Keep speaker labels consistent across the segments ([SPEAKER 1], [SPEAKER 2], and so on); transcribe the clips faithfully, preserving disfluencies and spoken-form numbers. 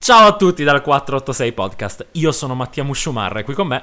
[SPEAKER 1] Ciao a tutti dal quattrocentottantasei Podcast. Io sono Mattia Musciumarra e qui con me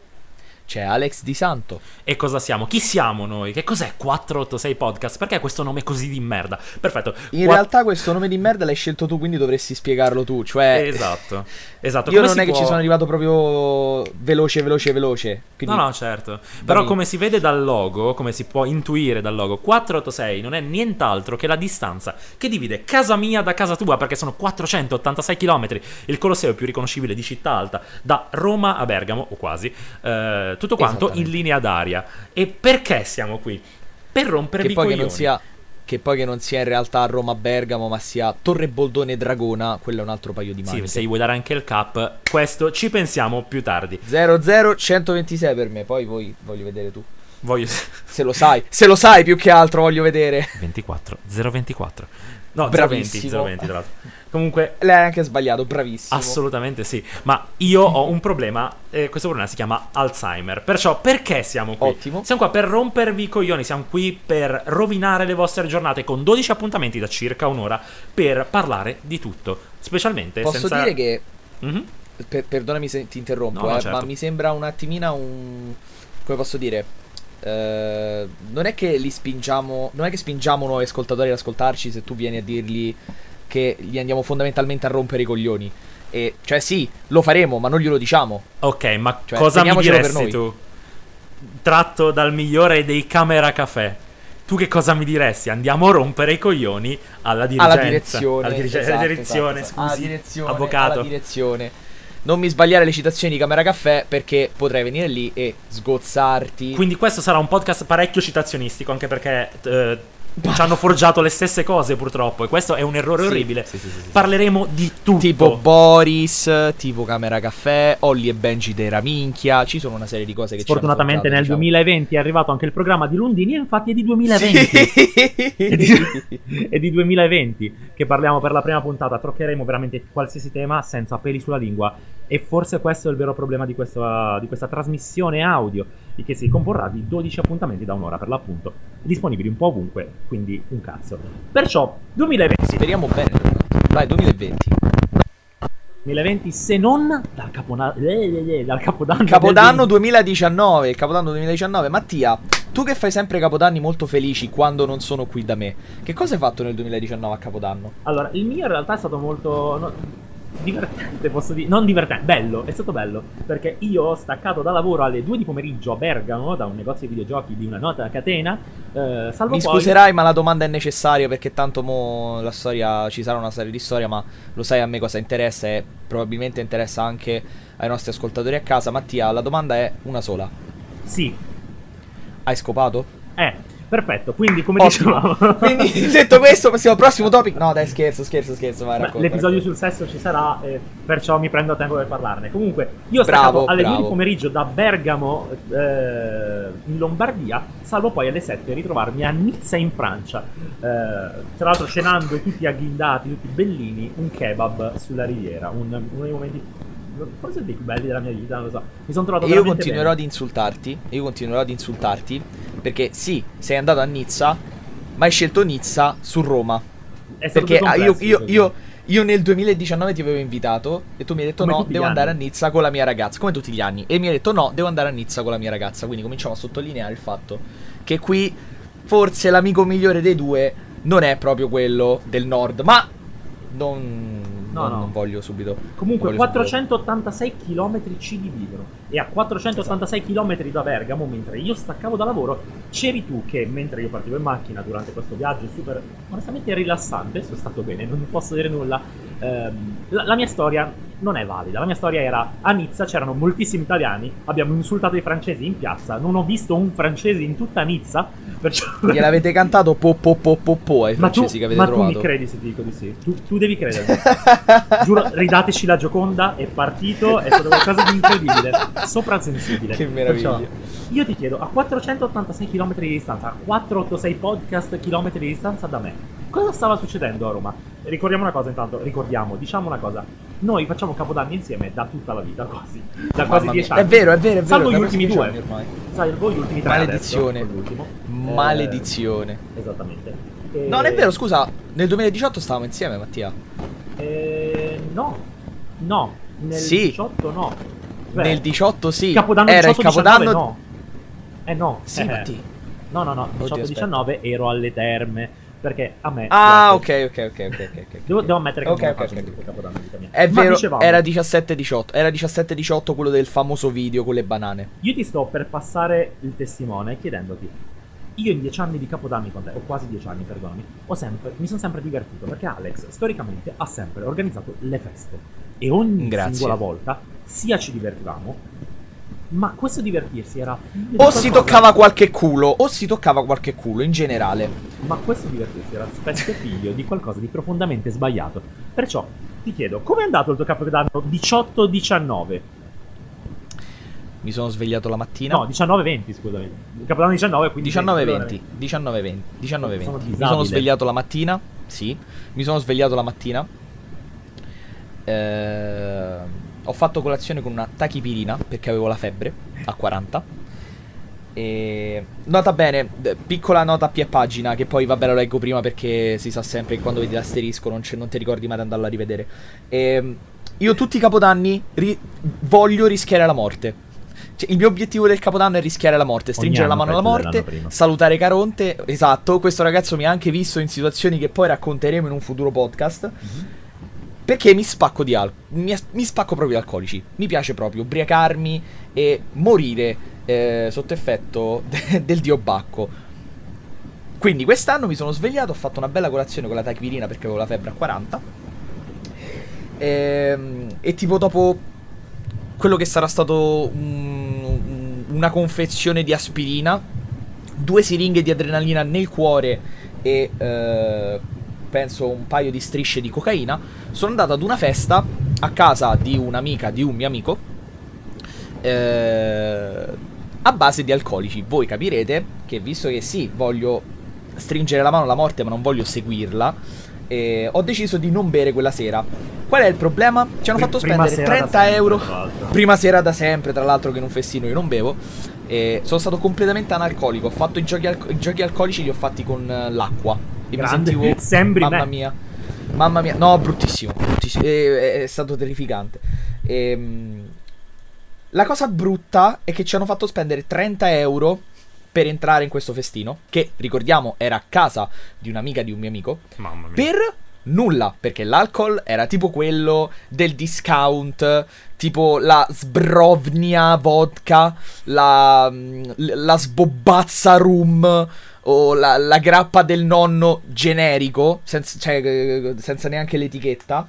[SPEAKER 2] c'è Alex Di Santo.
[SPEAKER 1] E cosa siamo? Chi siamo noi? Che cos'è quattrocentottantasei Podcast? Perché questo nome così di merda? Perfetto.
[SPEAKER 2] In Qua... realtà questo nome di merda l'hai scelto tu, quindi dovresti spiegarlo tu. Cioè,
[SPEAKER 1] esatto, esatto.
[SPEAKER 2] Io
[SPEAKER 1] come
[SPEAKER 2] non è
[SPEAKER 1] può...
[SPEAKER 2] che ci sono arrivato proprio veloce, veloce, veloce. Quindi...
[SPEAKER 1] No, no, certo. Però come si vede dal logo, come si può intuire dal logo, quattrocentottantasei non è nient'altro che la distanza che divide casa mia da casa tua, perché sono quattrocentottantasei chilometri, il Colosseo più riconoscibile di Città Alta, da Roma a Bergamo, o quasi, eh, tutto quanto in linea d'aria. E perché siamo qui? Per rompervi i coglioni.
[SPEAKER 2] Che non sia... Che poi che non sia in realtà Roma-Bergamo, ma sia Torre Boldone-Dragona, quello è un altro paio di maniche.
[SPEAKER 1] Sì, se gli vuoi dare anche il cap, questo ci pensiamo più tardi.
[SPEAKER 2] zero zero centoventisei per me, poi voi voglio vedere tu.
[SPEAKER 1] Voglio...
[SPEAKER 2] Se lo sai, se lo sai più che altro voglio vedere.
[SPEAKER 1] ventiquattro, zero ventiquattro. No,
[SPEAKER 2] bravissimo.
[SPEAKER 1] zero venti, zero venti tra l'altro. Comunque
[SPEAKER 2] lei ha anche sbagliato, bravissimo.
[SPEAKER 1] Assolutamente sì. Ma io ho un problema, eh, questo problema si chiama Alzheimer. Perciò perché siamo qui?
[SPEAKER 2] Ottimo.
[SPEAKER 1] Siamo qua per rompervi i coglioni, siamo qui per rovinare le vostre giornate con dodici appuntamenti da circa un'ora per parlare di tutto. Specialmente
[SPEAKER 2] Posso
[SPEAKER 1] senza...
[SPEAKER 2] dire che
[SPEAKER 1] mm-hmm.
[SPEAKER 2] per, perdonami se ti interrompo,
[SPEAKER 1] no, no,
[SPEAKER 2] eh,
[SPEAKER 1] certo.
[SPEAKER 2] ma mi sembra un attimino un... come posso dire? Uh, non è che li spingiamo, non è che spingiamo nuovi ascoltatori ad ascoltarci se tu vieni a dirgli che gli andiamo fondamentalmente a rompere i coglioni. E cioè sì, lo faremo, ma non glielo diciamo.
[SPEAKER 1] Ok, ma
[SPEAKER 2] cioè,
[SPEAKER 1] cosa mi diresti
[SPEAKER 2] per noi.
[SPEAKER 1] tu? Tratto dal migliore dei Camera Café. Tu che cosa mi diresti? Andiamo a rompere i coglioni alla dirigenza.
[SPEAKER 2] Alla direzione,
[SPEAKER 1] alla dirige-
[SPEAKER 2] esatto,
[SPEAKER 1] alla direzione,
[SPEAKER 2] esatto,
[SPEAKER 1] scusi,
[SPEAKER 2] alla direzione,
[SPEAKER 1] avvocato.
[SPEAKER 2] Alla direzione. Non mi sbagliare le citazioni di Camera Caffè, perché potrei venire lì e sgozzarti.
[SPEAKER 1] Quindi questo sarà un podcast parecchio citazionistico, anche perché eh, ci hanno forgiato le stesse cose purtroppo, e questo è un errore
[SPEAKER 2] sì,
[SPEAKER 1] orribile.
[SPEAKER 2] Sì, sì, sì, sì,
[SPEAKER 1] Parleremo di tutto.
[SPEAKER 2] Tipo Boris, tipo Camera Caffè, Olli e Benji della minchia. Ci sono una serie di cose che
[SPEAKER 1] Sfortunatamente
[SPEAKER 2] ci hanno
[SPEAKER 1] nel
[SPEAKER 2] diciamo.
[SPEAKER 1] duemilaventi è arrivato anche il programma di Lundini, e infatti è di duemilaventi.
[SPEAKER 2] Sì.
[SPEAKER 1] è, di, è di duemilaventi che parliamo per la prima puntata. Toccheremo veramente qualsiasi tema senza peli sulla lingua, e forse questo è il vero problema di questa, di questa trasmissione audio, che si comporrà di dodici appuntamenti da un'ora per l'appunto, disponibili un po' ovunque, quindi un cazzo. Perciò duemilaventi.
[SPEAKER 2] Speriamo bene. Dai, duemilaventi.
[SPEAKER 1] duemilaventi, se non dal, capona- eh, dal capodanno.
[SPEAKER 2] Capodanno duemiladiciannove. Capodanno duemiladiciannove. Mattia, tu che fai sempre capodanni molto felici quando non sono qui da me, che cosa hai fatto nel duemiladiciannove a Capodanno?
[SPEAKER 1] Allora, il mio in realtà è stato molto... No, divertente, posso dire, non divertente, bello, è stato bello, perché io ho staccato da lavoro alle due di pomeriggio a Bergamo da un negozio di videogiochi di una nota catena, eh, salvo
[SPEAKER 2] Mi
[SPEAKER 1] poi...
[SPEAKER 2] scuserai, ma la domanda è necessaria, perché tanto mo la storia, ci sarà una serie di storia, ma lo sai a me cosa interessa e probabilmente interessa anche ai nostri ascoltatori a casa. Mattia, la domanda è una sola.
[SPEAKER 1] Sì.
[SPEAKER 2] Hai scopato?
[SPEAKER 1] Eh, perfetto, quindi come
[SPEAKER 2] Ottimo.
[SPEAKER 1] dicevamo...
[SPEAKER 2] Quindi detto questo passiamo al prossimo topic. No dai, scherzo, scherzo, scherzo vai, racconta,
[SPEAKER 1] L'episodio
[SPEAKER 2] racconta.
[SPEAKER 1] sul sesso ci sarà, eh, perciò mi prendo tempo per parlarne. Comunque, io ho
[SPEAKER 2] Bravo,
[SPEAKER 1] staccato alle
[SPEAKER 2] bravo.
[SPEAKER 1] due di pomeriggio da Bergamo eh, in Lombardia, salvo poi alle sette ritrovarmi a Nizza in Francia, eh, tra l'altro cenando tutti agghindati, tutti bellini, un kebab sulla riviera, un, uno dei momenti forse dei più belli della mia vita, non lo so. Mi sono trovato
[SPEAKER 2] E io
[SPEAKER 1] veramente
[SPEAKER 2] continuerò
[SPEAKER 1] bene.
[SPEAKER 2] ad insultarti. Io continuerò ad insultarti perché sì, sei andato a Nizza, ma hai scelto Nizza su Roma.
[SPEAKER 1] È stato
[SPEAKER 2] Perché
[SPEAKER 1] più
[SPEAKER 2] ah, io,
[SPEAKER 1] complesso,
[SPEAKER 2] io,
[SPEAKER 1] così.
[SPEAKER 2] io, io nel duemiladiciannove ti avevo invitato e tu mi hai detto
[SPEAKER 1] Come
[SPEAKER 2] no,
[SPEAKER 1] tutti
[SPEAKER 2] devo
[SPEAKER 1] gli
[SPEAKER 2] andare
[SPEAKER 1] anni.
[SPEAKER 2] a Nizza con la mia ragazza, come tutti gli anni. E mi hai detto no, devo andare a Nizza con la mia ragazza. Quindi cominciamo a sottolineare il fatto che qui forse l'amico migliore dei due non è proprio quello del nord. Ma non...
[SPEAKER 1] No,
[SPEAKER 2] non,
[SPEAKER 1] no.
[SPEAKER 2] non voglio subito.
[SPEAKER 1] Comunque
[SPEAKER 2] non voglio
[SPEAKER 1] quattrocentottantasei chilometri ci dividono, e a quattrocentottantasei chilometri da Bergamo, mentre io staccavo da lavoro, c'eri tu che, mentre io partivo in macchina durante questo viaggio super onestamente rilassante, sono stato bene, non posso dire nulla, ehm, la, la mia storia non è valida. La mia storia era: a Nizza c'erano moltissimi italiani, abbiamo insultato i francesi in piazza, non ho visto un francese in tutta Nizza, perciò...
[SPEAKER 2] Gliel'avete cantato po po po po po ai
[SPEAKER 1] Ma tu,
[SPEAKER 2] francesi che avete
[SPEAKER 1] ma
[SPEAKER 2] trovato.
[SPEAKER 1] tu mi credi se ti dico di sì? Tu, tu devi credermi. Giuro, ridateci la Gioconda, è partito, è stato qualcosa di incredibile, soprasensibile.
[SPEAKER 2] Che meraviglia.
[SPEAKER 1] Perciò, io ti chiedo, a quattrocentottantasei chilometri di distanza, a quattrocentottantasei podcast chilometri di distanza da me, cosa stava succedendo a Roma? Ricordiamo una cosa intanto, ricordiamo, diciamo una cosa. Noi facciamo Capodanno insieme da tutta la vita, quasi. Da quasi
[SPEAKER 2] Mamma
[SPEAKER 1] dieci
[SPEAKER 2] mia.
[SPEAKER 1] anni.
[SPEAKER 2] È vero, è vero, è vero.
[SPEAKER 1] Salvo
[SPEAKER 2] da
[SPEAKER 1] gli
[SPEAKER 2] quasi
[SPEAKER 1] ultimi
[SPEAKER 2] dieci
[SPEAKER 1] due.
[SPEAKER 2] anni ormai.
[SPEAKER 1] Salvo gli ultimi tre.
[SPEAKER 2] Maledizione.
[SPEAKER 1] Adesso, l'ultimo.
[SPEAKER 2] Maledizione.
[SPEAKER 1] Eh, esattamente. E...
[SPEAKER 2] Non è vero, scusa, nel duemiladiciotto stavamo insieme, Mattia.
[SPEAKER 1] Eh, no. No, nel
[SPEAKER 2] Sì.
[SPEAKER 1] diciotto no. Beh,
[SPEAKER 2] Nel diciotto sì.
[SPEAKER 1] Capodanno
[SPEAKER 2] Era il
[SPEAKER 1] diciotto
[SPEAKER 2] capodanno.
[SPEAKER 1] diciannove no. Eh no.
[SPEAKER 2] Sì,
[SPEAKER 1] eh,
[SPEAKER 2] Matti.
[SPEAKER 1] No, no, no,
[SPEAKER 2] Oddio,
[SPEAKER 1] diciotto diciannove ero alle terme. Perché a me
[SPEAKER 2] Ah,
[SPEAKER 1] piace-
[SPEAKER 2] ok, ok, ok, ok, ok. ok.
[SPEAKER 1] Devo, devo ammettere che
[SPEAKER 2] Ok,
[SPEAKER 1] non
[SPEAKER 2] ok,
[SPEAKER 1] faccio
[SPEAKER 2] ok.
[SPEAKER 1] molto Capodanno di vita mia.
[SPEAKER 2] È
[SPEAKER 1] Ma
[SPEAKER 2] vero,
[SPEAKER 1] dicevamo,
[SPEAKER 2] era diciassette diciotto. Era diciassette diciotto quello del famoso video con le banane.
[SPEAKER 1] io ti sto per passare il testimone chiedendoti. Io in dieci anni di Capodanni con te, o quasi dieci anni, perdonami, ho sempre, mi sono sempre divertito perché Alex storicamente ha sempre organizzato le feste e ogni
[SPEAKER 2] Grazie.
[SPEAKER 1] singola volta sia ci divertivamo, ma questo divertirsi era figlio di
[SPEAKER 2] O si
[SPEAKER 1] qualcosa-
[SPEAKER 2] toccava qualche culo, o si toccava qualche culo in generale.
[SPEAKER 1] ma questo divertirsi era spesso figlio di qualcosa di profondamente sbagliato. Perciò ti chiedo, come è andato il tuo Capodanno diciotto diciannove?
[SPEAKER 2] Mi sono svegliato la mattina.
[SPEAKER 1] No, diciannove venti, scusami. Il Capodanno diciannove, quindi
[SPEAKER 2] diciannove
[SPEAKER 1] venti,
[SPEAKER 2] venti, diciannove venti, diciannove
[SPEAKER 1] Sono
[SPEAKER 2] venti. Mi
[SPEAKER 1] disabile.
[SPEAKER 2] sono svegliato la mattina. Sì, mi sono svegliato la mattina. Eh, ho fatto colazione con una tachipirina perché avevo la febbre a quaranta. E nota bene, d- piccola nota a pie pagina che poi vabbè lo leggo prima perché si sa sempre che quando vedi l'asterisco non, c'è- non ti ricordi mai di andarla a rivedere. E, io tutti i capodanni ri- voglio rischiare la morte. Cioè, il mio obiettivo del Capodanno è rischiare la morte, stringere la
[SPEAKER 1] anno
[SPEAKER 2] mano alla
[SPEAKER 1] peggio
[SPEAKER 2] morte,
[SPEAKER 1] dell'anno prima.
[SPEAKER 2] salutare Caronte. Esatto, questo ragazzo mi ha anche visto in situazioni che poi racconteremo in un futuro podcast.
[SPEAKER 1] Mhm.
[SPEAKER 2] Perché mi spacco di alcol, mi, mi spacco proprio di alcolici. Mi piace proprio ubriacarmi e morire eh, sotto effetto de- del dio Bacco. Quindi quest'anno mi sono svegliato, ho fatto una bella colazione con la tachipirina perché avevo la febbre a quaranta. Ehm, E, tipo dopo quello che sarà stato un- un- una confezione di aspirina, due siringhe di adrenalina nel cuore e eh, penso un paio di strisce di cocaina, sono andato ad una festa a casa di un'amica di un mio amico eh, a base di alcolici. Voi capirete che visto che sì, voglio stringere la mano alla morte ma non voglio seguirla, eh, ho deciso di non bere quella sera. Qual è il problema? Ci hanno
[SPEAKER 1] Pri-
[SPEAKER 2] fatto
[SPEAKER 1] prima
[SPEAKER 2] spendere
[SPEAKER 1] sera da
[SPEAKER 2] trenta
[SPEAKER 1] sempre,
[SPEAKER 2] euro.
[SPEAKER 1] tra l'altro.
[SPEAKER 2] Prima sera da sempre, tra l'altro che in un festino io non bevo. E sono stato completamente analcolico. Ho fatto i giochi, alco- i giochi alcolici, li ho fatti con eh, l'acqua. E
[SPEAKER 1] Grande.
[SPEAKER 2] mi sentivo.
[SPEAKER 1] Sembri
[SPEAKER 2] mamma
[SPEAKER 1] me.
[SPEAKER 2] mia. Mamma mia. No, bruttissimo. bruttissimo. È, è- è stato terrificante. Ehm, La cosa brutta è che ci hanno fatto spendere trenta euro per entrare in questo festino. Che, ricordiamo, era a casa di un'amica di un mio amico.
[SPEAKER 1] Mamma mia.
[SPEAKER 2] Per nulla, perché l'alcol era tipo quello del discount, tipo la Sbrovnia vodka, la, mm, la sbobbazza rum o la, la grappa del nonno generico, senza, cioè, eh, senza neanche l'etichetta.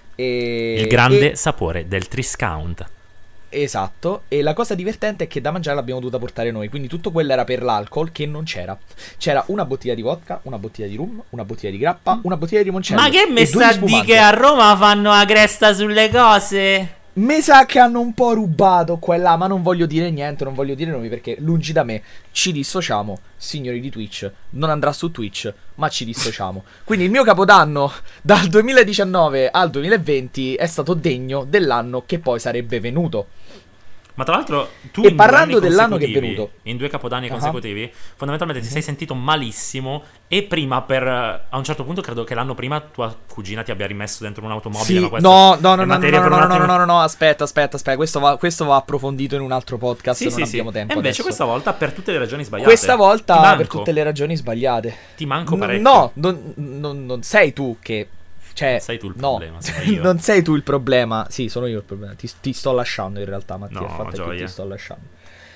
[SPEAKER 2] E,
[SPEAKER 3] Il grande
[SPEAKER 2] e-
[SPEAKER 3] sapore del Triscount.
[SPEAKER 2] Esatto, e la cosa divertente è che da mangiare l'abbiamo dovuta portare noi, quindi tutto quello era per l'alcol che non c'era. C'era una bottiglia di vodka, una bottiglia di rum, una bottiglia di grappa, una bottiglia di limoncello.
[SPEAKER 3] Ma che
[SPEAKER 2] e
[SPEAKER 3] mi
[SPEAKER 2] due
[SPEAKER 3] sta
[SPEAKER 2] di
[SPEAKER 3] a di
[SPEAKER 2] spumante.
[SPEAKER 3] che a Roma fanno la cresta sulle cose?
[SPEAKER 2] Mi sa che hanno un po' rubato qua e là, ma non voglio dire niente, non voglio dire nomi perché lungi da me ci dissociamo, signori di Twitch, non andrà su Twitch, ma ci dissociamo. Quindi il mio capodanno dal duemiladiciannove al duemilaventi è stato degno dell'anno che poi sarebbe venuto.
[SPEAKER 3] Ma tra l'altro tu
[SPEAKER 2] E
[SPEAKER 3] in
[SPEAKER 2] parlando
[SPEAKER 3] due anni
[SPEAKER 2] dell'anno che è
[SPEAKER 3] consecutivi,
[SPEAKER 2] venuto.
[SPEAKER 3] in due capodanni
[SPEAKER 2] Ah.
[SPEAKER 3] consecutivi, fondamentalmente ti
[SPEAKER 2] Mhm.
[SPEAKER 3] sei sentito malissimo. E prima per a un certo punto credo che l'anno prima tua cugina ti abbia rimesso dentro un'automobile.
[SPEAKER 2] Sì,
[SPEAKER 3] ma questo
[SPEAKER 2] no, no, no,
[SPEAKER 3] è
[SPEAKER 2] no, no,
[SPEAKER 3] materia
[SPEAKER 2] no,
[SPEAKER 3] per
[SPEAKER 2] no,
[SPEAKER 3] un
[SPEAKER 2] no,
[SPEAKER 3] attimo.
[SPEAKER 2] no, no, no, aspetta, aspetta, aspetta, questo va, questo va approfondito in un altro podcast,
[SPEAKER 3] Sì,
[SPEAKER 2] non
[SPEAKER 3] sì,
[SPEAKER 2] abbiamo
[SPEAKER 3] sì.
[SPEAKER 2] tempo
[SPEAKER 3] E invece
[SPEAKER 2] adesso.
[SPEAKER 3] questa volta per tutte le ragioni sbagliate.
[SPEAKER 2] Questa
[SPEAKER 3] Ti
[SPEAKER 2] volta
[SPEAKER 3] manco.
[SPEAKER 2] per tutte le ragioni sbagliate.
[SPEAKER 3] Ti manco
[SPEAKER 2] N-
[SPEAKER 3] parecchio.
[SPEAKER 2] No, non, non- non sei tu che... Cioè,
[SPEAKER 3] Sei tu il
[SPEAKER 2] no,
[SPEAKER 3] problema, sono io.
[SPEAKER 2] non sei tu il problema. Sì, sono io il problema. Ti, ti sto lasciando in realtà, Mattia.
[SPEAKER 3] No,
[SPEAKER 2] il fatto è che
[SPEAKER 3] gioia.
[SPEAKER 2] ti sto lasciando.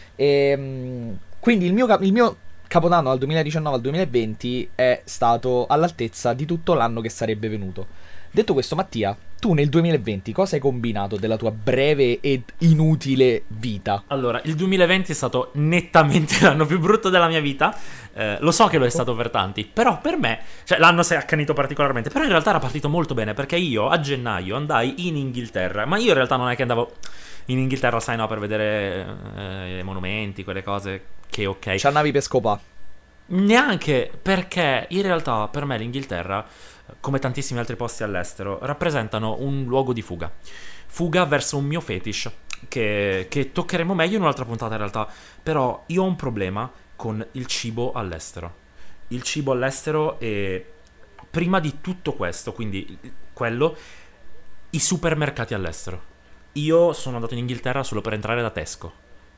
[SPEAKER 2] Ehm, quindi il mio, cap- il mio capodanno dal duemiladiciannove al duemilaventi è stato all'altezza di tutto l'anno che sarebbe venuto. Detto questo, Mattia, tu nel duemilaventi cosa hai combinato della tua breve ed inutile vita?
[SPEAKER 3] Allora, il duemilaventi è stato nettamente l'anno più brutto della mia vita. Eh, lo so che lo è stato per tanti, però per me, cioè l'anno si è accanito particolarmente. Però in realtà era partito molto bene perché io a gennaio andai in Inghilterra. Ma io in realtà non è che andavo in Inghilterra, sai, no, per vedere eh, i monumenti, quelle cose che ok.
[SPEAKER 2] Ci andavi per scopà.
[SPEAKER 3] Neanche perché in realtà per me l'Inghilterra, come tantissimi altri posti all'estero, rappresentano un luogo di fuga. Fuga verso un mio fetish che, che toccheremo meglio in un'altra puntata in realtà. Però io ho un problema con il cibo all'estero. Il cibo all'estero è prima di tutto questo, quindi quello I supermercati all'estero. Io sono andato in Inghilterra solo per entrare da Tesco.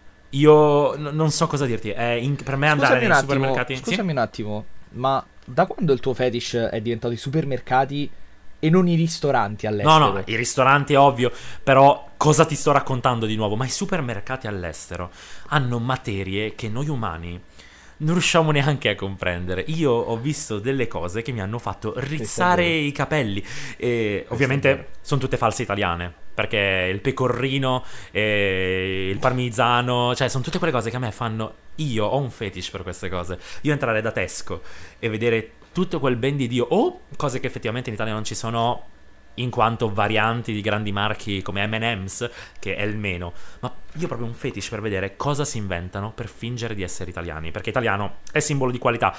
[SPEAKER 3] Io n- non so cosa dirti. È in- per me andare
[SPEAKER 2] Scusami
[SPEAKER 3] nei
[SPEAKER 2] un attimo,
[SPEAKER 3] supermercati.
[SPEAKER 2] Scusami
[SPEAKER 3] Sì?
[SPEAKER 2] un attimo, ma da quando il tuo fetish è diventato i supermercati e non i ristoranti all'estero?
[SPEAKER 3] No, no, i ristoranti è ovvio, però cosa ti sto raccontando di nuovo? Ma i supermercati all'estero hanno materie che noi umani non riusciamo neanche a comprendere. Io ho visto delle cose che mi hanno fatto rizzare i capelli. E ovviamente sono tutte false italiane, perché il pecorrino e il parmigiano, cioè sono tutte quelle cose che a me fanno... Io ho un fetish per queste cose. Io entrare da Tesco e vedere tutto quel ben di Dio, o cose che effettivamente in Italia non ci sono, in quanto varianti di grandi marchi come M and M's, che è il meno. Ma io ho proprio un fetish per vedere cosa si inventano per fingere di essere italiani, perché italiano è simbolo di qualità.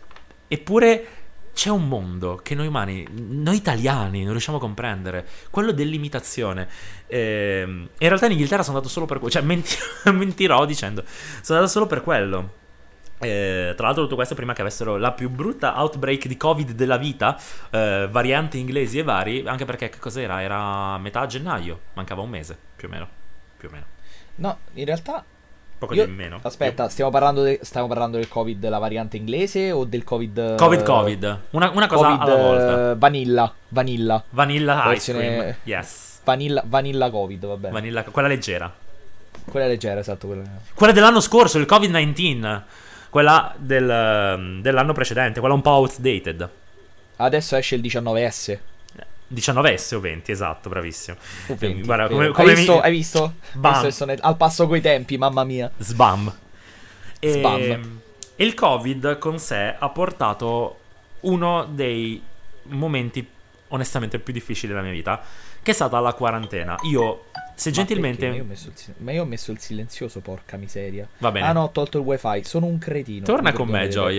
[SPEAKER 3] Eppure c'è un mondo che noi umani, noi italiani, non riusciamo a comprendere, quello dell'imitazione. Ehm, in realtà in Inghilterra sono andato solo per quello, cioè menti- mentirò dicendo, sono andato solo per quello. Eh, tra l'altro tutto questo prima che avessero la più brutta outbreak di Covid della vita, eh, varianti inglesi e vari, anche perché che cos'era? Era metà gennaio, mancava un mese, più o meno, più o meno.
[SPEAKER 2] No, in realtà
[SPEAKER 3] Poco
[SPEAKER 2] io...
[SPEAKER 3] di meno.
[SPEAKER 2] Aspetta,
[SPEAKER 3] Io...
[SPEAKER 2] stiamo parlando, de... stiamo parlando del Covid della variante inglese o del Covid...
[SPEAKER 3] Covid Covid, una, una cosa
[SPEAKER 2] COVID,
[SPEAKER 3] alla volta.
[SPEAKER 2] eh, Vanilla, vanilla.
[SPEAKER 3] Vanilla ice
[SPEAKER 2] Versione-
[SPEAKER 3] cream, yes.
[SPEAKER 2] Vanilla, vanilla Covid, va bene.
[SPEAKER 3] Vanilla, quella leggera.
[SPEAKER 2] Quella leggera, esatto. Quella...
[SPEAKER 3] Quella dell'anno scorso, il covid diciannove. Quella del, dell'anno precedente, quella un po' outdated.
[SPEAKER 2] Adesso esce il diciannove S.
[SPEAKER 3] diciannove S o venti, esatto, bravissimo.
[SPEAKER 2] O venti,
[SPEAKER 3] Guarda,
[SPEAKER 2] vero.
[SPEAKER 3] come, come
[SPEAKER 2] hai, visto,
[SPEAKER 3] mi...
[SPEAKER 2] hai visto?
[SPEAKER 3] Bam.
[SPEAKER 2] Hai visto che sono al passo coi tempi, mamma mia.
[SPEAKER 3] Sbam. E,
[SPEAKER 2] Sbam.
[SPEAKER 3] e il Covid con sé ha portato uno dei momenti onestamente più difficili della mia vita, che è stata la quarantena. Io, se
[SPEAKER 2] Ma
[SPEAKER 3] gentilmente...
[SPEAKER 2] perché? Ma io, ho messo il sil- ma io ho messo il silenzioso, porca miseria.
[SPEAKER 3] Va bene.
[SPEAKER 2] Ah no, ho tolto il wifi, sono un cretino.
[SPEAKER 3] Torna
[SPEAKER 2] Mi
[SPEAKER 3] con me,
[SPEAKER 2] perdonate.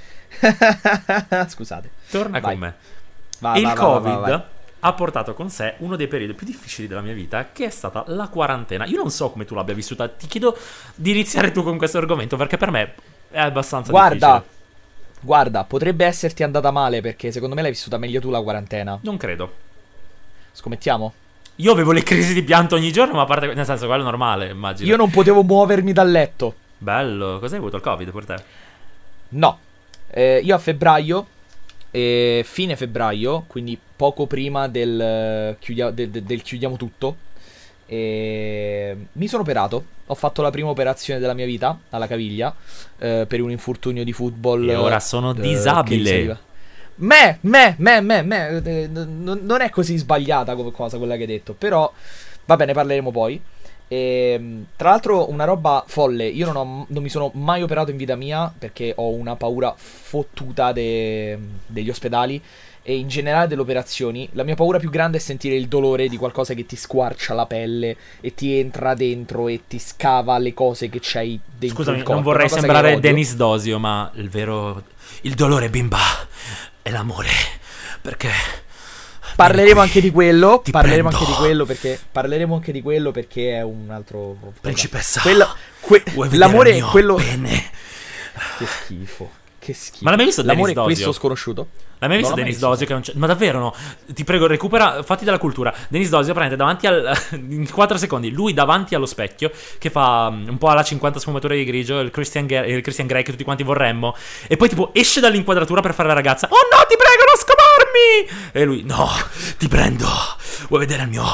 [SPEAKER 3] Gioia.
[SPEAKER 2] Scusate.
[SPEAKER 3] Torna
[SPEAKER 2] Vai.
[SPEAKER 3] con me.
[SPEAKER 2] Va,
[SPEAKER 3] il
[SPEAKER 2] va, va,
[SPEAKER 3] Covid
[SPEAKER 2] va, va, vai.
[SPEAKER 3] ha portato con sé uno dei periodi più difficili della mia vita, che è stata la quarantena. Io non so come tu l'abbia vissuta. Ti chiedo di iniziare tu con questo argomento, perché per me è abbastanza
[SPEAKER 2] Guarda,
[SPEAKER 3] difficile.
[SPEAKER 2] guarda, potrebbe esserti andata male perché secondo me l'hai vissuta meglio tu la quarantena.
[SPEAKER 3] Non credo.
[SPEAKER 2] Scommettiamo?
[SPEAKER 3] Io avevo le crisi di pianto ogni giorno, ma a parte... Nel senso, quello è normale, immagino.
[SPEAKER 2] Io non potevo muovermi dal letto.
[SPEAKER 3] Bello. Cos'hai avuto, il Covid per te?
[SPEAKER 2] No. Eh, io a febbraio, eh, fine febbraio, quindi poco prima del, eh, chiudia- del- del- del chiudiamo tutto, eh, mi sono operato. Ho fatto la prima operazione della mia vita alla caviglia, eh, per un infortunio di football.
[SPEAKER 3] E ora sono
[SPEAKER 2] eh, che
[SPEAKER 3] disabile.
[SPEAKER 2] risaliva. Me, me, me, me, me, eh, n- non è così sbagliata come cosa quella che hai detto, però va bene, parleremo poi. E, tra l'altro una roba folle, io non, ho, non mi sono mai operato in vita mia perché ho una paura fottuta de- degli ospedali e in generale delle operazioni. La mia paura più grande è sentire il dolore di qualcosa che ti squarcia la pelle e ti entra dentro e ti scava le cose che c'hai dentro.
[SPEAKER 3] Scusami,
[SPEAKER 2] il corpo.
[SPEAKER 3] non vorrei
[SPEAKER 2] Una cosa che
[SPEAKER 3] sembrare
[SPEAKER 2] odio.
[SPEAKER 3] Denis Dosio, ma il vero... Il dolore, bimba, è l'amore. Perché...
[SPEAKER 2] Parleremo anche di quello.
[SPEAKER 3] Ti
[SPEAKER 2] Parleremo
[SPEAKER 3] prendo.
[SPEAKER 2] anche di quello perché parleremo anche di quello perché è un altro.
[SPEAKER 3] Principessa,
[SPEAKER 2] Quello, que-
[SPEAKER 3] vuoi vedere
[SPEAKER 2] l'amore
[SPEAKER 3] il
[SPEAKER 2] è
[SPEAKER 3] mio
[SPEAKER 2] quello.
[SPEAKER 3] pene?
[SPEAKER 2] Che schifo. Che schifo.
[SPEAKER 3] Ma l'hai mai visto Denis
[SPEAKER 2] L'amore è
[SPEAKER 3] Dosio?
[SPEAKER 2] questo sconosciuto.
[SPEAKER 3] L'hai mai
[SPEAKER 2] Non
[SPEAKER 3] visto
[SPEAKER 2] l'ho mai
[SPEAKER 3] Denis
[SPEAKER 2] visto.
[SPEAKER 3] Dosio? Che non c'è... Ma davvero no? Ti prego, recupera, fatti della cultura. Denis Dosio prende davanti al... in quattro secondi, lui davanti allo specchio, che fa um, un po' alla cinquanta sfumature di grigio, il Christian, Ge- il Christian Grey che tutti quanti vorremmo, e poi tipo esce dall'inquadratura per fare la ragazza. Oh no, ti prego, non scoparmi! E lui, no, ti prendo. Vuoi vedere il mio...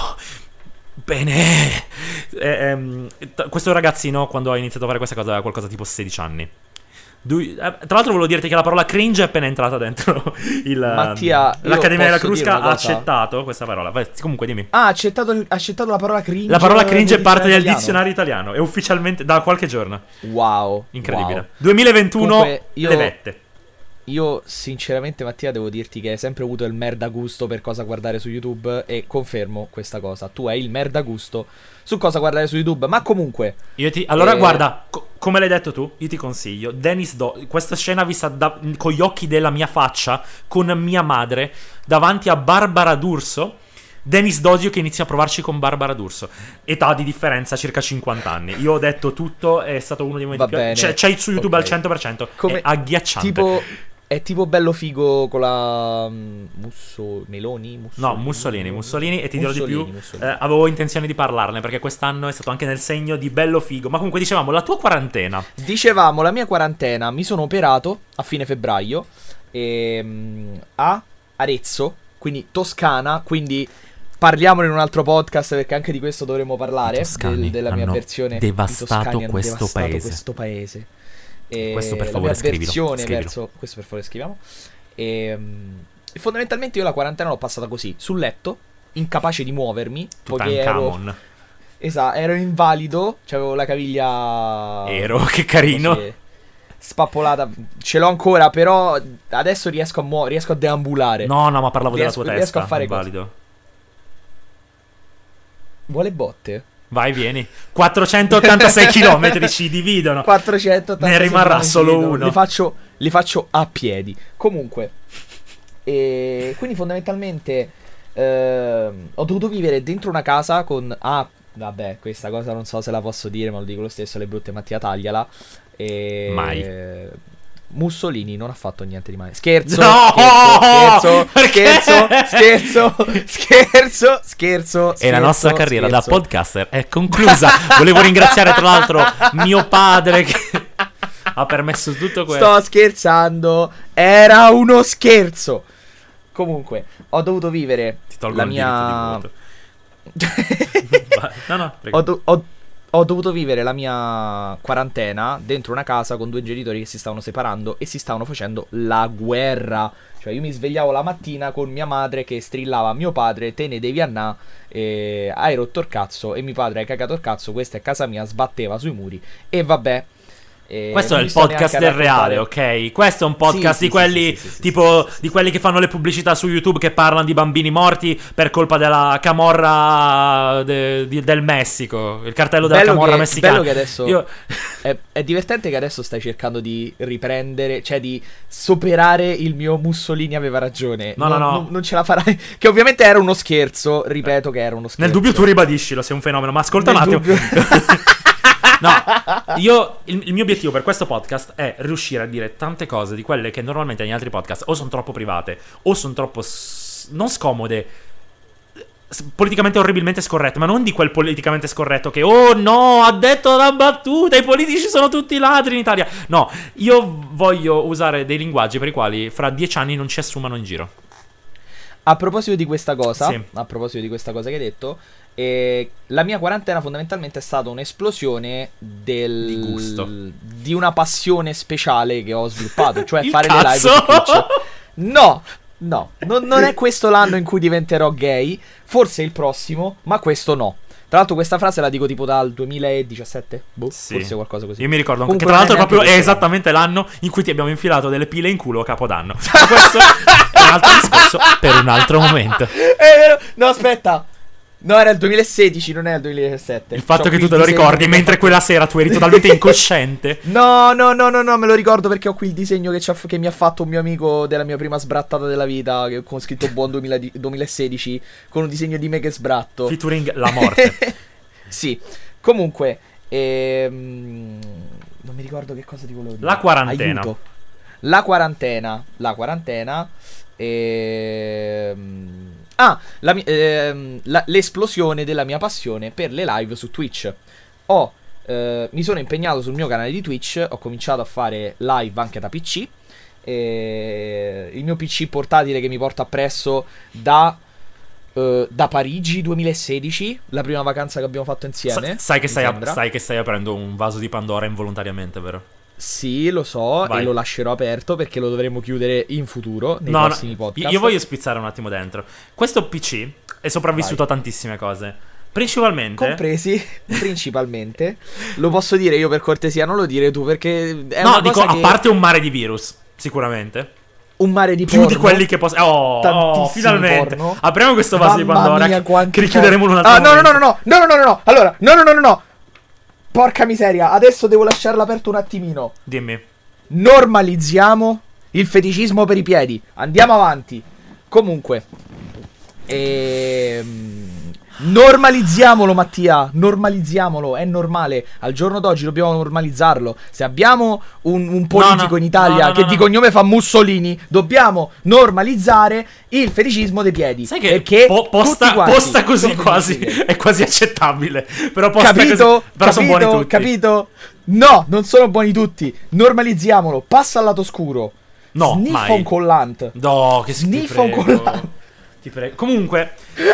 [SPEAKER 3] Bene. E, ehm, t- questo ragazzino, quando ha iniziato a fare questa cosa, aveva qualcosa tipo sedici anni. Du- eh, tra l'altro volevo dirti che la parola cringe è appena entrata dentro il,
[SPEAKER 2] Mattia, io
[SPEAKER 3] l'Accademia della
[SPEAKER 2] posso dire
[SPEAKER 3] Crusca
[SPEAKER 2] una
[SPEAKER 3] ha
[SPEAKER 2] cosa?
[SPEAKER 3] accettato questa parola. Vai, comunque dimmi.
[SPEAKER 2] Ah, ha accettato, il- ha accettato la parola cringe.
[SPEAKER 3] La parola cringe è parte del
[SPEAKER 2] italiano.
[SPEAKER 3] dizionario italiano. È ufficialmente da qualche giorno.
[SPEAKER 2] Wow.
[SPEAKER 3] Incredibile.
[SPEAKER 2] wow.
[SPEAKER 3] duemilaventuno,
[SPEAKER 2] Comunque, io-
[SPEAKER 3] le vette.
[SPEAKER 2] Io sinceramente Mattia devo dirti che hai sempre avuto il merda gusto per cosa guardare su YouTube e confermo questa cosa. Tu hai il merda gusto su cosa guardare su YouTube, ma comunque
[SPEAKER 3] Io ti... Allora,
[SPEAKER 2] Eh,
[SPEAKER 3] guarda, co- come l'hai detto tu, io ti consiglio Denis Do... Questa scena vista da... con gli occhi della mia faccia, con mia madre, davanti a Barbara D'Urso. Denis Dosio che inizia a provarci con Barbara D'Urso. Età di differenza, circa cinquanta anni. Io ho detto tutto, è stato uno dei momenti
[SPEAKER 2] Va
[SPEAKER 3] più...
[SPEAKER 2] bene.
[SPEAKER 3] C'è, c'è su YouTube
[SPEAKER 2] Ok.
[SPEAKER 3] al cento per cento.
[SPEAKER 2] Come-
[SPEAKER 3] È agghiacciante.
[SPEAKER 2] tipo È tipo bello figo con la um, Musso... Meloni? Mussolini?
[SPEAKER 3] No, Mussolini, Mussolini. E ti dirò di
[SPEAKER 2] Mussolini,
[SPEAKER 3] più,
[SPEAKER 2] Mussolini.
[SPEAKER 3] eh, avevo intenzione di parlarne perché quest'anno è stato anche nel segno di bello figo. Ma comunque dicevamo, la tua quarantena.
[SPEAKER 2] Dicevamo, la mia quarantena, mi sono operato a fine febbraio ehm, a Arezzo, quindi Toscana, quindi parliamone in un altro podcast perché anche di questo dovremmo parlare,
[SPEAKER 3] I toscani
[SPEAKER 2] del- della mia
[SPEAKER 3] hanno
[SPEAKER 2] avversione.
[SPEAKER 3] devastato
[SPEAKER 2] I toscani hanno
[SPEAKER 3] questo
[SPEAKER 2] devastato
[SPEAKER 3] paese.
[SPEAKER 2] questo paese. E
[SPEAKER 3] Questo per
[SPEAKER 2] la
[SPEAKER 3] favore
[SPEAKER 2] mia
[SPEAKER 3] scrivilo,
[SPEAKER 2] avversione
[SPEAKER 3] scrivilo.
[SPEAKER 2] verso questo per favore scriviamo. E, mm, e fondamentalmente io la quarantena l'ho passata così, sul letto, incapace di muovermi, poiché ero
[SPEAKER 3] Tutankhamon.
[SPEAKER 2] esatto, ero invalido, c'avevo la caviglia
[SPEAKER 3] Ero, che carino.
[SPEAKER 2] così, spappolata, ce l'ho ancora, però adesso riesco a muo- riesco a deambulare.
[SPEAKER 3] No, no, ma parlavo
[SPEAKER 2] Riesco-
[SPEAKER 3] della tua
[SPEAKER 2] riesco
[SPEAKER 3] testa.
[SPEAKER 2] a fare cose.
[SPEAKER 3] invalido.
[SPEAKER 2] Vuole botte?
[SPEAKER 3] Vai, vieni. quattrocentottantasei chilometri ci dividono.
[SPEAKER 2] quattrocentottantasei
[SPEAKER 3] Ne rimarrà
[SPEAKER 2] chilometri
[SPEAKER 3] solo
[SPEAKER 2] di-
[SPEAKER 3] uno.
[SPEAKER 2] Li faccio, li faccio a piedi. Comunque, e quindi fondamentalmente ehm, ho dovuto vivere dentro una casa con... Ah, vabbè, questa cosa non so se la posso dire, ma lo dico lo stesso, le brutte, Mattia, tagliala. E...
[SPEAKER 3] Mai.
[SPEAKER 2] Mussolini non ha fatto niente di male. Scherzo,
[SPEAKER 3] No!
[SPEAKER 2] scherzo,
[SPEAKER 3] Perché?
[SPEAKER 2] scherzo, scherzo, scherzo, scherzo,
[SPEAKER 3] E la nostra
[SPEAKER 2] scherzo,
[SPEAKER 3] carriera da
[SPEAKER 2] scherzo.
[SPEAKER 3] podcaster è conclusa. Volevo ringraziare tra l'altro mio padre che ha permesso tutto questo.
[SPEAKER 2] Sto scherzando, era uno scherzo. Comunque, ho dovuto vivere
[SPEAKER 3] Ti tolgo
[SPEAKER 2] la
[SPEAKER 3] il
[SPEAKER 2] mia...
[SPEAKER 3] diritto di voto. Vai. No, no, prego.
[SPEAKER 2] ho, do- ho- ho dovuto vivere la mia quarantena dentro una casa con due genitori che si stavano separando e si stavano facendo la guerra. Cioè io mi svegliavo la mattina con mia madre che strillava a mio padre: te ne devi annà, eh, hai rotto il cazzo. E mio padre: hai cagato il cazzo, questa è casa mia. Sbatteva sui muri. E vabbè, eh,
[SPEAKER 3] Questo è
[SPEAKER 2] non
[SPEAKER 3] il
[SPEAKER 2] mi sto
[SPEAKER 3] podcast
[SPEAKER 2] neanche
[SPEAKER 3] del
[SPEAKER 2] a raccontare.
[SPEAKER 3] reale, ok? Questo è un podcast
[SPEAKER 2] Sì,
[SPEAKER 3] di
[SPEAKER 2] sì,
[SPEAKER 3] quelli
[SPEAKER 2] sì, sì, sì, sì,
[SPEAKER 3] tipo
[SPEAKER 2] sì, sì, sì.
[SPEAKER 3] di quelli che fanno le pubblicità su YouTube che parlano di bambini morti per colpa della camorra de- di- del Messico, il cartello della
[SPEAKER 2] Bello
[SPEAKER 3] camorra
[SPEAKER 2] che-
[SPEAKER 3] messicana.
[SPEAKER 2] bello che adesso-
[SPEAKER 3] Io
[SPEAKER 2] È, è divertente che adesso stai cercando di riprendere, cioè di superare il mio Mussolini aveva ragione.
[SPEAKER 3] No,
[SPEAKER 2] non,
[SPEAKER 3] no, no.
[SPEAKER 2] Non, non ce la farai. Che ovviamente era uno scherzo, ripeto che era uno scherzo.
[SPEAKER 3] nel dubbio tu ribadiscilo, sei un fenomeno, ma ascolta
[SPEAKER 2] Nel
[SPEAKER 3] un attimo.
[SPEAKER 2] dubbio-
[SPEAKER 3] No, io il, il mio obiettivo per questo podcast è riuscire a dire tante cose di quelle che normalmente negli altri podcast o sono troppo private o sono troppo s- non scomode, s- politicamente orribilmente scorrette, ma non di quel politicamente scorretto che oh no, ha detto la battuta, i politici sono tutti ladri in Italia. No, io voglio usare dei linguaggi per i quali fra dieci anni non ci assumano in giro.
[SPEAKER 2] A proposito di questa cosa,
[SPEAKER 3] Sì.
[SPEAKER 2] a proposito di questa cosa che hai detto, eh, la mia quarantena fondamentalmente è stata un'esplosione del,
[SPEAKER 3] Di gusto.
[SPEAKER 2] di una passione speciale che ho sviluppato, cioè
[SPEAKER 3] Il
[SPEAKER 2] fare le live
[SPEAKER 3] cazzo!
[SPEAKER 2] su Twitch. No, no, non, non è questo l'anno in cui diventerò gay, forse il prossimo, ma questo no. Tra l'altro questa frase la dico tipo dal duemiladiciassette, boh,
[SPEAKER 3] Sì.
[SPEAKER 2] forse qualcosa così.
[SPEAKER 3] Io mi ricordo anche, che
[SPEAKER 2] Comunque
[SPEAKER 3] tra l'altro
[SPEAKER 2] non è
[SPEAKER 3] proprio è
[SPEAKER 2] neanche questo
[SPEAKER 3] esattamente l'anno in cui ti abbiamo infilato delle pile in culo a Capodanno. Ma questo è un altro discorso per un altro momento.
[SPEAKER 2] È vero, no aspetta. No, era il duemilasedici, non era il duemiladiciassette.
[SPEAKER 3] Il fatto
[SPEAKER 2] C'ho
[SPEAKER 3] che
[SPEAKER 2] qui
[SPEAKER 3] tu te
[SPEAKER 2] il
[SPEAKER 3] lo
[SPEAKER 2] disegno
[SPEAKER 3] ricordi
[SPEAKER 2] che
[SPEAKER 3] mentre
[SPEAKER 2] ho fatto-
[SPEAKER 3] quella sera tu eri totalmente incosciente.
[SPEAKER 2] No, no, no, no, no, me lo ricordo perché ho qui il disegno che, ci ha- che mi ha fatto un mio amico della mia prima sbrattata della vita, che con scritto buon duemila duemilasedici, con un disegno di me che sbratto.
[SPEAKER 3] Featuring la morte.
[SPEAKER 2] Sì, comunque, ehm, non mi ricordo che cosa ti volevo dire.
[SPEAKER 3] La quarantena.
[SPEAKER 2] Aiuto. La quarantena, la quarantena, ehm... Ah, la mi- ehm, la- l'esplosione della mia passione per le live su Twitch. Ho, eh, mi sono impegnato sul mio canale di Twitch, ho cominciato a fare live anche da P C. E il mio P C portatile che mi porta appresso da, eh, da Parigi duemilasedici, la prima vacanza che abbiamo fatto insieme.
[SPEAKER 3] Sa- sai, che
[SPEAKER 2] mi
[SPEAKER 3] stai,
[SPEAKER 2] sembra.
[SPEAKER 3] sai che stai aprendo un vaso di Pandora involontariamente, vero?
[SPEAKER 2] Sì, lo so,
[SPEAKER 3] Vai.
[SPEAKER 2] e lo lascerò aperto perché lo dovremo chiudere in futuro, nei
[SPEAKER 3] No, no,
[SPEAKER 2] prossimi podcast.
[SPEAKER 3] io voglio spizzare un attimo dentro. Questo P C è sopravvissuto
[SPEAKER 2] Vai.
[SPEAKER 3] a tantissime cose. Principalmente
[SPEAKER 2] Compresi, principalmente. Lo posso dire io per cortesia, non lo dire tu perché è
[SPEAKER 3] no,
[SPEAKER 2] una
[SPEAKER 3] dico,
[SPEAKER 2] cosa
[SPEAKER 3] a
[SPEAKER 2] che...
[SPEAKER 3] parte un mare di virus, sicuramente.
[SPEAKER 2] un mare di
[SPEAKER 3] Più
[SPEAKER 2] porno.
[SPEAKER 3] di quelli che posso. Oh,
[SPEAKER 2] Tantissimi
[SPEAKER 3] oh, finalmente.
[SPEAKER 2] porno.
[SPEAKER 3] Apriamo questo vaso di
[SPEAKER 2] Mamma
[SPEAKER 3] Pandora.
[SPEAKER 2] mia,
[SPEAKER 3] che-
[SPEAKER 2] quanti
[SPEAKER 3] che richiuderemo in un
[SPEAKER 2] porno.
[SPEAKER 3] altro
[SPEAKER 2] Ah, no, no,
[SPEAKER 3] momento.
[SPEAKER 2] no, no, no, no, no, no. Allora, no, no, no, no, no. Porca miseria, adesso devo lasciarlo aperto un attimino.
[SPEAKER 3] Dimmi.
[SPEAKER 2] Normalizziamo il feticismo per i piedi. Andiamo avanti. Comunque, ehm, Normalizziamolo, Mattia, normalizziamolo, è normale. Al giorno d'oggi dobbiamo normalizzarlo. Se abbiamo un, un politico
[SPEAKER 3] No, no,
[SPEAKER 2] in Italia
[SPEAKER 3] no, no,
[SPEAKER 2] che
[SPEAKER 3] no,
[SPEAKER 2] di
[SPEAKER 3] no.
[SPEAKER 2] cognome fa Mussolini, dobbiamo normalizzare il feticismo dei piedi.
[SPEAKER 3] Sai che
[SPEAKER 2] perché
[SPEAKER 3] po- posta,
[SPEAKER 2] tutti quanti
[SPEAKER 3] posta così
[SPEAKER 2] sono
[SPEAKER 3] quasi
[SPEAKER 2] fetici dei piedi.
[SPEAKER 3] è quasi accettabile. Però posta
[SPEAKER 2] Capito?
[SPEAKER 3] così, però sono buoni
[SPEAKER 2] Capito?
[SPEAKER 3] tutti.
[SPEAKER 2] Capito? No, non sono buoni tutti. Normalizziamolo. Passa al lato scuro.
[SPEAKER 3] No,
[SPEAKER 2] Sniffa
[SPEAKER 3] mai.
[SPEAKER 2] un collant.
[SPEAKER 3] No, che schifo.
[SPEAKER 2] Sniffa un collant.
[SPEAKER 3] Ti prego. Comunque.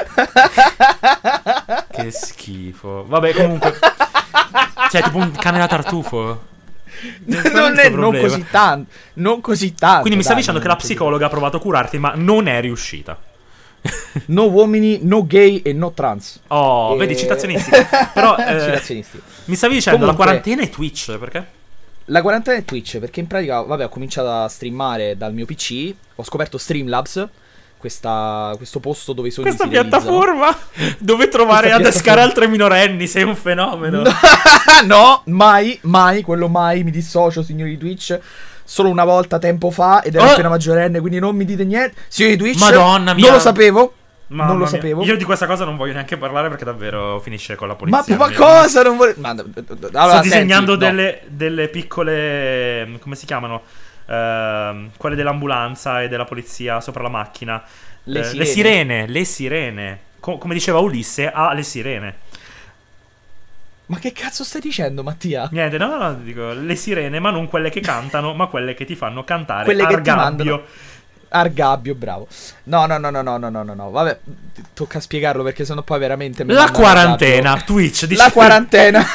[SPEAKER 3] Che schifo. Vabbè, comunque. Cioè, tipo un cane da tartufo.
[SPEAKER 2] Non è non così tanto. Non così tanto.
[SPEAKER 3] Quindi mi stai
[SPEAKER 2] dai,
[SPEAKER 3] dicendo che
[SPEAKER 2] non
[SPEAKER 3] la
[SPEAKER 2] così.
[SPEAKER 3] psicologa ha provato a curarti, ma non è riuscita.
[SPEAKER 2] No uomini, no gay e no trans.
[SPEAKER 3] Oh,
[SPEAKER 2] E-
[SPEAKER 3] vedi, citazionistica. Però eh,
[SPEAKER 2] Citazionisti.
[SPEAKER 3] mi stavi dicendo
[SPEAKER 2] Comunque-
[SPEAKER 3] la quarantena e Twitch, perché?
[SPEAKER 2] La quarantena è Twitch, perché in pratica, vabbè, ho cominciato a streamare dal mio P C. Ho scoperto Streamlabs, questa, questo posto dove i sogni
[SPEAKER 3] Questa
[SPEAKER 2] si realizzano.
[SPEAKER 3] piattaforma dove trovare
[SPEAKER 2] Questa
[SPEAKER 3] adescare
[SPEAKER 2] piattaforma.
[SPEAKER 3] altre minorenni, sei un fenomeno.
[SPEAKER 2] No, mai, mai, quello mai, mi dissocio, signori di Twitch. Solo una volta tempo fa ed ero
[SPEAKER 3] Oh!
[SPEAKER 2] appena maggiorenne, quindi non mi dite niente. Signori di Twitch,
[SPEAKER 3] Madonna mia.
[SPEAKER 2] non lo sapevo.
[SPEAKER 3] Mamma
[SPEAKER 2] non lo
[SPEAKER 3] mia.
[SPEAKER 2] sapevo.
[SPEAKER 3] Io di questa cosa non voglio neanche parlare perché davvero finisce con la
[SPEAKER 2] Ma,
[SPEAKER 3] polizia.
[SPEAKER 2] ma
[SPEAKER 3] Mia-
[SPEAKER 2] cosa non vuole... Ma, allora,
[SPEAKER 3] Sto disegnando
[SPEAKER 2] senti, no.
[SPEAKER 3] delle, delle piccole. Come si chiamano? Ehm, quelle dell'ambulanza e della polizia sopra la macchina.
[SPEAKER 2] Le
[SPEAKER 3] Eh,
[SPEAKER 2] sirene.
[SPEAKER 3] le sirene. Le sirene. Co- come diceva Ulisse, ha le sirene.
[SPEAKER 2] Ma che cazzo stai dicendo, Mattia?
[SPEAKER 3] Niente, no, no, no, dico le sirene, ma non quelle che cantano, ma quelle che ti fanno cantare.
[SPEAKER 2] Quelle che ti
[SPEAKER 3] Argabbio.
[SPEAKER 2] mandano. Argabbio, bravo. No, no, no, no, no, no, no, no, no. Vabbè, tocca spiegarlo perché sennò poi veramente... mi
[SPEAKER 3] La
[SPEAKER 2] mandano
[SPEAKER 3] quarantena,
[SPEAKER 2] argabbio.
[SPEAKER 3] Twitch, dice...
[SPEAKER 2] La quarantena.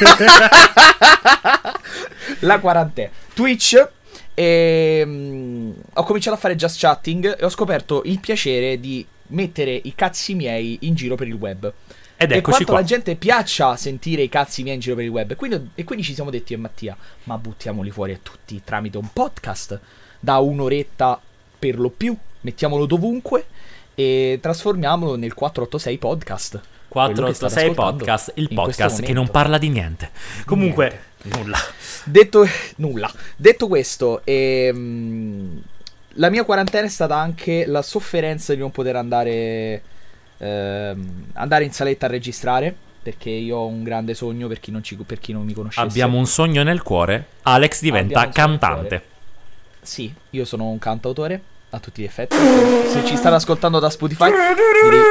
[SPEAKER 2] La quarantena. Twitch. E mm, ho cominciato a fare just chatting e ho scoperto il piacere di mettere i cazzi miei in giro per il web.
[SPEAKER 3] Ed
[SPEAKER 2] E
[SPEAKER 3] eccoci
[SPEAKER 2] quanto
[SPEAKER 3] qua.
[SPEAKER 2] la gente piaccia sentire i cazzi miei in giro per il web. E quindi, e quindi ci siamo detti io e Mattia, ma buttiamoli fuori a tutti tramite un podcast da un'oretta per lo più, mettiamolo dovunque e trasformiamolo nel quattrocentottantasei podcast. Quello che state
[SPEAKER 3] quattrocentottantasei
[SPEAKER 2] ascoltando
[SPEAKER 3] podcast, il
[SPEAKER 2] in questo
[SPEAKER 3] podcast che non
[SPEAKER 2] momento.
[SPEAKER 3] parla di niente. Comunque, nulla.
[SPEAKER 2] Detto nulla. Detto questo, ehm, la mia quarantena è stata anche la sofferenza di non poter andare ehm, andare in saletta a registrare, perché io ho un grande sogno, per chi non, ci, per chi non mi conoscesse.
[SPEAKER 3] Abbiamo un sogno nel cuore. Alex diventa
[SPEAKER 2] Abbiamo un sogno nel
[SPEAKER 3] cantante.
[SPEAKER 2] cuore. Sì, io sono un cantautore a tutti gli effetti. Se ci state ascoltando da Spotify, mi devi,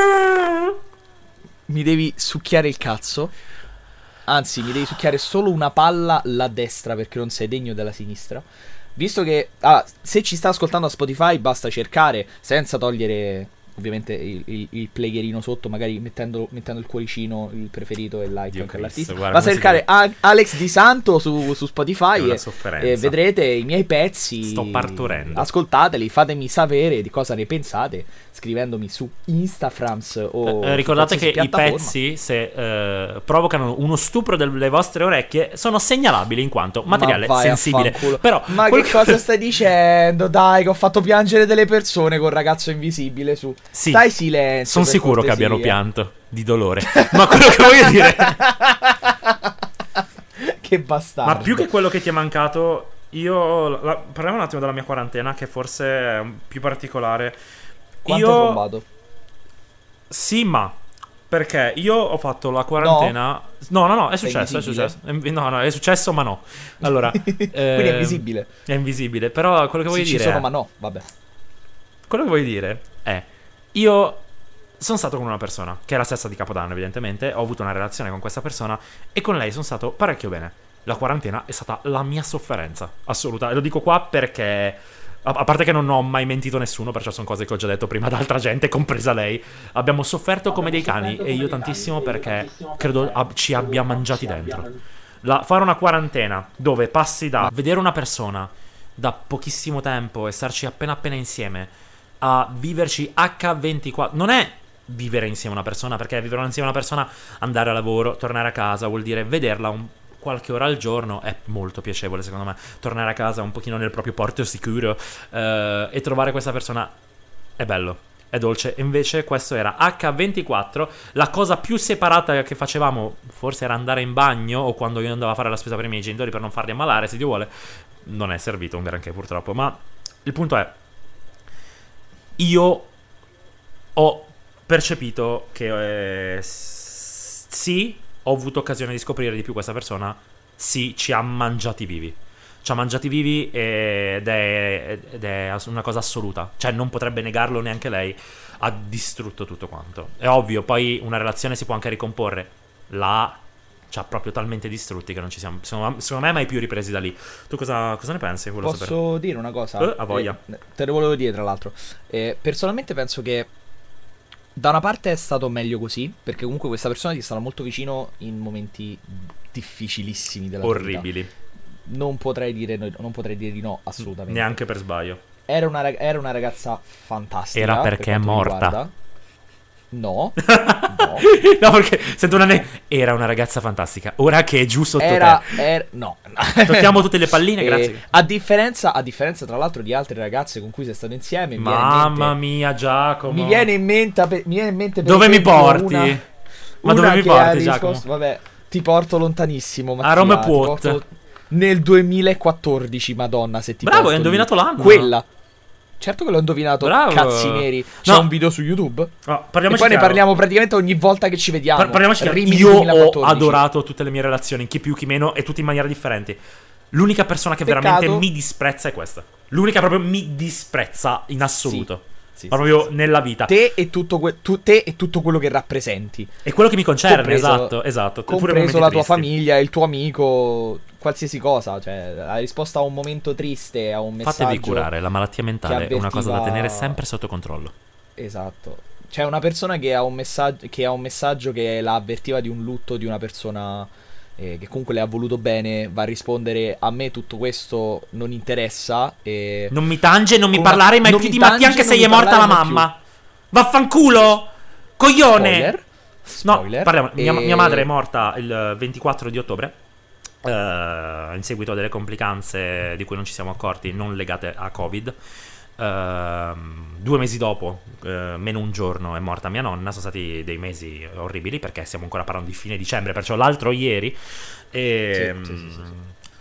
[SPEAKER 2] mi devi succhiare il cazzo. Anzi, mi devi succhiare solo una palla là a destra perché non sei degno della sinistra. Visto che ah, se ci sta ascoltando a Spotify basta cercare, senza togliere ovviamente il, il, il playerino sotto, magari mettendo, mettendo il cuoricino, il preferito e il like
[SPEAKER 3] Dio
[SPEAKER 2] anche
[SPEAKER 3] Cristo,
[SPEAKER 2] all'artista.
[SPEAKER 3] guarda
[SPEAKER 2] Basta
[SPEAKER 3] come si
[SPEAKER 2] cercare A- Alex Di Santo su, su
[SPEAKER 3] È
[SPEAKER 2] Spotify
[SPEAKER 3] una
[SPEAKER 2] e,
[SPEAKER 3] sofferenza.
[SPEAKER 2] e vedrete i miei pezzi.
[SPEAKER 3] Sto partorendo.
[SPEAKER 2] Ascoltateli, fatemi sapere di cosa ne pensate scrivendomi su Instagrams o
[SPEAKER 3] Eh, ricordate
[SPEAKER 2] su
[SPEAKER 3] che
[SPEAKER 2] qualsiasi
[SPEAKER 3] i
[SPEAKER 2] piattaforma.
[SPEAKER 3] pezzi, se eh, provocano uno stupro delle vostre orecchie, sono segnalabili in quanto materiale
[SPEAKER 2] Ma vai a
[SPEAKER 3] sensibile.
[SPEAKER 2] fanculo.
[SPEAKER 3] Però,
[SPEAKER 2] Ma
[SPEAKER 3] quel-
[SPEAKER 2] che cosa stai dicendo? Dai, che ho fatto piangere delle persone col ragazzo invisibile su.
[SPEAKER 3] Sì,
[SPEAKER 2] Stai silenzio.
[SPEAKER 3] sono
[SPEAKER 2] per
[SPEAKER 3] sicuro che
[SPEAKER 2] cortesia.
[SPEAKER 3] abbiano pianto di dolore. Ma quello che voglio dire,
[SPEAKER 2] Che bastardo.
[SPEAKER 3] ma più che quello che ti è mancato, io la- parliamo un attimo della mia quarantena, che forse è un- più particolare.
[SPEAKER 2] Quanto hai
[SPEAKER 3] io
[SPEAKER 2] trombato?
[SPEAKER 3] Sì, ma perché io ho fatto la quarantena. No, no, no, è
[SPEAKER 2] Sei
[SPEAKER 3] successo, è
[SPEAKER 2] invisibile?
[SPEAKER 3] successo. È- No, no, è successo, ma no. Allora,
[SPEAKER 2] Quindi è
[SPEAKER 3] ehm,
[SPEAKER 2] invisibile.
[SPEAKER 3] È invisibile, però quello che voglio
[SPEAKER 2] Sì, ci
[SPEAKER 3] dire
[SPEAKER 2] sono,
[SPEAKER 3] è,
[SPEAKER 2] ma no. Vabbè.
[SPEAKER 3] quello che voglio dire è io sono stato con una persona che è la stessa di Capodanno, evidentemente, ho avuto una relazione con questa persona e con lei sono stato parecchio bene. La quarantena è stata la mia sofferenza assoluta, e lo dico qua perché a, a parte che non ho mai mentito nessuno, perciò sono cose che ho già detto prima ad altra gente, compresa lei. Abbiamo sofferto come dei cani e io tantissimo perché credo ab- ci abbia mangiati dentro. La- fare una quarantena dove passi da vedere una persona da pochissimo tempo e starci appena appena insieme a viverci acca ventiquattro, non è vivere insieme a una persona, perché vivere insieme a una persona, andare a lavoro, tornare a casa, vuol dire vederla un qualche ora al giorno, è molto piacevole secondo me, tornare a casa un pochino nel proprio porto sicuro eh, e trovare questa persona è bello, è dolce. E invece questo era acca ventiquattro. La cosa più separata che facevamo forse era andare in bagno, o quando io andavo a fare la spesa per i miei genitori per non farli ammalare, se Dio vuole. Non è servito un granché purtroppo, ma il punto è, io ho percepito che eh, s- sì, ho avuto occasione di scoprire di più questa persona, sì, ci ha mangiati vivi. Ci ha mangiati vivi ed è, ed è una cosa assoluta. Cioè non potrebbe negarlo neanche lei. Ha distrutto tutto quanto. È ovvio, poi una relazione si può anche ricomporre. Là ci ha proprio talmente distrutti che non ci siamo, secondo, secondo me, mai più ripresi da lì. Tu cosa, cosa ne pensi? Volevo
[SPEAKER 2] Posso
[SPEAKER 3] sapere.
[SPEAKER 2] dire una cosa?
[SPEAKER 3] Eh, a voglia.
[SPEAKER 2] Eh, te lo volevo dire, tra l'altro. Eh, personalmente penso che da una parte è stato meglio così, perché comunque questa persona ti è stata molto vicino in momenti difficilissimi della tua vita.
[SPEAKER 3] Orribili.
[SPEAKER 2] Non potrei dire, no- non potrei dire di no, assolutamente.
[SPEAKER 3] Neanche per sbaglio.
[SPEAKER 2] Era una, rag- era una ragazza fantastica.
[SPEAKER 3] Era perché
[SPEAKER 2] per
[SPEAKER 3] è
[SPEAKER 2] quanto mi
[SPEAKER 3] morta.
[SPEAKER 2] riguarda. No, no.
[SPEAKER 3] No, perché sento una ne- era una ragazza fantastica. Ora che è giù sotto
[SPEAKER 2] Era,
[SPEAKER 3] te.
[SPEAKER 2] era no.
[SPEAKER 3] Tocchiamo tutte le palline,
[SPEAKER 2] E
[SPEAKER 3] grazie.
[SPEAKER 2] a differenza, a differenza tra l'altro di altre ragazze con cui sei stato insieme, mi viene in
[SPEAKER 3] Mamma
[SPEAKER 2] mente-
[SPEAKER 3] mia, Giacomo.
[SPEAKER 2] Mi viene in mente, mi viene in mente per
[SPEAKER 3] Dove mi
[SPEAKER 2] esempio
[SPEAKER 3] porti?
[SPEAKER 2] una-
[SPEAKER 3] Ma
[SPEAKER 2] una
[SPEAKER 3] dove mi
[SPEAKER 2] che ha
[SPEAKER 3] porti,
[SPEAKER 2] risposto-
[SPEAKER 3] Giacomo?
[SPEAKER 2] Vabbè, ti porto lontanissimo, Mattia,
[SPEAKER 3] A Rome
[SPEAKER 2] ti
[SPEAKER 3] Puot.
[SPEAKER 2] porto nel duemilaquattordici, Madonna, se ti
[SPEAKER 3] Bravo,
[SPEAKER 2] porto
[SPEAKER 3] hai indovinato
[SPEAKER 2] lì.
[SPEAKER 3] l'anno.
[SPEAKER 2] Quella. Certo che l'ho indovinato,
[SPEAKER 3] Bravo.
[SPEAKER 2] cazzi neri. C'è
[SPEAKER 3] No.
[SPEAKER 2] un video su YouTube.
[SPEAKER 3] Oh,
[SPEAKER 2] E
[SPEAKER 3] parliamoci
[SPEAKER 2] poi ne
[SPEAKER 3] chiaro.
[SPEAKER 2] parliamo praticamente ogni volta che ci vediamo.
[SPEAKER 3] Par- parliamoci chiaro.
[SPEAKER 2] Rimini
[SPEAKER 3] Io ho
[SPEAKER 2] duemilaquattordici.
[SPEAKER 3] adorato tutte le mie relazioni, chi più chi meno, e tutte in maniere differenti. L'unica persona che
[SPEAKER 2] Peccato.
[SPEAKER 3] veramente mi disprezza è questa. L'unica proprio mi disprezza in assoluto.
[SPEAKER 2] Sì, sì,
[SPEAKER 3] proprio
[SPEAKER 2] sì, sì.
[SPEAKER 3] nella vita.
[SPEAKER 2] Te e tutto, que- tu- te e tutto quello che rappresenti.
[SPEAKER 3] È quello che mi concerne,
[SPEAKER 2] Compreso-
[SPEAKER 3] esatto, esatto. Pure
[SPEAKER 2] Compreso
[SPEAKER 3] momenti
[SPEAKER 2] la tua
[SPEAKER 3] tristi.
[SPEAKER 2] famiglia, il tuo amico, qualsiasi cosa. Cioè, la risposta a un momento triste, a un messaggio.
[SPEAKER 3] Fatevi curare, la malattia mentale
[SPEAKER 2] che
[SPEAKER 3] è una cosa da
[SPEAKER 2] avvertiva-
[SPEAKER 3] tenere sempre sotto controllo.
[SPEAKER 2] Esatto. C'è una persona che ha un messaggio che ha un messaggio che la avvertiva di un lutto di una persona eh, che comunque le ha voluto bene, va a rispondere: a me tutto questo non interessa e
[SPEAKER 3] Non mi tange, non mi
[SPEAKER 2] Con
[SPEAKER 3] parlare
[SPEAKER 2] una-
[SPEAKER 3] mai
[SPEAKER 2] non
[SPEAKER 3] più
[SPEAKER 2] mi
[SPEAKER 3] di Mattia
[SPEAKER 2] tange,
[SPEAKER 3] anche
[SPEAKER 2] non
[SPEAKER 3] se
[SPEAKER 2] mi
[SPEAKER 3] gli è morta la
[SPEAKER 2] parlare mai
[SPEAKER 3] mamma. Vaffanculo! Coglione!
[SPEAKER 2] Spoiler.
[SPEAKER 3] No,
[SPEAKER 2] Spoiler.
[SPEAKER 3] parliamo. Mia,
[SPEAKER 2] E-
[SPEAKER 3] mia madre è morta il ventiquattro di ottobre. eh, in seguito a delle complicanze di cui non ci siamo accorti, non legate a Covid. Ehm, due mesi dopo, eh, meno un giorno, è morta mia nonna. Sono stati dei mesi orribili perché stiamo ancora parlando di fine dicembre, perciò l'altro ieri. E,
[SPEAKER 2] Sì, sì, sì, sì, sì.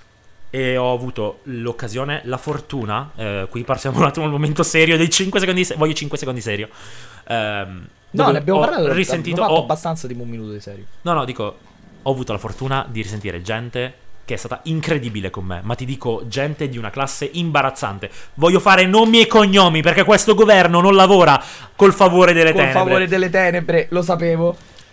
[SPEAKER 3] e ho avuto l'occasione, la fortuna. eh, qui passiamo un attimo al momento serio dei cinque secondi. Se- voglio cinque secondi serio. Ehm,
[SPEAKER 2] No,
[SPEAKER 3] dove
[SPEAKER 2] ne abbiamo
[SPEAKER 3] ho
[SPEAKER 2] parlato.
[SPEAKER 3] risentito.
[SPEAKER 2] Abbiamo fatto
[SPEAKER 3] ho-
[SPEAKER 2] abbastanza di un minuto di serio.
[SPEAKER 3] No, no, dico, ho avuto la fortuna di risentire gente che è stata incredibile con me, ma ti dico, gente di una classe imbarazzante. Voglio fare nomi e cognomi perché questo governo non lavora col favore delle
[SPEAKER 2] Con
[SPEAKER 3] tenebre.
[SPEAKER 2] favore delle tenebre, lo sapevo.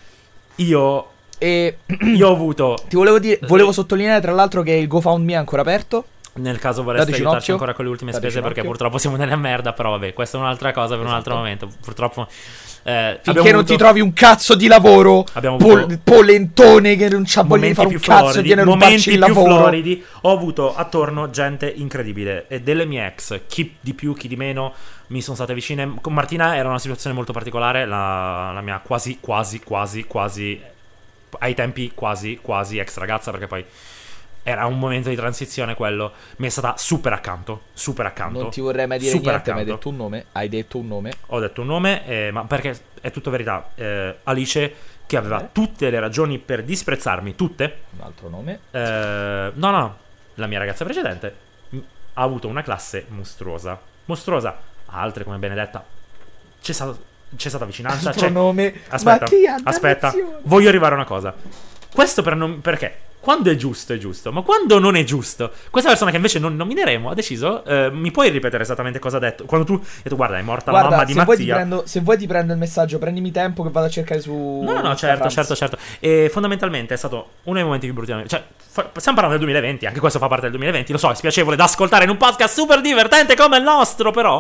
[SPEAKER 3] Io,
[SPEAKER 2] E
[SPEAKER 3] io ho avuto,
[SPEAKER 2] ti volevo dire, volevo sottolineare tra l'altro che il GoFundMe è ancora aperto.
[SPEAKER 3] nel caso vorreste
[SPEAKER 2] Dateci un
[SPEAKER 3] aiutarci
[SPEAKER 2] occhio.
[SPEAKER 3] ancora con le ultime
[SPEAKER 2] Dateci
[SPEAKER 3] spese
[SPEAKER 2] un
[SPEAKER 3] perché
[SPEAKER 2] occhio.
[SPEAKER 3] purtroppo siamo nella merda, però vabbè, questa è un'altra cosa per un altro
[SPEAKER 2] Esatto.
[SPEAKER 3] momento. Purtroppo eh,
[SPEAKER 2] Finché
[SPEAKER 3] abbiamo
[SPEAKER 2] non
[SPEAKER 3] avuto
[SPEAKER 2] ti trovi un cazzo di lavoro,
[SPEAKER 3] Abbiamo
[SPEAKER 2] pol-
[SPEAKER 3] avuto
[SPEAKER 2] polentone che non c'ha voglia di
[SPEAKER 3] momenti
[SPEAKER 2] fare
[SPEAKER 3] più
[SPEAKER 2] un cazzo e
[SPEAKER 3] floridi,
[SPEAKER 2] viene a rubarci
[SPEAKER 3] momenti
[SPEAKER 2] il
[SPEAKER 3] più
[SPEAKER 2] lavoro.
[SPEAKER 3] floridi. Ho avuto attorno gente incredibile e delle mie ex, chi di più, chi di meno, mi sono state vicine. Con Martina era una situazione molto particolare, la, la mia quasi, quasi, quasi, quasi, ai tempi quasi, quasi ex ragazza, perché poi era un momento di transizione quello. Mi è stata super accanto, super accanto.
[SPEAKER 2] Non ti vorrei mai dire
[SPEAKER 3] super
[SPEAKER 2] niente, ma hai
[SPEAKER 3] accanto.
[SPEAKER 2] detto un nome. Hai detto un nome.
[SPEAKER 3] Ho detto un nome, eh, ma perché è tutto verità. Eh, Alice, che aveva
[SPEAKER 2] Eh.
[SPEAKER 3] tutte le ragioni per disprezzarmi, tutte.
[SPEAKER 2] Un altro nome.
[SPEAKER 3] Eh, no, no, la mia ragazza precedente m- ha avuto una classe mostruosa. Mostruosa. Altre come Benedetta. C'è, stato, c'è stata vicinanza.
[SPEAKER 2] Altro
[SPEAKER 3] C'è...
[SPEAKER 2] nome.
[SPEAKER 3] Aspetta,
[SPEAKER 2] Mattia,
[SPEAKER 3] aspetta.
[SPEAKER 2] dannazione.
[SPEAKER 3] Voglio arrivare a una cosa. Questo per non... perché? Quando è giusto è giusto, ma quando non è giusto, questa persona che invece non nomineremo ha deciso, eh, mi puoi ripetere esattamente cosa ha detto? Quando tu hai detto guarda è morta la
[SPEAKER 2] Guarda,
[SPEAKER 3] mamma di
[SPEAKER 2] se vuoi, ti
[SPEAKER 3] Mattia.
[SPEAKER 2] prendo, se vuoi ti prendo il messaggio, prendimi tempo che vado a cercare su.
[SPEAKER 3] No, no, no, certo,
[SPEAKER 2] Instagram.
[SPEAKER 3] certo, certo. E fondamentalmente è stato uno dei momenti più brutti della mia vita. Cioè, fa- stiamo parlando del duemilaventi, anche questo fa parte del duemilaventi. Lo so, è spiacevole da ascoltare in un podcast super divertente come il nostro, però.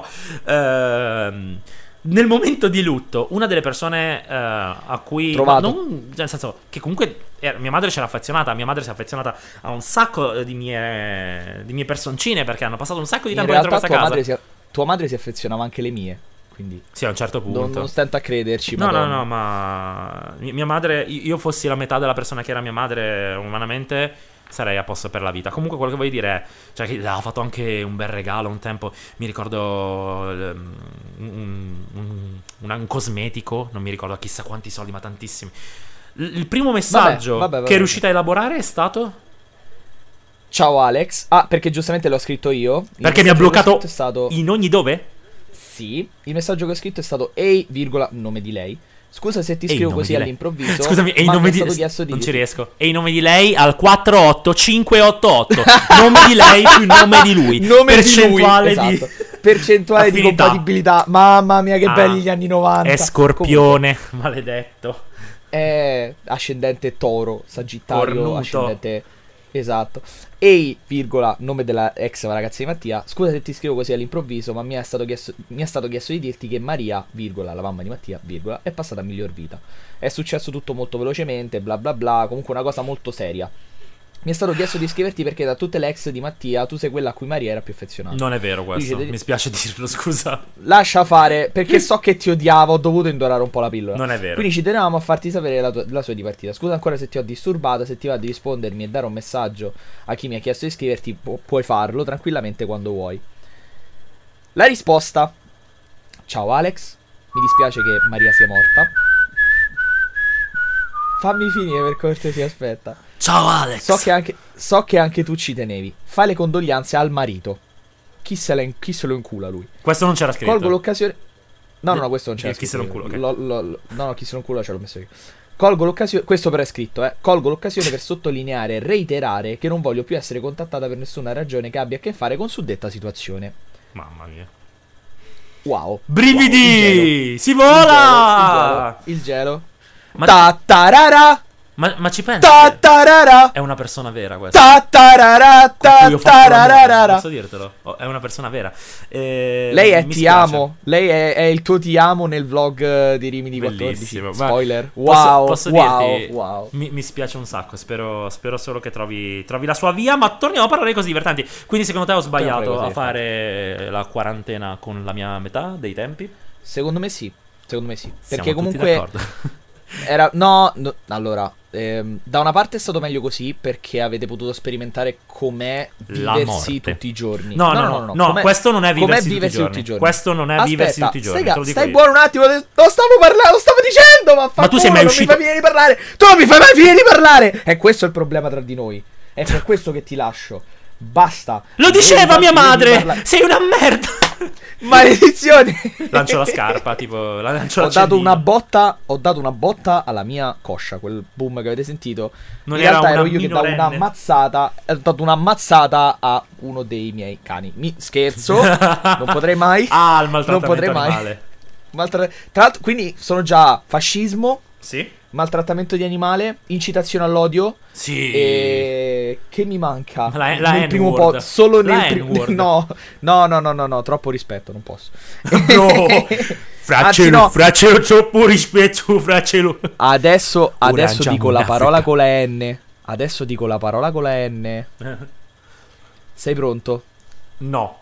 [SPEAKER 3] Ehm, nel momento di lutto, una delle persone eh, a cui.
[SPEAKER 2] Trovato.
[SPEAKER 3] ma non, nel senso, che comunque. era- mia madre c'era affezionata. Mia madre si è affezionata a un sacco eh, di mie, di mie personcine perché hanno passato un sacco di
[SPEAKER 2] In
[SPEAKER 3] tempo dentro
[SPEAKER 2] realtà
[SPEAKER 3] questa
[SPEAKER 2] tua
[SPEAKER 3] casa.
[SPEAKER 2] madre, si, tua madre si affezionava anche alle mie. Quindi
[SPEAKER 3] Sì, a un certo punto.
[SPEAKER 2] non, non stento a crederci.
[SPEAKER 3] No, no,
[SPEAKER 2] Madonna.
[SPEAKER 3] no, ma mi- mia madre, io fossi la metà della persona che era mia madre umanamente, sarei a posto per la vita. Comunque quello che voglio dire è, cioè, che le ha fatto anche un bel regalo un tempo, mi ricordo ehm, un, un- un- un cosmetico, non mi ricordo chissà quanti soldi, ma tantissimi. L- il primo messaggio
[SPEAKER 2] vabbè, vabbè.
[SPEAKER 3] che è riuscita a elaborare è stato...
[SPEAKER 2] Ciao Alex. Ah, perché giustamente l'ho scritto io. Il
[SPEAKER 3] Perché mi ha
[SPEAKER 2] messaggio che ho
[SPEAKER 3] bloccato
[SPEAKER 2] scritto è stato
[SPEAKER 3] in ogni dove?
[SPEAKER 2] Sì, il messaggio che ho scritto è stato ehi, virgola, nome di lei. Scusa se ti
[SPEAKER 3] Ehi,
[SPEAKER 2] scrivo
[SPEAKER 3] nome
[SPEAKER 2] così
[SPEAKER 3] di lei.
[SPEAKER 2] all'improvviso.
[SPEAKER 3] Scusami, e il
[SPEAKER 2] ma
[SPEAKER 3] nome
[SPEAKER 2] mi è
[SPEAKER 3] di
[SPEAKER 2] stato chiesto di
[SPEAKER 3] non ci
[SPEAKER 2] dirti.
[SPEAKER 3] riesco. E il nome di lei al quattro otto cinque otto otto. Nome di lei più nome di lui.
[SPEAKER 2] Nome
[SPEAKER 3] Percentuale
[SPEAKER 2] di lui,
[SPEAKER 3] di
[SPEAKER 2] esatto. Percentuale di
[SPEAKER 3] affinità.
[SPEAKER 2] compatibilità. Mamma mia, che
[SPEAKER 3] Ah,
[SPEAKER 2] belli gli anni novanta.
[SPEAKER 3] È Scorpione, maledetto.
[SPEAKER 2] È ascendente Toro, Sagittario,
[SPEAKER 3] Cornuto.
[SPEAKER 2] ascendente. Esatto. Ehi, virgola, nome della ex ragazza di Mattia. Scusa se ti scrivo così all'improvviso, ma mi è stato chiesto, mi è stato chiesto di dirti che Maria, virgola, la mamma di Mattia, virgola, è passata a miglior vita. È successo tutto molto velocemente, bla bla bla, comunque una cosa molto seria. Mi è stato chiesto di scriverti perché da tutte le ex di Mattia tu sei quella a cui Maria era più affezionata.
[SPEAKER 3] Non è vero questo,
[SPEAKER 2] Dice-
[SPEAKER 3] mi spiace dirlo, scusa.
[SPEAKER 2] Lascia fare, perché so che ti odiavo, ho dovuto indorare un po' la pillola.
[SPEAKER 3] Non è vero.
[SPEAKER 2] Quindi ci tenevamo a farti sapere la, tua, la sua dipartita. Scusa ancora se ti ho disturbato, se ti va di rispondermi e dare un messaggio a chi mi ha chiesto di iscriverti, pu- puoi farlo tranquillamente quando vuoi. La risposta: ciao Alex, mi dispiace che Maria sia morta. Fammi finire per cortesia, aspetta.
[SPEAKER 3] Ciao Alex.
[SPEAKER 2] So che anche, so che anche tu ci tenevi. Fai le condoglianze al marito. Chi se, la in- chi se lo incula lui?
[SPEAKER 3] Questo non c'era scritto.
[SPEAKER 2] Colgo l'occasione. No, no, no, questo non c'era
[SPEAKER 3] Chi- chi
[SPEAKER 2] scritto.
[SPEAKER 3] se lo incula, ok.
[SPEAKER 2] Lo- lo- lo- No, no, chi se lo incula ce l'ho messo io. Colgo l'occasione. Questo però è scritto, eh. Colgo l'occasione per sottolineare e reiterare che non voglio più essere contattata per nessuna ragione che abbia a che fare con suddetta situazione.
[SPEAKER 3] Mamma mia.
[SPEAKER 2] Wow.
[SPEAKER 3] Brividi!
[SPEAKER 2] Wow, il gelo.
[SPEAKER 3] Si
[SPEAKER 2] Il
[SPEAKER 3] vola!
[SPEAKER 2] gelo. Il gelo. Il gelo.
[SPEAKER 3] Ma,
[SPEAKER 2] Ta tarara.
[SPEAKER 3] ma, ma ci pensi?
[SPEAKER 2] Ta
[SPEAKER 3] che
[SPEAKER 2] tarara.
[SPEAKER 3] È una persona vera questa.
[SPEAKER 2] Ta tarara.
[SPEAKER 3] Con cui
[SPEAKER 2] Ta
[SPEAKER 3] ho fatto l'amore,
[SPEAKER 2] tararara.
[SPEAKER 3] posso dirtelo? Oh, è una persona vera. Eh,
[SPEAKER 2] Lei è
[SPEAKER 3] mi
[SPEAKER 2] ti
[SPEAKER 3] spiace.
[SPEAKER 2] amo. Lei è, è il tuo ti amo nel vlog eh, di Rimini quattordici.
[SPEAKER 3] Bellissimo. Ma
[SPEAKER 2] Spoiler.
[SPEAKER 3] posso-
[SPEAKER 2] Wow.
[SPEAKER 3] posso
[SPEAKER 2] wow.
[SPEAKER 3] dirti,
[SPEAKER 2] wow.
[SPEAKER 3] Mi, mi spiace un sacco. Spero, spero solo che trovi, trovi la sua via. Ma torniamo a parlare così divertenti. Quindi, secondo te, ho sbagliato
[SPEAKER 2] Torniamo a
[SPEAKER 3] a fare la quarantena con la mia metà dei tempi?
[SPEAKER 2] Secondo me sì. Secondo me sì.
[SPEAKER 3] Siamo
[SPEAKER 2] Perché
[SPEAKER 3] tutti
[SPEAKER 2] comunque
[SPEAKER 3] d'accordo.
[SPEAKER 2] era no, no, allora ehm, da una parte è stato meglio così perché avete potuto sperimentare com'è
[SPEAKER 3] La
[SPEAKER 2] viversi
[SPEAKER 3] morte.
[SPEAKER 2] tutti i giorni.
[SPEAKER 3] No, no, no, no,
[SPEAKER 2] com'è-
[SPEAKER 3] questo non è
[SPEAKER 2] com'è
[SPEAKER 3] viversi, tutti, i giorni. Questo non è
[SPEAKER 2] Aspetta,
[SPEAKER 3] viversi tutti i giorni.
[SPEAKER 2] stai,
[SPEAKER 3] te lo dico
[SPEAKER 2] stai
[SPEAKER 3] io.
[SPEAKER 2] buono un attimo, lo stavo parlando, lo stavo dicendo, ma,
[SPEAKER 3] Ma tu sei mai
[SPEAKER 2] non
[SPEAKER 3] uscito-
[SPEAKER 2] mi fai finire di parlare. Tu non mi fai mai finire di parlare. E questo è il problema tra di noi. È per questo che ti lascio. Basta.
[SPEAKER 3] Lo diceva
[SPEAKER 2] Non
[SPEAKER 3] mia
[SPEAKER 2] mi fai finire di
[SPEAKER 3] madre!
[SPEAKER 2] parlare.
[SPEAKER 3] Sei una merda!
[SPEAKER 2] Maledizione.
[SPEAKER 3] Lancio la scarpa, tipo, la lancio
[SPEAKER 2] Ho
[SPEAKER 3] la
[SPEAKER 2] dato una botta, ho dato una botta alla mia coscia, quel boom che avete sentito.
[SPEAKER 3] Non
[SPEAKER 2] In
[SPEAKER 3] era
[SPEAKER 2] realtà
[SPEAKER 3] una
[SPEAKER 2] ero io che davo
[SPEAKER 3] minorenne.
[SPEAKER 2] un'ammazzata, ho dato un'ammazzata a uno dei miei cani. Mi scherzo, non potrei mai.
[SPEAKER 3] Ah, il
[SPEAKER 2] Non
[SPEAKER 3] maltrattamento
[SPEAKER 2] potrei mai.
[SPEAKER 3] animale.
[SPEAKER 2] Maltra- Tra l'altro, quindi sono già fascismo,
[SPEAKER 3] Sì?
[SPEAKER 2] maltrattamento di animale, incitazione all'odio.
[SPEAKER 3] Sì.
[SPEAKER 2] E che mi manca?
[SPEAKER 3] La- la
[SPEAKER 2] nel primo
[SPEAKER 3] N-word.
[SPEAKER 2] po', solo
[SPEAKER 3] La
[SPEAKER 2] nel primo.
[SPEAKER 3] N-word.
[SPEAKER 2] No, no, no, no, no, no, troppo rispetto, non posso.
[SPEAKER 3] No.
[SPEAKER 2] Anzi,
[SPEAKER 3] Fraccelo,
[SPEAKER 2] no.
[SPEAKER 3] fraccelo, troppo rispetto, fraccelo.
[SPEAKER 2] Adesso, adesso
[SPEAKER 3] Orangiamo
[SPEAKER 2] dico la
[SPEAKER 3] l'Africa.
[SPEAKER 2] parola con la N. Adesso dico la parola con la N. Sei pronto?
[SPEAKER 3] No,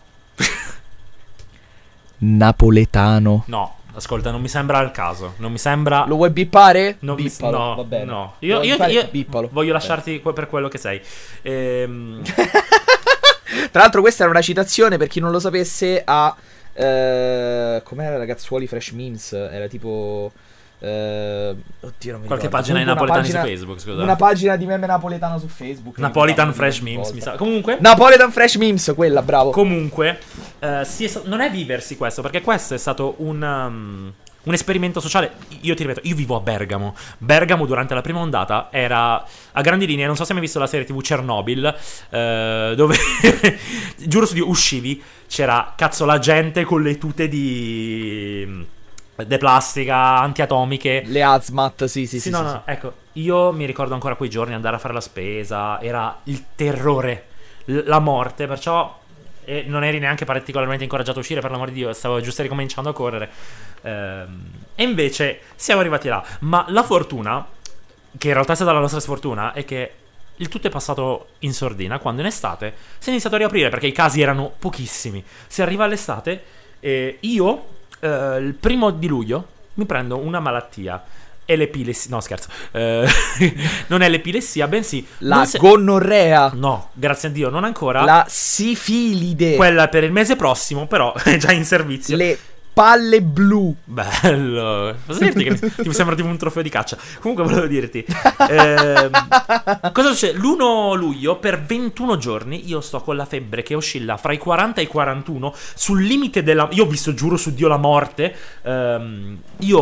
[SPEAKER 2] Napoletano.
[SPEAKER 3] no, ascolta, non mi sembra il caso. Non mi sembra.
[SPEAKER 2] Lo vuoi bippare?
[SPEAKER 3] Non mi-
[SPEAKER 2] Bippalo,
[SPEAKER 3] no,
[SPEAKER 2] va bene.
[SPEAKER 3] no.
[SPEAKER 2] Lo
[SPEAKER 3] Io,
[SPEAKER 2] vuoi
[SPEAKER 3] io-
[SPEAKER 2] bippare?
[SPEAKER 3] io
[SPEAKER 2] Bippalo.
[SPEAKER 3] voglio
[SPEAKER 2] Va
[SPEAKER 3] lasciarti que- per quello che sei. Ehm,
[SPEAKER 2] bene. Tra l'altro questa era una citazione, per chi non lo sapesse, a... Eh, com'era ragazzuoli Fresh Memes? Era tipo... Eh, oddio, non mi
[SPEAKER 3] qualche
[SPEAKER 2] ricordo.
[SPEAKER 3] pagina di
[SPEAKER 2] Comunque una
[SPEAKER 3] napoletani
[SPEAKER 2] pagina-
[SPEAKER 3] su Facebook, scusa.
[SPEAKER 2] Una pagina di meme napoletano su Facebook.
[SPEAKER 3] Napolitan
[SPEAKER 2] Mi
[SPEAKER 3] Fresh
[SPEAKER 2] ricordo
[SPEAKER 3] Memes,
[SPEAKER 2] ogni
[SPEAKER 3] mi sa.
[SPEAKER 2] volta.
[SPEAKER 3] Comunque,
[SPEAKER 2] Napoletan Fresh Memes, quella, bravo.
[SPEAKER 3] comunque eh, sì, è sta- non è viversi questo, perché questo è stato un, um, un esperimento sociale. Io ti ripeto, io vivo a Bergamo. Bergamo durante la prima ondata era a grandi linee, non so se hai mai visto la serie tivù Chernobyl, eh, dove giuro su Dio, uscivi, c'era cazzo la gente con le tute di de plastica, antiatomiche.
[SPEAKER 2] Le hazmat, sì, sì, sì.
[SPEAKER 3] Sì, no,
[SPEAKER 2] sì,
[SPEAKER 3] no,
[SPEAKER 2] sì.
[SPEAKER 3] ecco, io mi ricordo ancora quei giorni, andare a fare la spesa, era il terrore, l- la morte, perciò e non eri neanche particolarmente incoraggiato a uscire, per l'amor di Dio, stavo giusto ricominciando a correre. Ehm, e invece siamo arrivati là, ma la fortuna, che in realtà è stata la nostra sfortuna, è che il tutto è passato in sordina quando in estate si è iniziato a riaprire, perché i casi erano pochissimi. Si arriva all'estate e io, eh, il primo di luglio, mi prendo una malattia. È l'epilessia. No, scherzo. Eh, non è l'epilessia, bensì
[SPEAKER 2] La
[SPEAKER 3] non se-
[SPEAKER 2] gonorrea.
[SPEAKER 3] No, grazie a Dio, non ancora.
[SPEAKER 2] La sifilide.
[SPEAKER 3] Quella per il mese prossimo, però è già in servizio.
[SPEAKER 2] Le palle blu.
[SPEAKER 3] Bello. Posso dirti che mi sembra tipo un trofeo di caccia. Comunque volevo dirti ehm, cosa succede? l'primo luglio per ventuno giorni io sto con la febbre che oscilla fra i quaranta e i quarantuno, sul limite della... Io ho visto, giuro su Dio, la morte. ehm,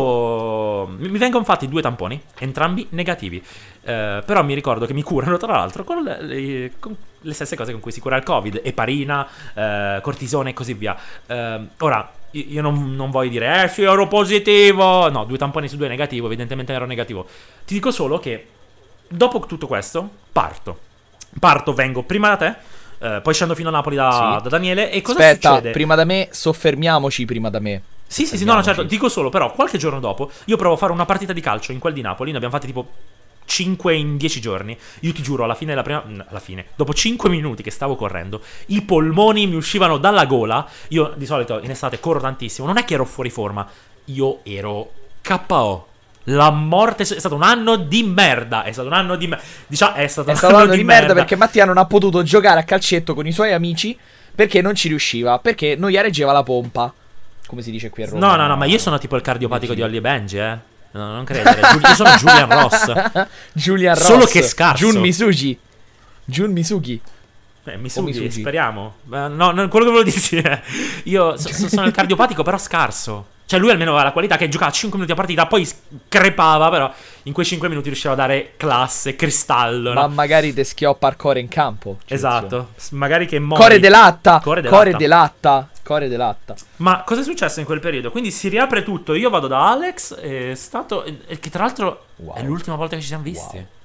[SPEAKER 3] Io mi vengono fatti due tamponi, entrambi negativi. Uh, però mi ricordo che mi curano tra l'altro con le, le, con le stesse cose con cui si cura il Covid, eparina, uh, cortisone e così via. Uh, ora, io, io non, non voglio dire, eh sì, ero positivo. No, due tamponi su due negativo, evidentemente ero negativo. Ti dico solo che dopo tutto questo parto. Parto, vengo prima da te. Uh, poi scendo fino a Napoli da,
[SPEAKER 2] sì.
[SPEAKER 3] da Daniele. E cosa
[SPEAKER 2] Aspetta,
[SPEAKER 3] succede?
[SPEAKER 2] prima da me, soffermiamoci prima da me.
[SPEAKER 3] Sì, sì, sì, no, no, certo. Dico solo, però, qualche giorno dopo, io provo a fare una partita di calcio in quel di Napoli. Ne abbiamo fatti tipo cinque in dieci giorni. Io ti giuro, alla fine della prima... Alla fine, dopo cinque minuti che stavo correndo, i polmoni mi uscivano dalla gola. Io di solito in estate corro tantissimo. Non è che ero fuori forma, io ero K O. La morte è stato un anno di merda. È stato un anno di merda. Diciamo, è stato,
[SPEAKER 2] è
[SPEAKER 3] un,
[SPEAKER 2] stato
[SPEAKER 3] anno
[SPEAKER 2] un anno di
[SPEAKER 3] merda.
[SPEAKER 2] merda perché Mattia non ha potuto giocare a calcetto con i suoi amici perché non ci riusciva, perché non gli reggeva la pompa, come si dice qui a Roma.
[SPEAKER 3] No, no, no, ma io sono tipo il cardiopatico di Holly e Benji, eh. No, non credere. Io sono Julian Ross.
[SPEAKER 2] Julian Ross.
[SPEAKER 3] Solo che scarso.
[SPEAKER 2] Jun Misugi. Jun Misugi.
[SPEAKER 3] Eh, Misugi,
[SPEAKER 2] Misugi.
[SPEAKER 3] speriamo. Eh, no, no, quello che volevo dirti è io so, so, sono il cardiopatico però scarso. Cioè lui almeno aveva la qualità che giocava cinque minuti a partita, poi crepava, però in quei cinque minuti riusciva a dare classe, cristallo,
[SPEAKER 2] Ma
[SPEAKER 3] no?
[SPEAKER 2] magari te schioppa il core in campo.
[SPEAKER 3] Esatto. Magari che mori.
[SPEAKER 2] Core de latta.
[SPEAKER 3] Core de
[SPEAKER 2] Core
[SPEAKER 3] latta.
[SPEAKER 2] de latta. Core de latta.
[SPEAKER 3] Ma cosa è successo in quel periodo? Quindi si riapre tutto. Io vado da Alex. È stato. E che tra l'altro
[SPEAKER 2] Wow.
[SPEAKER 3] è l'ultima volta che ci siamo visti.
[SPEAKER 2] Wow.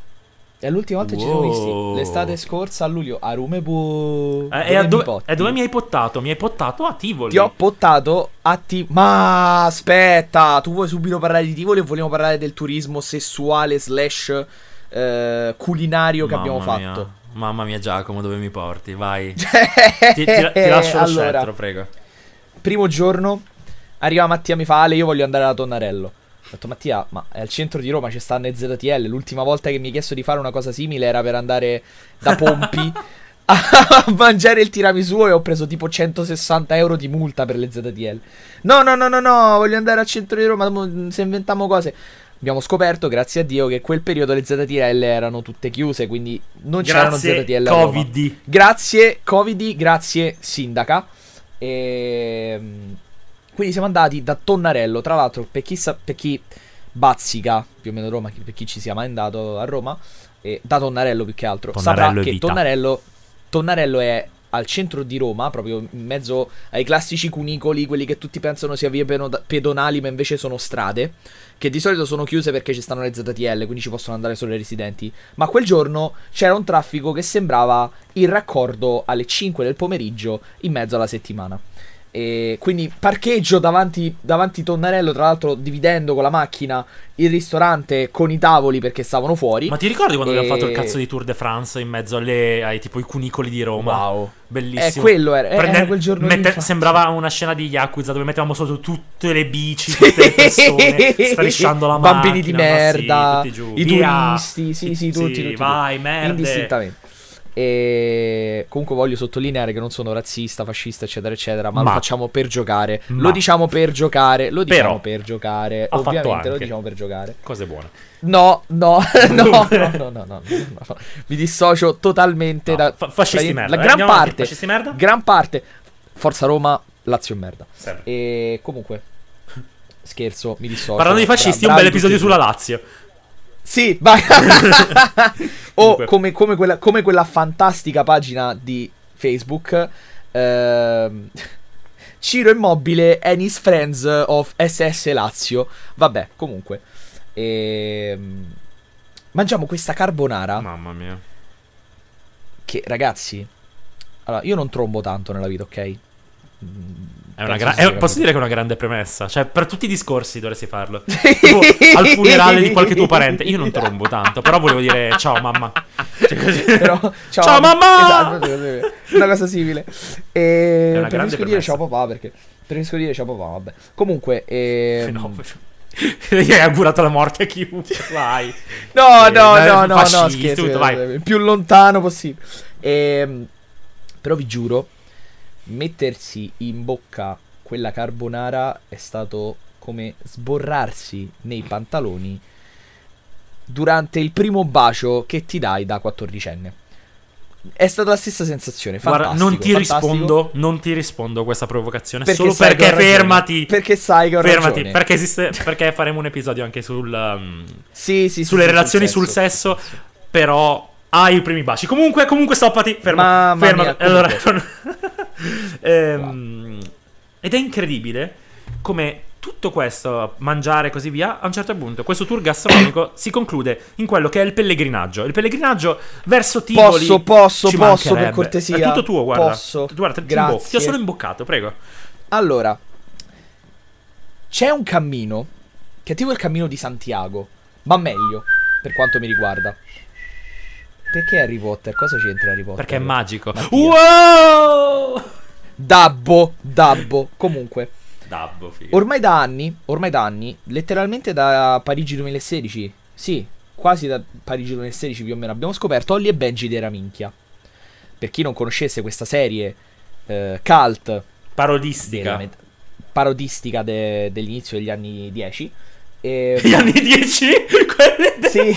[SPEAKER 2] È l'ultima volta che ci
[SPEAKER 3] Wow.
[SPEAKER 2] siamo visti. L'estate scorsa a luglio. A Rumebu.
[SPEAKER 3] Eh, e, a dove, e dove mi hai pottato? Mi hai pottato a Tivoli.
[SPEAKER 2] Ti ho pottato a Tivoli. Ma aspetta, tu vuoi subito parlare di Tivoli o vogliamo parlare del turismo sessuale slash eh, culinario che
[SPEAKER 3] Mamma
[SPEAKER 2] abbiamo
[SPEAKER 3] mia.
[SPEAKER 2] fatto?
[SPEAKER 3] Mamma mia, Giacomo, dove mi porti? Vai. ti, ti, ti lascio lo
[SPEAKER 2] Allora,
[SPEAKER 3] scettro, prego.
[SPEAKER 2] primo giorno arriva Mattia, mi fa: Ale, io voglio andare alla Tonnarello. Ho detto: Mattia, ma è al centro di Roma, ci sta N Z T L. L'ultima volta che mi hai chiesto di fare una cosa simile era per andare da Pompi a mangiare il tiramisù e ho preso tipo centosessanta euro di multa per le Z T L. No, no, no, no, no, voglio andare al centro di Roma, se inventiamo cose. Abbiamo scoperto, grazie a Dio, che quel periodo le Z T L erano tutte chiuse, quindi non c'erano Z T L a Roma.
[SPEAKER 3] Covid.
[SPEAKER 2] Grazie Covid, grazie sindaca. E quindi siamo andati da Tonnarello. Tra l'altro, per chi, sa- per chi bazzica più o meno Roma, per chi ci sia mai andato a Roma, e da Tonnarello più che altro,
[SPEAKER 3] Tonnarello
[SPEAKER 2] saprà
[SPEAKER 3] è
[SPEAKER 2] che
[SPEAKER 3] vita.
[SPEAKER 2] Tonnarello, Tonnarello è al centro di Roma, proprio in mezzo ai classici cunicoli, quelli che tutti pensano sia vie peno- pedonali, ma invece sono strade, che di solito sono chiuse perché ci stanno le Z T L, quindi ci possono andare solo i residenti. Ma quel giorno c'era un traffico che sembrava il raccordo alle cinque del pomeriggio in mezzo alla settimana. E quindi parcheggio davanti, davanti Tonnarello, tra l'altro dividendo con la macchina il ristorante con i tavoli perché stavano fuori.
[SPEAKER 3] Ma ti ricordi quando
[SPEAKER 2] E-
[SPEAKER 3] abbiamo fatto il cazzo di Tour de France in mezzo alle, ai tipo i cunicoli di Roma?
[SPEAKER 2] Wow.
[SPEAKER 3] Bellissimo.
[SPEAKER 2] Eh, quello era,
[SPEAKER 3] Prende-
[SPEAKER 2] era quel giorno lì,
[SPEAKER 3] mette-
[SPEAKER 2] infatti.
[SPEAKER 3] Sembrava una scena di Yakuza dove mettevamo sotto tutte le bici, tutte le persone strisciando la macchina.
[SPEAKER 2] Bambini di
[SPEAKER 3] ma sì,
[SPEAKER 2] merda,
[SPEAKER 3] tutti giù.
[SPEAKER 2] i
[SPEAKER 3] Via.
[SPEAKER 2] turisti, sì, sì, tutti, tutti,
[SPEAKER 3] vai,
[SPEAKER 2] tutti.
[SPEAKER 3] merde.
[SPEAKER 2] Indistintamente. E comunque voglio sottolineare che non sono razzista, fascista, eccetera, eccetera, ma,
[SPEAKER 3] Ma-
[SPEAKER 2] lo facciamo per giocare.
[SPEAKER 3] Ma-
[SPEAKER 2] Lo diciamo per giocare, lo diciamo
[SPEAKER 3] Però
[SPEAKER 2] per giocare.
[SPEAKER 3] ha fatto
[SPEAKER 2] Ovviamente lo
[SPEAKER 3] anche
[SPEAKER 2] diciamo per giocare.
[SPEAKER 3] Cose buone.
[SPEAKER 2] No, no, no, no, no, no, no, no, no. Mi dissocio totalmente
[SPEAKER 3] No,
[SPEAKER 2] da
[SPEAKER 3] fa- fascisti
[SPEAKER 2] la
[SPEAKER 3] merda.
[SPEAKER 2] gran
[SPEAKER 3] Andiamo avanti,
[SPEAKER 2] parte,
[SPEAKER 3] fascisti merda?
[SPEAKER 2] gran parte. Forza Roma, Lazio merda.
[SPEAKER 3] Sempre.
[SPEAKER 2] E comunque scherzo, mi dissocio.
[SPEAKER 3] Parlando di fascisti,
[SPEAKER 2] Bra-
[SPEAKER 3] un bel
[SPEAKER 2] bravi
[SPEAKER 3] episodio
[SPEAKER 2] tutti e
[SPEAKER 3] sulla
[SPEAKER 2] due.
[SPEAKER 3] Lazio.
[SPEAKER 2] Sì, vai. O
[SPEAKER 3] Comunque.
[SPEAKER 2] come, come, quella, come quella fantastica pagina di Facebook, ehm, Ciro Immobile and his friends of S S Lazio. Vabbè, comunque. Ehm, mangiamo questa carbonara
[SPEAKER 3] Mamma mia.
[SPEAKER 2] che, ragazzi, allora, io non trombo tanto nella vita, ok? Mm,
[SPEAKER 3] È una
[SPEAKER 2] penso
[SPEAKER 3] gra-
[SPEAKER 2] si sia
[SPEAKER 3] è- posso
[SPEAKER 2] capito.
[SPEAKER 3] dire che è una grande premessa. Cioè, per tutti i discorsi dovresti farlo. Tipo, al funerale di qualche tuo parente. Io non trombo tanto, però volevo dire ciao mamma. Cioè, così.
[SPEAKER 2] Però, ciao,
[SPEAKER 3] Ciao, mamma!
[SPEAKER 2] Esatto, sì, sì, una cosa simile. E
[SPEAKER 3] È una grande
[SPEAKER 2] preferisco dire
[SPEAKER 3] premessa.
[SPEAKER 2] ciao papà perché preferisco dire ciao papà, vabbè. Comunque, ehm,
[SPEAKER 3] Fenomeno. Gli hai augurato la morte a chiunque. Vai.
[SPEAKER 2] no,
[SPEAKER 3] Eh,
[SPEAKER 2] no,
[SPEAKER 3] dai,
[SPEAKER 2] no, no, no,
[SPEAKER 3] fascisti,
[SPEAKER 2] scherzo,
[SPEAKER 3] tutto, vai.
[SPEAKER 2] il più lontano possibile. Ehm, però vi giuro, mettersi in bocca quella carbonara è stato come sborrarsi nei pantaloni durante il primo bacio che ti dai da quattordicenne. È stata la stessa sensazione. Fantastico,
[SPEAKER 3] Guarda, non ti
[SPEAKER 2] fantastico.
[SPEAKER 3] rispondo, non ti rispondo a questa provocazione.
[SPEAKER 2] Perché
[SPEAKER 3] solo
[SPEAKER 2] sai che
[SPEAKER 3] perché
[SPEAKER 2] ho ragione.
[SPEAKER 3] fermati.
[SPEAKER 2] Perché sai che ho
[SPEAKER 3] fermati,
[SPEAKER 2] ragione.
[SPEAKER 3] perché esiste. Perché faremo un episodio anche sul. Um,
[SPEAKER 2] Sì, sì,
[SPEAKER 3] sulle
[SPEAKER 2] sì,
[SPEAKER 3] relazioni,
[SPEAKER 2] sul
[SPEAKER 3] sul sesso. Però hai i primi baci. Comunque, comunque stoppati. Fermo.
[SPEAKER 2] Mamma
[SPEAKER 3] fermo.
[SPEAKER 2] mia,
[SPEAKER 3] allora,
[SPEAKER 2] comunque.
[SPEAKER 3] ehm, ed è incredibile come tutto questo, mangiare e così via, a un certo punto questo tour gastronomico si conclude in quello che è il pellegrinaggio. Il pellegrinaggio verso Tivoli.
[SPEAKER 2] Posso, posso,
[SPEAKER 3] ci
[SPEAKER 2] posso, per
[SPEAKER 3] mancherebbe.
[SPEAKER 2] cortesia.
[SPEAKER 3] È tutto tuo, guarda.
[SPEAKER 2] Posso.
[SPEAKER 3] Guarda, ti,
[SPEAKER 2] Grazie.
[SPEAKER 3] imbo- ti ho solo imboccato, prego.
[SPEAKER 2] Allora, c'è un cammino che è tipo il cammino di Santiago, ma meglio, per quanto mi riguarda. Perché Harry Potter? Cosa c'entra Harry Potter?
[SPEAKER 3] Perché è magico.
[SPEAKER 2] Mattia.
[SPEAKER 3] Wow!
[SPEAKER 2] Dabbo, dabbo. Comunque,
[SPEAKER 3] Dabbo, figo.
[SPEAKER 2] ormai da anni, ormai da anni, letteralmente da Parigi duemilasedici, sì, quasi da Parigi duemilasedici più o meno, abbiamo scoperto Holly e Benji della minchia. Per chi non conoscesse questa serie eh, cult,
[SPEAKER 3] Parodistica.
[SPEAKER 2] della met- parodistica de- dell'inizio degli anni dieci. E...
[SPEAKER 3] Gli anni dieci? Quelle de-
[SPEAKER 2] Sì.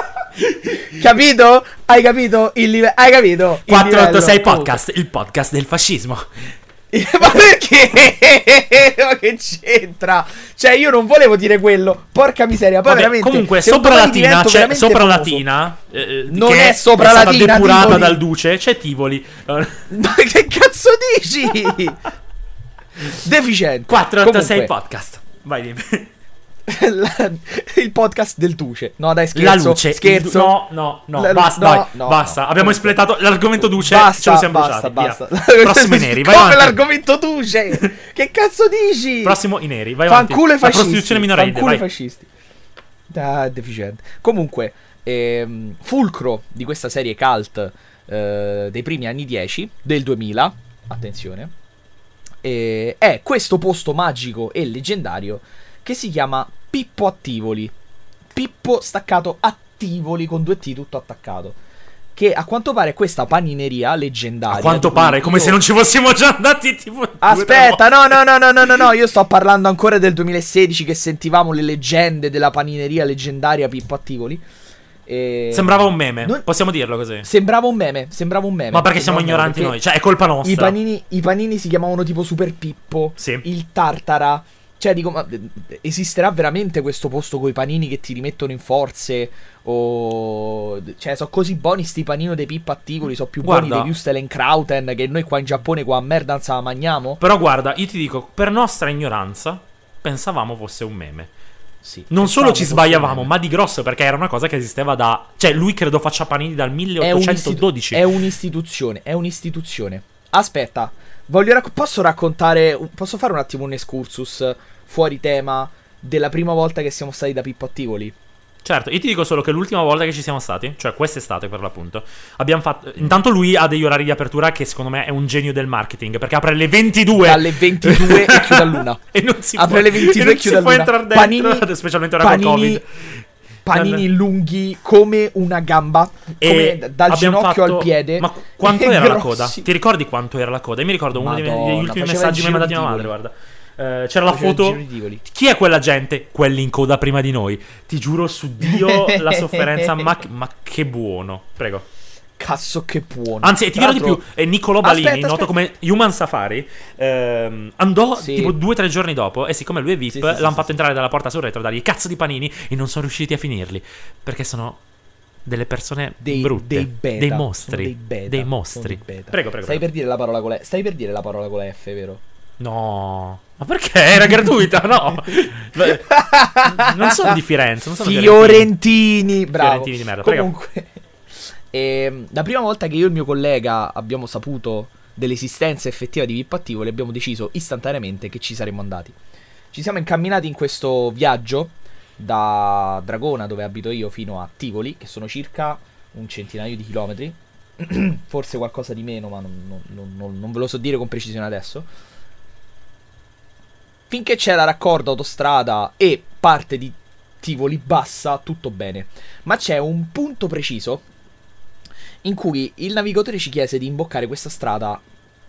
[SPEAKER 2] Capito? Hai capito? Il live- Hai capito? Il
[SPEAKER 3] quattrocentottantasei
[SPEAKER 2] livello.
[SPEAKER 3] podcast, il podcast del fascismo.
[SPEAKER 2] Ma perché? Ma che c'entra? Cioè, io non volevo dire quello. Porca miseria. Poi
[SPEAKER 3] Vabbè,
[SPEAKER 2] veramente.
[SPEAKER 3] comunque,
[SPEAKER 2] se un
[SPEAKER 3] sopra
[SPEAKER 2] domani
[SPEAKER 3] Latina
[SPEAKER 2] divento
[SPEAKER 3] c'è
[SPEAKER 2] veramente
[SPEAKER 3] sopra
[SPEAKER 2] famoso-
[SPEAKER 3] Latina, eh,
[SPEAKER 2] Non
[SPEAKER 3] che
[SPEAKER 2] è sopra
[SPEAKER 3] è stata
[SPEAKER 2] Latina,
[SPEAKER 3] depurata
[SPEAKER 2] Tivoli.
[SPEAKER 3] dal duce, c'è Tivoli.
[SPEAKER 2] Ma che cazzo dici? Deficiente.
[SPEAKER 3] quattrocentottantasei
[SPEAKER 2] Comunque,
[SPEAKER 3] podcast. Vai, dimmi.
[SPEAKER 2] la- il podcast del Duce. No, dai, scherzo.
[SPEAKER 3] La luce.
[SPEAKER 2] Scherzo.
[SPEAKER 3] il- No, no, no.
[SPEAKER 2] La-
[SPEAKER 3] basta,
[SPEAKER 2] no,
[SPEAKER 3] dai,
[SPEAKER 2] no,
[SPEAKER 3] basta.
[SPEAKER 2] no.
[SPEAKER 3] Abbiamo espletato l'argomento duce.
[SPEAKER 2] Basta,
[SPEAKER 3] ce lo siamo
[SPEAKER 2] basta,
[SPEAKER 3] bruciati.
[SPEAKER 2] basta.
[SPEAKER 3] Via. Prossimo i neri. Vai
[SPEAKER 2] Come
[SPEAKER 3] avanti.
[SPEAKER 2] l'argomento Duce? Che cazzo dici?
[SPEAKER 3] Prossimo i neri. Vai avanti.
[SPEAKER 2] Fanculo i
[SPEAKER 3] La
[SPEAKER 2] fascisti.
[SPEAKER 3] prostituzione minorile.
[SPEAKER 2] Fanculo i
[SPEAKER 3] Vai.
[SPEAKER 2] fascisti. Ah, deficiente. Comunque, ehm, fulcro di questa serie cult eh, dei primi anni dieci, del duemila, attenzione, eh, è questo posto magico e leggendario che si chiama Pippo a Tivoli. Pippo staccato a Tivoli con due T tutto attaccato. Che a quanto pare è questa panineria leggendaria.
[SPEAKER 3] A quanto
[SPEAKER 2] di cui
[SPEAKER 3] pare, come
[SPEAKER 2] io-
[SPEAKER 3] se non ci fossimo già andati tipo due, tre
[SPEAKER 2] Aspetta,
[SPEAKER 3] volte.
[SPEAKER 2] no, no, no, no, no, no, no, io sto parlando ancora del duemilasedici che sentivamo le leggende della panineria leggendaria Pippo a Tivoli. E...
[SPEAKER 3] Sembrava un meme.
[SPEAKER 2] Non-
[SPEAKER 3] Possiamo dirlo così.
[SPEAKER 2] Sembrava un meme, sembrava un meme.
[SPEAKER 3] Ma perché siamo
[SPEAKER 2] Sembrava un
[SPEAKER 3] ignoranti
[SPEAKER 2] meme,
[SPEAKER 3] noi? Cioè, è colpa
[SPEAKER 2] perché
[SPEAKER 3] nostra.
[SPEAKER 2] I panini, I panini si chiamavano tipo Super Pippo,
[SPEAKER 3] Sì.
[SPEAKER 2] il Tartara. Cioè, dico, ma eh, esisterà veramente questo posto coi panini che ti rimettono in forze? O... Cioè, sono così buoni sti panino dei Pippo a Tivoli, sono più
[SPEAKER 3] Guarda.
[SPEAKER 2] buoni dei Wustelenkrauten che noi qua in Giappone qua a merda non se la mangiamo?
[SPEAKER 3] Però guarda, io ti dico, per nostra ignoranza, pensavamo fosse un meme.
[SPEAKER 2] Sì.
[SPEAKER 3] Non solo ci
[SPEAKER 2] Pensavo fosse
[SPEAKER 3] sbagliavamo,
[SPEAKER 2] un meme.
[SPEAKER 3] ma di grosso, perché era una cosa che esisteva da... Cioè, lui credo faccia panini dal
[SPEAKER 2] È
[SPEAKER 3] milleottocentododici.
[SPEAKER 2] un'istitu- È un'istituzione, è un'istituzione. Aspetta, voglio racc- posso raccontare, posso fare un attimo un excursus fuori tema della prima volta che siamo stati da Pippo a Tivoli?
[SPEAKER 3] Certo, io ti dico solo che l'ultima volta che ci siamo stati, cioè quest'estate per l'appunto, abbiamo fatto... Intanto lui ha degli orari di apertura che secondo me è un genio del marketing, perché apre alle ventidue.
[SPEAKER 2] Dalle ventidue e chiude all'una.
[SPEAKER 3] E non si
[SPEAKER 2] Apre
[SPEAKER 3] può,
[SPEAKER 2] alle ventidue
[SPEAKER 3] e non
[SPEAKER 2] e chiude
[SPEAKER 3] si può
[SPEAKER 2] all'una.
[SPEAKER 3] entrare dentro,
[SPEAKER 2] Panini-
[SPEAKER 3] specialmente ora con
[SPEAKER 2] panini-
[SPEAKER 3] Covid.
[SPEAKER 2] Panini
[SPEAKER 3] Non-
[SPEAKER 2] lunghi come una gamba,
[SPEAKER 3] E
[SPEAKER 2] come d- dal
[SPEAKER 3] abbiamo
[SPEAKER 2] ginocchio
[SPEAKER 3] fatto-
[SPEAKER 2] al piede.
[SPEAKER 3] Ma quanto
[SPEAKER 2] e
[SPEAKER 3] era la
[SPEAKER 2] grossi.
[SPEAKER 3] coda? Ti ricordi quanto era la coda? Io mi ricordo uno dei,
[SPEAKER 2] Madonna,
[SPEAKER 3] degli ultimi
[SPEAKER 2] faceva
[SPEAKER 3] messaggi
[SPEAKER 2] il
[SPEAKER 3] che mi ha
[SPEAKER 2] giro
[SPEAKER 3] dato
[SPEAKER 2] di
[SPEAKER 3] mia madre,
[SPEAKER 2] Tivoli.
[SPEAKER 3] guarda. Eh, c'era la
[SPEAKER 2] Faceva il
[SPEAKER 3] foto.
[SPEAKER 2] giro di Tivoli.
[SPEAKER 3] Chi è quella gente? Quelli in coda prima di noi. Ti giuro su Dio la sofferenza, ma, ma che buono. Prego.
[SPEAKER 2] Cazzo che buono.
[SPEAKER 3] Anzi, ti
[SPEAKER 2] Tra
[SPEAKER 3] dirò di più,
[SPEAKER 2] l'altro-
[SPEAKER 3] eh, Niccolò Balini,
[SPEAKER 2] Aspetta,
[SPEAKER 3] noto
[SPEAKER 2] aspetta.
[SPEAKER 3] come Human Safari, ehm, andò
[SPEAKER 2] Sì.
[SPEAKER 3] tipo due o tre giorni dopo e siccome lui è V I P,
[SPEAKER 2] Sì, sì, sì,
[SPEAKER 3] l'hanno
[SPEAKER 2] sì,
[SPEAKER 3] fatto
[SPEAKER 2] sì.
[SPEAKER 3] entrare dalla porta sul retro, dargli cazzo di panini e non sono riusciti a finirli. Perché sono delle persone
[SPEAKER 2] Dei,
[SPEAKER 3] brutte,
[SPEAKER 2] dei beta,
[SPEAKER 3] dei
[SPEAKER 2] sono
[SPEAKER 3] mostri,
[SPEAKER 2] dei, beta,
[SPEAKER 3] dei
[SPEAKER 2] sono
[SPEAKER 3] mostri.
[SPEAKER 2] dei beta.
[SPEAKER 3] Prego, prego,
[SPEAKER 2] Stai
[SPEAKER 3] prego.
[SPEAKER 2] per dire la parola con la Stai per dire la parola con la F, vero?
[SPEAKER 3] No, ma perché? Era gratuita, no? Beh, non sono di Firenze, non sono
[SPEAKER 2] Fiorentini, bravo.
[SPEAKER 3] Fiorentini di merda, prego.
[SPEAKER 2] Comunque, ehm, la prima volta che io e il mio collega abbiamo saputo dell'esistenza effettiva di Pippo a Tivoli, abbiamo deciso istantaneamente che ci saremmo andati. Ci siamo incamminati in questo viaggio da Dragona, dove abito io, fino a Tivoli, che sono circa un centinaio di chilometri. Forse qualcosa di meno, ma non, non- non- non- non ve lo so dire con precisione adesso. Finché c'era raccordo autostrada e parte di Tivoli bassa, tutto bene. Ma c'è un punto preciso in cui il navigatore ci chiese di imboccare questa strada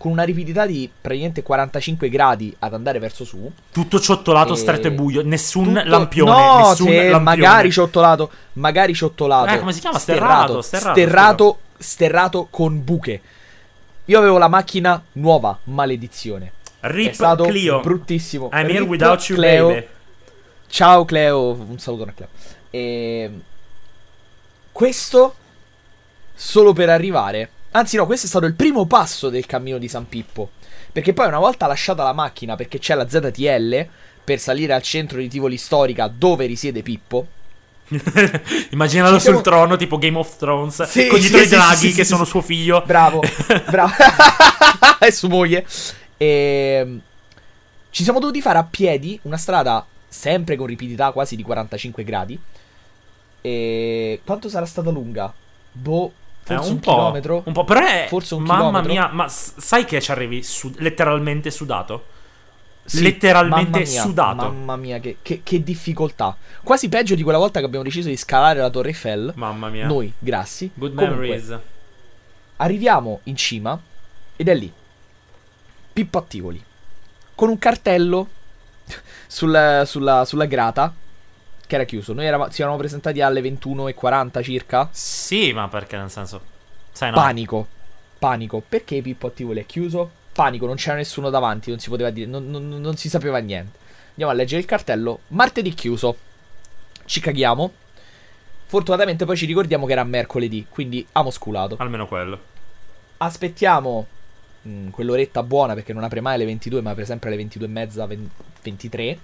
[SPEAKER 2] con una ripidità di praticamente quarantacinque gradi ad andare verso su.
[SPEAKER 3] Tutto ciottolato,
[SPEAKER 2] E-
[SPEAKER 3] stretto e buio, nessun
[SPEAKER 2] Tutto-
[SPEAKER 3] lampione,
[SPEAKER 2] no,
[SPEAKER 3] nessun
[SPEAKER 2] se
[SPEAKER 3] lampione.
[SPEAKER 2] magari ciottolato, magari ciottolato.
[SPEAKER 3] Eh, come si chiama? Sterrato, sterrato,
[SPEAKER 2] sterrato, sterrato con buche. Io avevo la macchina nuova, maledizione.
[SPEAKER 3] Rip
[SPEAKER 2] È stato
[SPEAKER 3] Clio.
[SPEAKER 2] bruttissimo.
[SPEAKER 3] I'm here
[SPEAKER 2] Rip
[SPEAKER 3] without you,
[SPEAKER 2] Cleo.
[SPEAKER 3] baby.
[SPEAKER 2] Ciao Cleo, un saluto a Cleo. E... questo solo per arrivare. Anzi no, questo è stato il primo passo del cammino di San Pippo. Perché poi una volta lasciata la macchina, perché c'è la Z T L per salire al centro di Tivoli Storica dove risiede Pippo.
[SPEAKER 3] Immaginalo
[SPEAKER 2] Ci siamo-
[SPEAKER 3] sul trono, tipo Game of Thrones,
[SPEAKER 2] Sì,
[SPEAKER 3] con
[SPEAKER 2] sì,
[SPEAKER 3] dietro i
[SPEAKER 2] sì, sì,
[SPEAKER 3] draghi
[SPEAKER 2] sì,
[SPEAKER 3] che
[SPEAKER 2] sì,
[SPEAKER 3] sono
[SPEAKER 2] sì.
[SPEAKER 3] suo figlio.
[SPEAKER 2] Bravo, bravo. E su moglie. E... ci siamo dovuti fare a piedi una strada sempre con ripidità quasi di quarantacinque gradi. E quanto sarà stata lunga? Boh,
[SPEAKER 3] Eh,
[SPEAKER 2] forse
[SPEAKER 3] un,
[SPEAKER 2] un,
[SPEAKER 3] po',
[SPEAKER 2] chilometro.
[SPEAKER 3] un po', però è,
[SPEAKER 2] Forse un
[SPEAKER 3] mamma
[SPEAKER 2] chilometro.
[SPEAKER 3] mia, ma s- sai che ci arrivi su- letteralmente sudato?
[SPEAKER 2] Sì,
[SPEAKER 3] letteralmente
[SPEAKER 2] mamma mia,
[SPEAKER 3] sudato.
[SPEAKER 2] Mamma mia, che, che, che difficoltà. Quasi peggio di quella volta che abbiamo deciso di scalare la Torre Eiffel.
[SPEAKER 3] Mamma mia.
[SPEAKER 2] Noi, grassi.
[SPEAKER 3] Good
[SPEAKER 2] Comunque,
[SPEAKER 3] memories.
[SPEAKER 2] arriviamo in cima ed è lì Pippo a Tivoli con un cartello sul- sulla, sulla grata che era chiuso. Noi eravamo, ci eravamo presentati alle ventuno e quaranta circa.
[SPEAKER 3] Sì, ma perché nel senso... Sai no?
[SPEAKER 2] Panico. Panico. Perché Pippo a Tivoli è chiuso? Panico, non c'era nessuno davanti, non si poteva dire, non, non- non si sapeva niente. Andiamo a leggere il cartello. Martedì chiuso. Ci caghiamo. Fortunatamente poi ci ricordiamo che era mercoledì, quindi amo sculato.
[SPEAKER 3] Almeno quello.
[SPEAKER 2] Aspettiamo mh, quell'oretta buona, perché non apre mai alle ventidue, ma apre sempre alle ventidue e mezza, ventitré.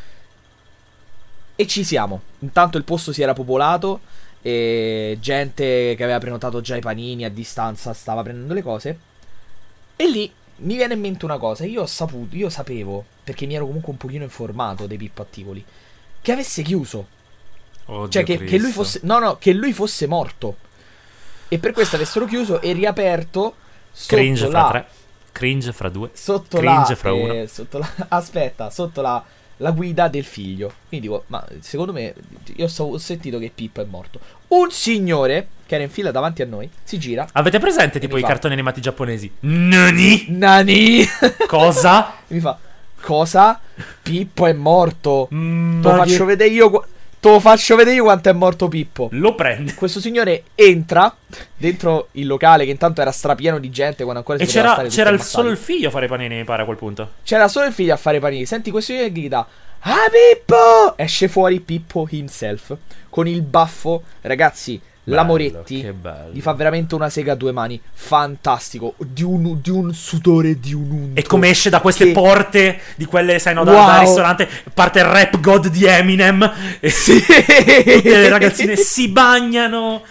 [SPEAKER 2] E ci siamo. Intanto il posto si era popolato e gente che aveva prenotato già i panini a distanza stava prendendo le cose. E lì mi viene in mente una cosa. Io ho saputo, io sapevo, perché mi ero comunque un pochino informato dei Pippo a Tivoli, che avesse chiuso.
[SPEAKER 3] Oddio
[SPEAKER 2] Cioè che, che lui
[SPEAKER 3] Cristo.
[SPEAKER 2] fosse, no no, che lui fosse morto. E per questo avessero chiuso e riaperto sotto
[SPEAKER 3] Cringe fra
[SPEAKER 2] la,
[SPEAKER 3] tre. Cringe fra due.
[SPEAKER 2] sotto
[SPEAKER 3] Cringe
[SPEAKER 2] la,
[SPEAKER 3] fra
[SPEAKER 2] eh,
[SPEAKER 3] uno.
[SPEAKER 2] sotto la, aspetta, sotto la, la guida del figlio. Quindi dico, ma secondo me, io so- ho sentito che Pippo è morto. Un signore che era in fila davanti a noi si gira.
[SPEAKER 3] Avete presente tipo
[SPEAKER 2] mi
[SPEAKER 3] i
[SPEAKER 2] fa-
[SPEAKER 3] cartoni animati giapponesi? Nani?
[SPEAKER 2] Nani.
[SPEAKER 3] Cosa?
[SPEAKER 2] Mi fa, cosa? Pippo è morto.
[SPEAKER 3] Mm,
[SPEAKER 2] Te lo
[SPEAKER 3] ma
[SPEAKER 2] faccio
[SPEAKER 3] che-
[SPEAKER 2] vedere io. qua- Te lo faccio vedere io quanto è morto Pippo.
[SPEAKER 3] Lo prende.
[SPEAKER 2] Questo signore entra dentro il locale che intanto era strapieno di gente quando ancora si
[SPEAKER 3] E
[SPEAKER 2] poteva
[SPEAKER 3] c'era,
[SPEAKER 2] stare tutti
[SPEAKER 3] c'era il,
[SPEAKER 2] ammassati.
[SPEAKER 3] solo il figlio a fare i panini, mi pare, a quel punto.
[SPEAKER 2] C'era solo il figlio a fare i panini. Senti questo signore che grida: ah Pippo! Esce fuori Pippo himself con il baffo. Ragazzi, la
[SPEAKER 3] Bello,
[SPEAKER 2] Moretti
[SPEAKER 3] che bello.
[SPEAKER 2] gli fa veramente una sega a due mani. Fantastico. Di un, di un sudore, di un unto.
[SPEAKER 3] E come esce da queste
[SPEAKER 2] Che-
[SPEAKER 3] porte di quelle, sai, no, da,
[SPEAKER 2] Wow.
[SPEAKER 3] da ristorante, parte il rap god di Eminem. E
[SPEAKER 2] Sì.
[SPEAKER 3] tutte le ragazzine si bagnano.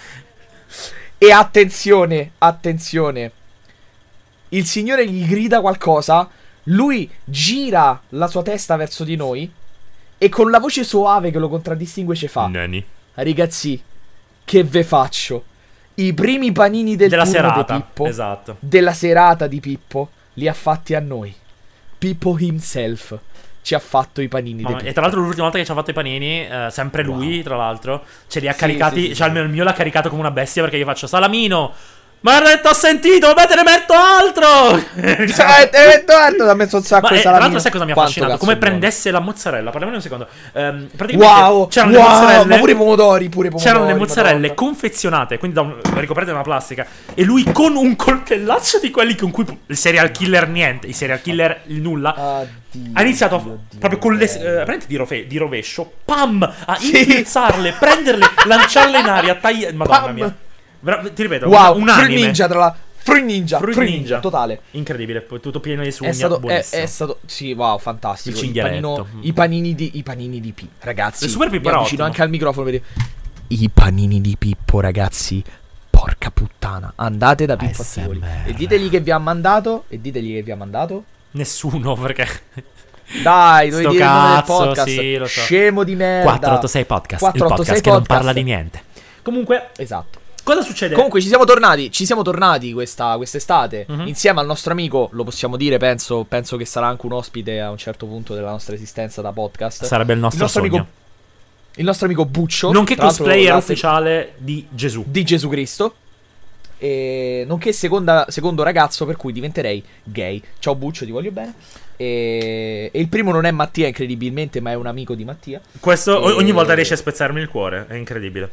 [SPEAKER 2] E attenzione, attenzione. Il signore gli grida qualcosa. Lui gira la sua testa verso di noi e con la voce soave che lo contraddistingue ci fa:
[SPEAKER 3] Nani.
[SPEAKER 2] ragazzi, che ve faccio? I primi panini del
[SPEAKER 3] Della
[SPEAKER 2] turno
[SPEAKER 3] serata.
[SPEAKER 2] di Pippo,
[SPEAKER 3] Esatto.
[SPEAKER 2] della serata di Pippo, li ha fatti a noi. Pippo himself ci ha fatto i panini
[SPEAKER 3] Mamma-
[SPEAKER 2] di
[SPEAKER 3] e
[SPEAKER 2] Pippo.
[SPEAKER 3] tra l'altro l'ultima volta che ci ha fatto i panini, eh, sempre lui,
[SPEAKER 2] Wow.
[SPEAKER 3] tra l'altro, ce li ha
[SPEAKER 2] Sì,
[SPEAKER 3] caricati,
[SPEAKER 2] sì, sì,
[SPEAKER 3] cioè
[SPEAKER 2] sì.
[SPEAKER 3] almeno il mio l'ha caricato come una bestia perché io faccio salamino. Ma ha detto, ho sentito, beh te ne metto altro.
[SPEAKER 2] Cioè, te ne metto altro, ti ha messo un sacco
[SPEAKER 3] Ma
[SPEAKER 2] di
[SPEAKER 3] eh, tra
[SPEAKER 2] salamino.
[SPEAKER 3] l'altro sai cosa mi ha
[SPEAKER 2] Quanto
[SPEAKER 3] affascinato?
[SPEAKER 2] cazzo
[SPEAKER 3] Come
[SPEAKER 2] è buono.
[SPEAKER 3] prendesse la mozzarella. Parliamone un secondo. Ehm, praticamente
[SPEAKER 2] Wow,
[SPEAKER 3] c'erano le
[SPEAKER 2] wow,
[SPEAKER 3] mozzarelle.
[SPEAKER 2] ma pure i pomodori, pure i pomodori.
[SPEAKER 3] C'erano le mozzarelle
[SPEAKER 2] Madonna.
[SPEAKER 3] confezionate, quindi da un, ricoperte da una plastica. E lui con un coltellaccio di quelli con cui il serial killer niente, i serial killer il nulla.
[SPEAKER 2] Addio,
[SPEAKER 3] Ha iniziato a,
[SPEAKER 2] Dio, Dio,
[SPEAKER 3] proprio con le
[SPEAKER 2] bello.
[SPEAKER 3] eh, veramente di, rove- di rovescio, pam, a
[SPEAKER 2] Sì.
[SPEAKER 3] infilzarle, prenderle, lanciarle in aria, tagliare. Madonna
[SPEAKER 2] Pam.
[SPEAKER 3] mia. Vera- ti ripeto,
[SPEAKER 2] Wow,
[SPEAKER 3] un, un
[SPEAKER 2] Fruit
[SPEAKER 3] anime
[SPEAKER 2] Ninja tra la Fruit Ninja,
[SPEAKER 3] Fruit
[SPEAKER 2] Fruit
[SPEAKER 3] Ninja.
[SPEAKER 2] Ninja, totale.
[SPEAKER 3] incredibile, poi tutto pieno di
[SPEAKER 2] È
[SPEAKER 3] sugna,
[SPEAKER 2] stato, è,
[SPEAKER 3] buonissimo.
[SPEAKER 2] è stato, sì, wow, fantastico.
[SPEAKER 3] Il
[SPEAKER 2] Il
[SPEAKER 3] cinghialetto.
[SPEAKER 2] panino, i panini di, i panini di Pippo, ragazzi.
[SPEAKER 3] Il Super Pippo
[SPEAKER 2] mi
[SPEAKER 3] era
[SPEAKER 2] avvicino
[SPEAKER 3] ottimo.
[SPEAKER 2] anche al microfono per dire, i panini di Pippo, ragazzi. Porca puttana, andate da Pippo a
[SPEAKER 3] A S M R.
[SPEAKER 2] Tivoli e ditegli che vi ha mandato. E ditegli che vi ha mandato.
[SPEAKER 3] Nessuno, perché
[SPEAKER 2] Dai, dovevi
[SPEAKER 3] Sto
[SPEAKER 2] dire il nome del
[SPEAKER 3] cazzo,
[SPEAKER 2] podcast.
[SPEAKER 3] sì, lo so.
[SPEAKER 2] Scemo di merda.
[SPEAKER 3] quattrocentottantasei Podcast, il
[SPEAKER 2] quattrocentottantasei
[SPEAKER 3] podcast che non
[SPEAKER 2] podcast.
[SPEAKER 3] parla di niente. Comunque,
[SPEAKER 2] Esatto.
[SPEAKER 3] cosa succede?
[SPEAKER 2] Comunque ci siamo tornati, ci siamo tornati questa quest'estate
[SPEAKER 3] Mhm.
[SPEAKER 2] insieme al nostro amico, lo possiamo dire, penso, penso che sarà anche un ospite a un certo punto della nostra esistenza da podcast.
[SPEAKER 3] Sarebbe il nostro,
[SPEAKER 2] il nostro
[SPEAKER 3] sogno.
[SPEAKER 2] amico il nostro amico Buccio,
[SPEAKER 3] Nonché
[SPEAKER 2] tra l'altro
[SPEAKER 3] cosplayer
[SPEAKER 2] l'altro-
[SPEAKER 3] ufficiale di Gesù.
[SPEAKER 2] di Gesù Cristo. E nonché seconda, secondo ragazzo per cui diventerei gay. Ciao Buccio, ti voglio bene. E, e il primo non è Mattia, incredibilmente, ma è un amico di Mattia.
[SPEAKER 3] Questo
[SPEAKER 2] e...
[SPEAKER 3] ogni volta riesce a spezzarmi il cuore, è incredibile.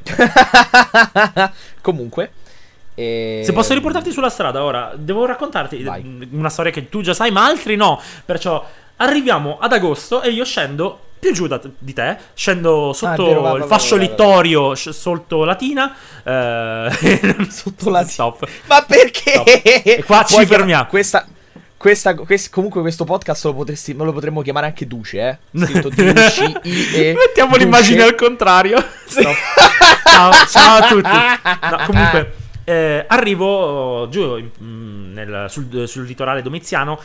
[SPEAKER 2] Comunque, e...
[SPEAKER 3] se posso riportarti sulla strada ora, devo raccontarti Vai. una storia che tu già sai, ma altri no. Perciò arriviamo ad agosto e io scendo più giù da, di te, scendo sotto ah, vero, va, va, il fascio va, va, littorio, va, va. sotto Latina, eh,
[SPEAKER 2] sotto Latina.
[SPEAKER 3] Stop.
[SPEAKER 2] Ma perché?
[SPEAKER 3] Stop. E qua ci
[SPEAKER 2] Vuoi
[SPEAKER 3] fermiamo.
[SPEAKER 2] Questa, questa, quest, comunque questo podcast lo, potresti, lo potremmo chiamare anche Duce, eh? Scritto D U C I E.
[SPEAKER 3] Mettiamo
[SPEAKER 2] Duce.
[SPEAKER 3] l'immagine al contrario. Stop. ciao, ciao a tutti. No, comunque eh, arrivo giù in, nel, sul, sul litorale domiziano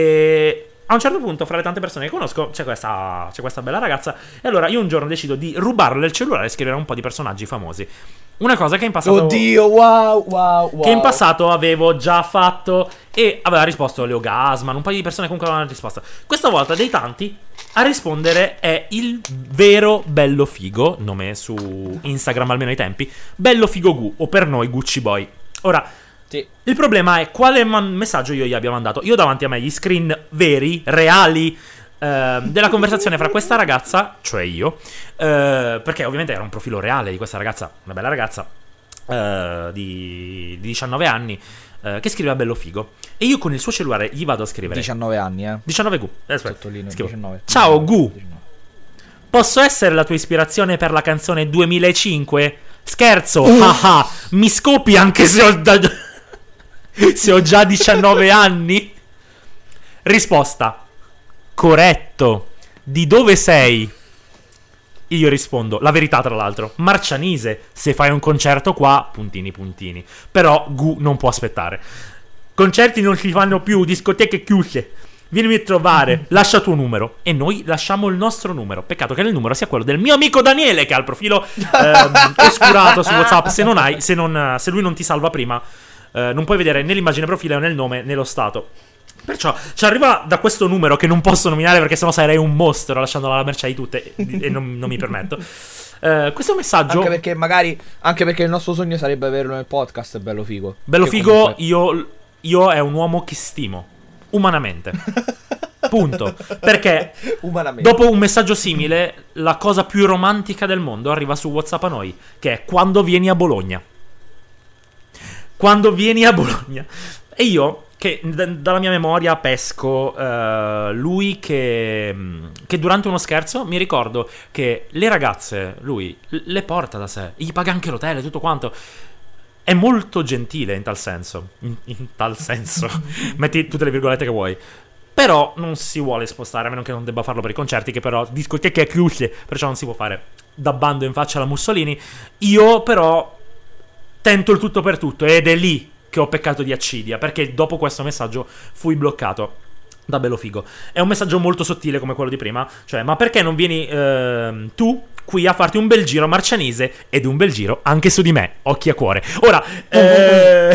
[SPEAKER 3] e a un certo punto, fra le tante persone che conosco, c'è questa, c'è questa bella ragazza. E allora io un giorno decido di rubarle il cellulare e scrivere un po' di personaggi famosi. Una cosa che in passato
[SPEAKER 2] Oddio, wow, wow, wow.
[SPEAKER 3] Che in passato avevo già fatto. E aveva risposto Leo Gasman, un paio di persone comunque avevano risposto. Questa volta dei tanti a rispondere è il vero Bello Figo, nome su Instagram almeno ai tempi, Bello Figo Gu, o per noi Gucci Boy. Ora, sì. Il problema è quale man- messaggio io gli abbia mandato. Io ho davanti a me gli screen veri, reali, eh, della conversazione fra questa ragazza, cioè io, eh, perché ovviamente era un profilo reale di questa ragazza, una bella ragazza eh, di, di diciannove anni, eh, che scriveva Bello Figo. E io con il suo cellulare gli vado a scrivere
[SPEAKER 2] diciannove anni, eh
[SPEAKER 3] diciannove Gu, eh,
[SPEAKER 2] sottolineo diciannove.
[SPEAKER 3] Ciao Gu, posso essere la tua ispirazione per la canzone duemilacinque? Scherzo, uh. haha, mi scopi anche se ho da... se ho già diciannove anni? Risposta: corretto. Di dove sei? Io rispondo, la verità tra l'altro, Marcianise, se fai un concerto qua, puntini puntini. Però Gu non può aspettare. Concerti non si fanno più, discoteche chiuse. Vienimi a trovare, lascia tuo numero. E noi lasciamo il nostro numero. Peccato che il numero sia quello del mio amico Daniele, che ha il profilo ehm, oscurato su WhatsApp. Se non hai, se, non, se lui non ti salva prima, eh, non puoi vedere né l'immagine profilo né il nome né lo stato. Perciò ci arriva da questo numero che non posso nominare perché sennò sarei un mostro lasciandola alla merce di tutte e non, non mi permetto. Uh, questo messaggio,
[SPEAKER 2] anche perché magari anche perché il nostro sogno sarebbe averlo nel podcast. Bello Figo.
[SPEAKER 3] Bello Figo comunque... io, io è un uomo che stimo umanamente. Punto. Perché umanamente. Dopo un messaggio simile, la cosa più romantica del mondo arriva su WhatsApp a noi, che è quando vieni a Bologna. Quando vieni a Bologna. E io, che d- dalla mia memoria pesco uh, lui che, che durante uno scherzo mi ricordo che le ragazze, lui le porta da sé, gli paga anche l'hotel e tutto quanto. È molto gentile in tal senso. In, in tal senso. Metti tutte le virgolette che vuoi. Però non si vuole spostare, a meno che non debba farlo per i concerti, che però discoteche chiuse, perciò non si può fare da bando in faccia alla Mussolini. Io però tento il tutto per tutto ed è lì che ho peccato di accidia, perché dopo questo messaggio fui bloccato da Bello Figo. È un messaggio molto sottile come quello di prima, cioè ma perché non vieni eh, tu qui a farti un bel giro a Marcianise ed un bel giro anche su di me, occhi a cuore. Ora eh...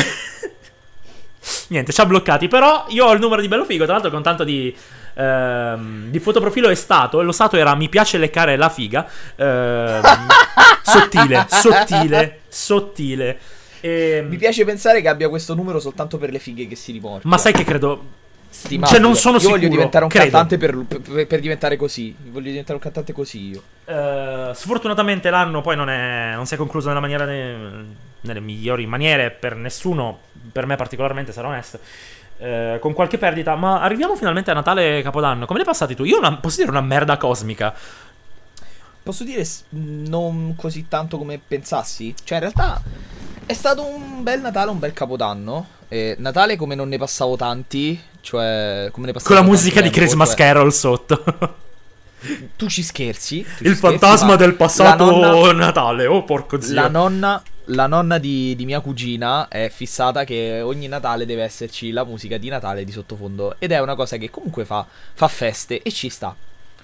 [SPEAKER 3] niente, ci ha bloccati, però io ho il numero di Bello Figo, tra l'altro con tanto di ehm, di fotoprofilo è stato, e lo stato era mi piace leccare la figa, ehm, sottile, sottile, sottile. E...
[SPEAKER 2] mi piace pensare che abbia questo numero soltanto per le fighe che si riporta.
[SPEAKER 3] Ma sai che credo
[SPEAKER 2] Stimabile.
[SPEAKER 3] Cioè non sono
[SPEAKER 2] io
[SPEAKER 3] sicuro.
[SPEAKER 2] Voglio diventare un
[SPEAKER 3] credo.
[SPEAKER 2] cantante per, per, per diventare così. Voglio diventare un cantante così io.
[SPEAKER 3] Uh, sfortunatamente l'anno poi non, è, non si è concluso nella maniera ne, nelle migliori maniere per nessuno, per me particolarmente, sarò onesto. Uh, con qualche perdita, ma arriviamo finalmente a Natale e Capodanno. Come li hai passati tu? Io una, posso dire una merda cosmica.
[SPEAKER 2] Posso dire non così tanto come pensassi. Cioè in realtà è stato un bel Natale, un bel Capodanno. eh, Natale come non ne passavo tanti. Cioè come ne passavo
[SPEAKER 3] con la musica tempo, di Christmas cioè... Carol sotto.
[SPEAKER 2] Tu ci scherzi tu
[SPEAKER 3] Il
[SPEAKER 2] ci
[SPEAKER 3] fantasma
[SPEAKER 2] scherzi,
[SPEAKER 3] del passato
[SPEAKER 2] nonna,
[SPEAKER 3] Natale. Oh porco zio.
[SPEAKER 2] La nonna La nonna di, di mia cugina è fissata che ogni Natale deve esserci la musica di Natale di sottofondo. Ed è una cosa che comunque fa, fa feste e ci sta.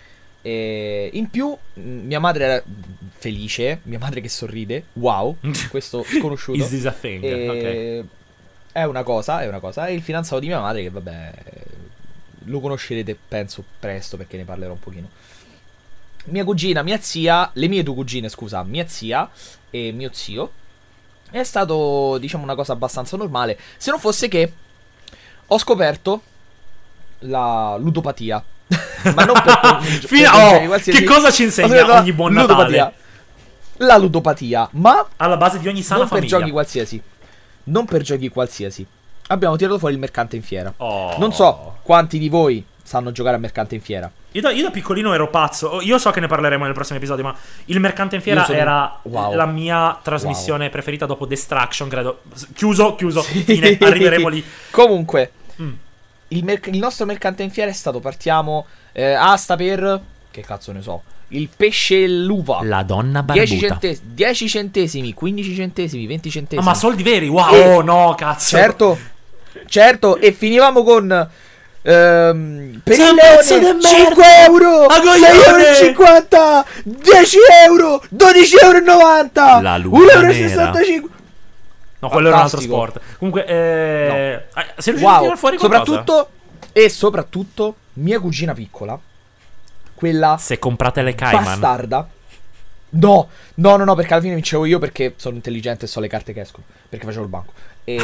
[SPEAKER 2] E in più mia madre era felice, mia madre che sorride, wow, questo sconosciuto.
[SPEAKER 3] Is this a thing?
[SPEAKER 2] E
[SPEAKER 3] okay.
[SPEAKER 2] È una cosa, è una cosa. E il fidanzato di mia madre che vabbè lo conoscerete penso presto perché ne parlerò un pochino. Mia cugina, mia zia, le mie due cugine scusa, mia zia e mio zio È stato, diciamo, una cosa abbastanza normale. Se non fosse che ho scoperto la ludopatia. Ma non per,
[SPEAKER 3] Fino,
[SPEAKER 2] per
[SPEAKER 3] oh,
[SPEAKER 2] qualsiasi...
[SPEAKER 3] che cosa ci insegna ogni buon
[SPEAKER 2] ludopatia.
[SPEAKER 3] Natale?
[SPEAKER 2] La ludopatia, ma
[SPEAKER 3] Alla base di ogni sana
[SPEAKER 2] non
[SPEAKER 3] famiglia.
[SPEAKER 2] per giochi qualsiasi. Non per giochi qualsiasi. Abbiamo tirato fuori il mercante in fiera.
[SPEAKER 3] Oh.
[SPEAKER 2] Non so quanti di voi sanno giocare a mercante in fiera.
[SPEAKER 3] Io da, io da piccolino ero pazzo. Io so che ne parleremo nel prossimo episodio, ma il mercante in fiera
[SPEAKER 2] Io sono-
[SPEAKER 3] era
[SPEAKER 2] wow.
[SPEAKER 3] la mia trasmissione
[SPEAKER 2] Wow.
[SPEAKER 3] preferita dopo Destruction, credo. S- Chiuso, chiuso.
[SPEAKER 2] Sì.
[SPEAKER 3] Fine, arriveremo lì.
[SPEAKER 2] Comunque,
[SPEAKER 3] Mm.
[SPEAKER 2] il, merc- il nostro mercante in fiera è stato, partiamo, eh, ah, sta per, che cazzo ne so, il pesce e l'uva.
[SPEAKER 3] La donna
[SPEAKER 2] dieci,
[SPEAKER 3] barbuta.
[SPEAKER 2] centes- dieci centesimi, quindici centesimi, venti
[SPEAKER 3] Ah,
[SPEAKER 2] centesimi.
[SPEAKER 3] ma soldi veri? Wow,
[SPEAKER 2] E-
[SPEAKER 3] oh, no, cazzo.
[SPEAKER 2] Certo, certo, e finivamo con... Ehm, per
[SPEAKER 3] Sei
[SPEAKER 2] il
[SPEAKER 3] un pezzo
[SPEAKER 2] leone
[SPEAKER 3] di
[SPEAKER 2] cinque
[SPEAKER 3] merda!
[SPEAKER 2] euro,
[SPEAKER 3] A coglione!
[SPEAKER 2] sei euro e cinquanta, dieci euro, dodici euro e novanta,
[SPEAKER 3] La luna
[SPEAKER 2] uno euro e
[SPEAKER 3] nera.
[SPEAKER 2] sessantacinque.
[SPEAKER 3] No, quello era un altro
[SPEAKER 2] Fantastico.
[SPEAKER 3] sport. Comunque, eh... ah, sei riuscito a
[SPEAKER 2] Wow,
[SPEAKER 3] tirare fuori qualcosa?
[SPEAKER 2] soprattutto e soprattutto mia cugina piccola, quella
[SPEAKER 3] Se comprate le Cayman.
[SPEAKER 2] bastarda. No, no, no, no, perché alla fine vincevo io perché sono intelligente e so le carte che escono, perché facevo il banco. E...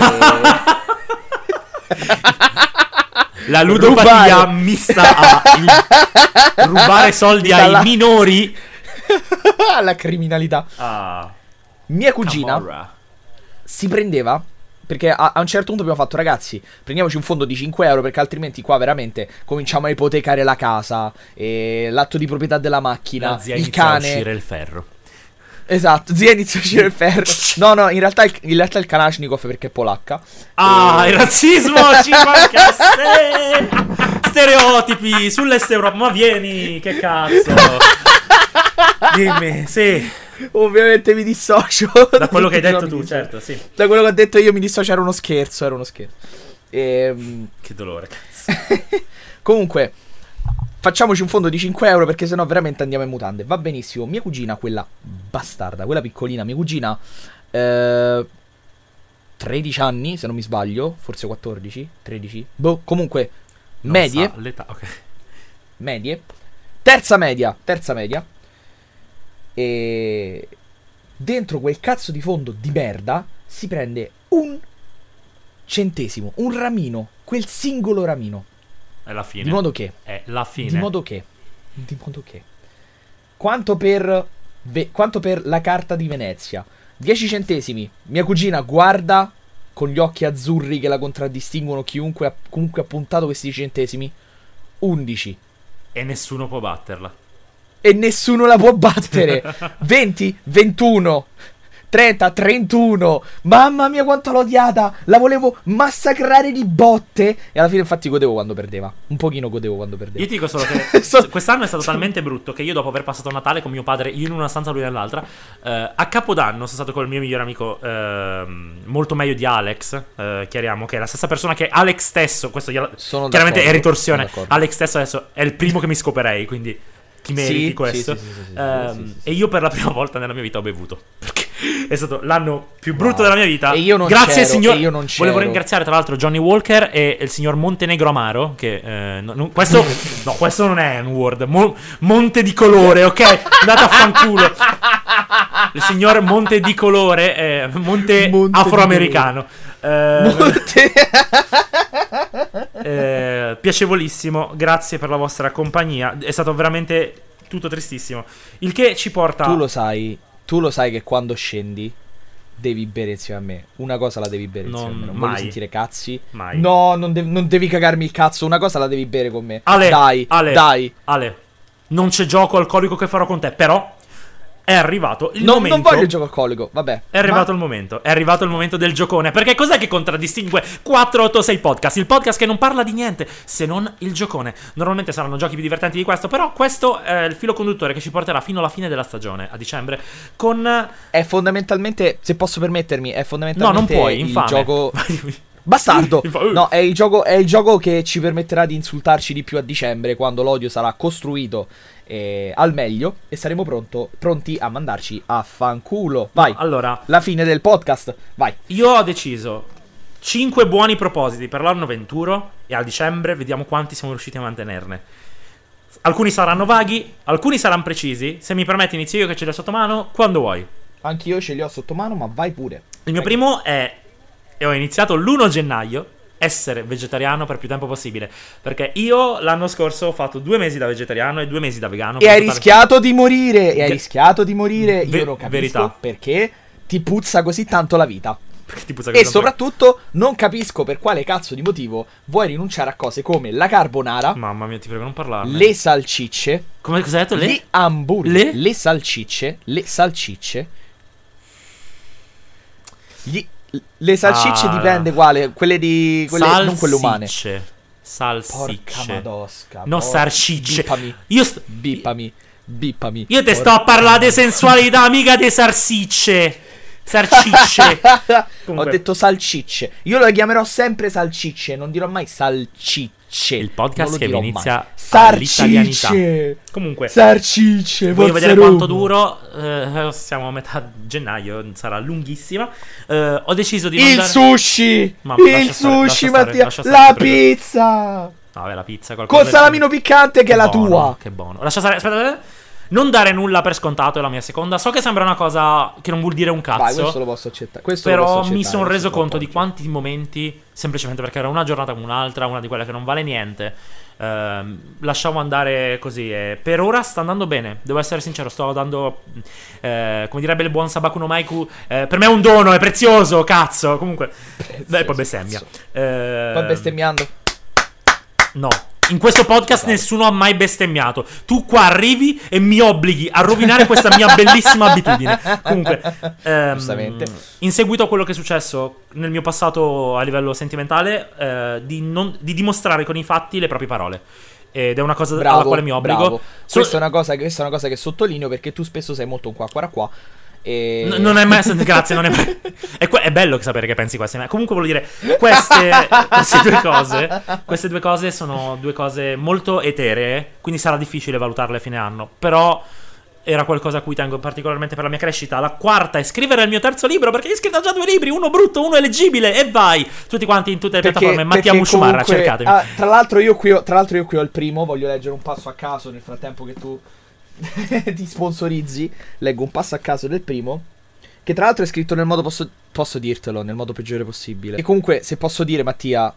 [SPEAKER 3] La ludopatia
[SPEAKER 2] Rubare.
[SPEAKER 3] mista a il- rubare soldi
[SPEAKER 2] Mista
[SPEAKER 3] ai
[SPEAKER 2] alla-
[SPEAKER 3] minori.
[SPEAKER 2] la criminalità.
[SPEAKER 3] Ah,
[SPEAKER 2] Mia cugina
[SPEAKER 3] Camorra.
[SPEAKER 2] si prendeva, perché a, a un certo punto abbiamo fatto, ragazzi, prendiamoci un fondo di cinque euro perché altrimenti qua veramente cominciamo a ipotecare la casa, e l'atto di proprietà della macchina,
[SPEAKER 3] La zia
[SPEAKER 2] il
[SPEAKER 3] inizia a
[SPEAKER 2] cane.
[SPEAKER 3] uscire il ferro.
[SPEAKER 2] Esatto, zia inizia a uscire il ferro. No, no, in realtà il, in realtà il Kalashnikov perché è polacca.
[SPEAKER 3] Ah,
[SPEAKER 2] E-
[SPEAKER 3] il razzismo ci manca. Stereotipi sull'est Europa. Ma vieni, che cazzo. Dimmi, sì.
[SPEAKER 2] Ovviamente mi dissocio.
[SPEAKER 3] Da quello che hai
[SPEAKER 2] No,
[SPEAKER 3] detto
[SPEAKER 2] mi
[SPEAKER 3] tu,
[SPEAKER 2] dissocio.
[SPEAKER 3] certo, sì.
[SPEAKER 2] Da quello che ho detto io mi dissocio, era uno scherzo, era uno scherzo. Ehm,
[SPEAKER 3] Che dolore, cazzo.
[SPEAKER 2] Comunque, facciamoci un fondo di cinque euro perché sennò veramente andiamo in mutande. Va benissimo. Mia cugina, quella bastarda, quella piccolina, mia cugina, eh, tredici anni, se non mi sbaglio, forse quattordici, tredici. Boh, comunque,
[SPEAKER 3] Non
[SPEAKER 2] medie,
[SPEAKER 3] sa l'età, ok.
[SPEAKER 2] medie, terza media, terza media. E dentro quel cazzo di fondo di merda si prende un centesimo, un ramino, quel singolo ramino.
[SPEAKER 3] È la fine.
[SPEAKER 2] Di modo che,
[SPEAKER 3] È la fine.
[SPEAKER 2] di modo che, di modo che, quanto per, ve- quanto per la carta di Venezia, dieci centesimi. Mia cugina guarda con gli occhi azzurri che la contraddistinguono chiunque ha comunque ha puntato questi centesimi. undici.
[SPEAKER 3] E nessuno può batterla.
[SPEAKER 2] E nessuno la può battere. venti, ventuno, trenta, trentuno. Mamma mia quanto l'ho odiata. La volevo massacrare di botte. E alla fine infatti godevo quando perdeva. Un pochino godevo quando perdeva.
[SPEAKER 3] Io ti dico solo che
[SPEAKER 2] So-
[SPEAKER 3] quest'anno è stato talmente brutto che io dopo aver passato Natale con mio padre, io in una stanza, lui nell'altra, eh, a Capodanno sono stato con il mio migliore amico, ehm, molto meglio di Alex, eh, chiariamo, che è la stessa persona che Alex stesso, questo gliela-
[SPEAKER 2] Sono
[SPEAKER 3] chiaramente è
[SPEAKER 2] d'accordo,
[SPEAKER 3] ritorsione,
[SPEAKER 2] sono d'accordo.
[SPEAKER 3] Alex stesso adesso è il primo che mi scoperei, quindi ti meriti
[SPEAKER 2] Sì,
[SPEAKER 3] questo.
[SPEAKER 2] sì, sì, sì, sì, sì,
[SPEAKER 3] Ehm,
[SPEAKER 2] sì, sì, sì.
[SPEAKER 3] E io per la prima volta nella mia vita ho bevuto, perché è stato l'anno più brutto
[SPEAKER 2] Wow.
[SPEAKER 3] della mia vita.
[SPEAKER 2] E io non
[SPEAKER 3] Grazie
[SPEAKER 2] c'ero,
[SPEAKER 3] signor.
[SPEAKER 2] e io non
[SPEAKER 3] Volevo
[SPEAKER 2] c'ero.
[SPEAKER 3] ringraziare tra l'altro Johnny Walker e il signor Montenegro Amaro, che eh, no- non- questo no, questo non è un word, Mo- Monte di colore, ok? Andate a fanculo. Il signor Monte di colore, eh, Monte,
[SPEAKER 2] Monte di
[SPEAKER 3] afroamericano. Eh,
[SPEAKER 2] Molte-
[SPEAKER 3] eh, piacevolissimo, grazie per la vostra compagnia. È stato veramente tutto tristissimo. Il che ci porta.
[SPEAKER 2] Tu lo sai, tu lo sai che quando scendi devi bere insieme a me. Una cosa la devi bere insieme
[SPEAKER 3] Non-
[SPEAKER 2] a me. Non
[SPEAKER 3] mai.
[SPEAKER 2] voglio sentire cazzi.
[SPEAKER 3] Mai.
[SPEAKER 2] No, non, de- non devi cagarmi il cazzo. Una cosa la devi bere con me.
[SPEAKER 3] Ale,
[SPEAKER 2] dai,
[SPEAKER 3] Ale,
[SPEAKER 2] dai.
[SPEAKER 3] Ale, non c'è gioco alcolico che farò con te, però è arrivato il
[SPEAKER 2] Non,
[SPEAKER 3] momento.
[SPEAKER 2] non voglio il gioco alcolico. Vabbè.
[SPEAKER 3] È arrivato
[SPEAKER 2] Ma-
[SPEAKER 3] il momento, è arrivato il momento del giocone. Perché cos'è che contraddistingue quattro otto sei podcast? Il podcast che non parla di niente se non il giocone. Normalmente saranno giochi più divertenti di questo, però questo è il filo conduttore che ci porterà fino alla fine della stagione, a dicembre, con...
[SPEAKER 2] È fondamentalmente, se posso permettermi, è
[SPEAKER 3] No,
[SPEAKER 2] fondamentalmente
[SPEAKER 3] non puoi,
[SPEAKER 2] il
[SPEAKER 3] infame.
[SPEAKER 2] gioco bastardo.
[SPEAKER 3] Infa-
[SPEAKER 2] No, è il gioco è il gioco che ci permetterà di insultarci di più a dicembre, quando l'odio sarà costruito eh, al meglio e saremo pronto, pronti a mandarci a fanculo. Vai.
[SPEAKER 3] Allora,
[SPEAKER 2] La fine del podcast. Vai.
[SPEAKER 3] io ho deciso cinque buoni propositi per l'anno venturo e a dicembre vediamo quanti siamo riusciti a mantenerne. Alcuni saranno vaghi, alcuni saranno precisi. Se mi permetti inizio io che ce li ho sotto mano, quando vuoi.
[SPEAKER 2] Anch'io ce li ho sotto mano, ma vai pure.
[SPEAKER 3] Il mio primo è, e ho iniziato l'primo gennaio, essere vegetariano per più tempo possibile. Perché io l'anno scorso ho fatto due mesi da vegetariano e due mesi da vegano.
[SPEAKER 2] E hai rischiato di morire. E hai rischiato di morire.
[SPEAKER 3] Ve-
[SPEAKER 2] io lo capisco
[SPEAKER 3] verità.
[SPEAKER 2] perché ti puzza così tanto la vita.
[SPEAKER 3] Perché ti puzza
[SPEAKER 2] E
[SPEAKER 3] così tanto-
[SPEAKER 2] soprattutto non capisco per quale cazzo di motivo vuoi rinunciare a cose come la carbonara,
[SPEAKER 3] Mamma mia, ti prego, non parlarne.
[SPEAKER 2] le salsicce,
[SPEAKER 3] Come cosa hai detto? Le?
[SPEAKER 2] gli hamburger,
[SPEAKER 3] Le?
[SPEAKER 2] le salsicce, le salsicce. Gli- le salsicce
[SPEAKER 3] Ah.
[SPEAKER 2] dipende quale, quelle di quelle non quelle umane.
[SPEAKER 3] Salsicce.
[SPEAKER 2] Porca
[SPEAKER 3] Salsicce.
[SPEAKER 2] madosca.
[SPEAKER 3] No,
[SPEAKER 2] porca-
[SPEAKER 3] sarcicce.
[SPEAKER 2] Bippami.
[SPEAKER 3] Io, st-
[SPEAKER 2] Bippami. Bippami.
[SPEAKER 3] io te sto
[SPEAKER 2] Porca
[SPEAKER 3] a parlare di sensualità, mica di sarsicce. Sarcicce.
[SPEAKER 2] Ho
[SPEAKER 3] Comunque,
[SPEAKER 2] detto salcicce. Io lo chiamerò sempre salcicce, non dirò mai salcicce.
[SPEAKER 3] il podcast
[SPEAKER 2] Non lo
[SPEAKER 3] che
[SPEAKER 2] dirò
[SPEAKER 3] inizia
[SPEAKER 2] mai.
[SPEAKER 3] all'italianità.
[SPEAKER 2] Sarcicce.
[SPEAKER 3] Comunque,
[SPEAKER 2] Sarcicce.
[SPEAKER 3] voglio vedere
[SPEAKER 2] Pozzaromo.
[SPEAKER 3] quanto duro. eh, siamo a metà gennaio, sarà lunghissima. Eh, ho deciso di
[SPEAKER 2] Il
[SPEAKER 3] mandare...
[SPEAKER 2] sushi.
[SPEAKER 3] Ma lascia
[SPEAKER 2] il
[SPEAKER 3] stare, lascia
[SPEAKER 2] sushi,
[SPEAKER 3] stare,
[SPEAKER 2] Mattia.
[SPEAKER 3] lascia stare,
[SPEAKER 2] La
[SPEAKER 3] ti prego.
[SPEAKER 2] pizza.
[SPEAKER 3] No, vabbè, la pizza, qualcosa
[SPEAKER 2] Col
[SPEAKER 3] del-
[SPEAKER 2] salamino piccante che è la
[SPEAKER 3] buono,
[SPEAKER 2] tua.
[SPEAKER 3] Che buono. Lascia stare, aspetta, aspetta. Non dare nulla per scontato è la mia seconda. So che sembra una cosa che non vuol dire un cazzo.
[SPEAKER 2] Vai, questo lo posso accettare. Questo lo
[SPEAKER 3] Però
[SPEAKER 2] posso
[SPEAKER 3] mi
[SPEAKER 2] accettare,
[SPEAKER 3] sono reso
[SPEAKER 2] questo lo
[SPEAKER 3] conto di
[SPEAKER 2] appoggio.
[SPEAKER 3] quanti momenti, semplicemente perché era una giornata come un'altra, una di quelle che non vale niente, ehm, lasciamo andare così. E per ora sta andando bene, devo essere sincero, sto dando, eh, come direbbe il buon Sabaku no Maiku, eh, per me è un dono, è prezioso, cazzo. Comunque, dai, poi bestemmia. Eh,
[SPEAKER 2] Poi bestemmiando.
[SPEAKER 3] No. In questo podcast nessuno ha mai bestemmiato. Tu qua arrivi e mi obblighi a rovinare questa mia bellissima abitudine. Comunque, ehm,
[SPEAKER 2] Giustamente.
[SPEAKER 3] in seguito a quello che è successo nel mio passato a livello sentimentale, eh, di, non- di dimostrare con i fatti le proprie parole. Ed è una cosa
[SPEAKER 2] Bravo,
[SPEAKER 3] alla quale mi obbligo.
[SPEAKER 2] bravo.
[SPEAKER 3] So-
[SPEAKER 2] Questa, è una cosa, questa è una cosa che sottolineo perché tu spesso sei molto un qua qua qua. E...
[SPEAKER 3] N- non è mai grazie, non è mai. È, que- è bello sapere che pensi queste. Comunque voglio dire, queste, queste due cose, queste due cose sono due cose molto eteree, quindi sarà difficile valutarle a fine anno. Però era qualcosa a cui tengo particolarmente per la mia crescita. La quarta è scrivere il mio terzo libro, perché io ho scritto già due libri, uno brutto, uno è leggibile, e vai tutti quanti in tutte le
[SPEAKER 2] Perché,
[SPEAKER 3] piattaforme. Mattia
[SPEAKER 2] perché
[SPEAKER 3] Mushumarra,
[SPEAKER 2] comunque-
[SPEAKER 3] cercatemi.
[SPEAKER 2] ah, tra l'altro io qui ho, tra l'altro io qui ho il primo. Voglio leggere un passo a caso nel frattempo che tu ti sponsorizzi. Leggo un passo a caso del primo, che tra l'altro è scritto nel modo, posso, posso dirtelo, nel modo peggiore possibile. E comunque, se posso dire, Mattia,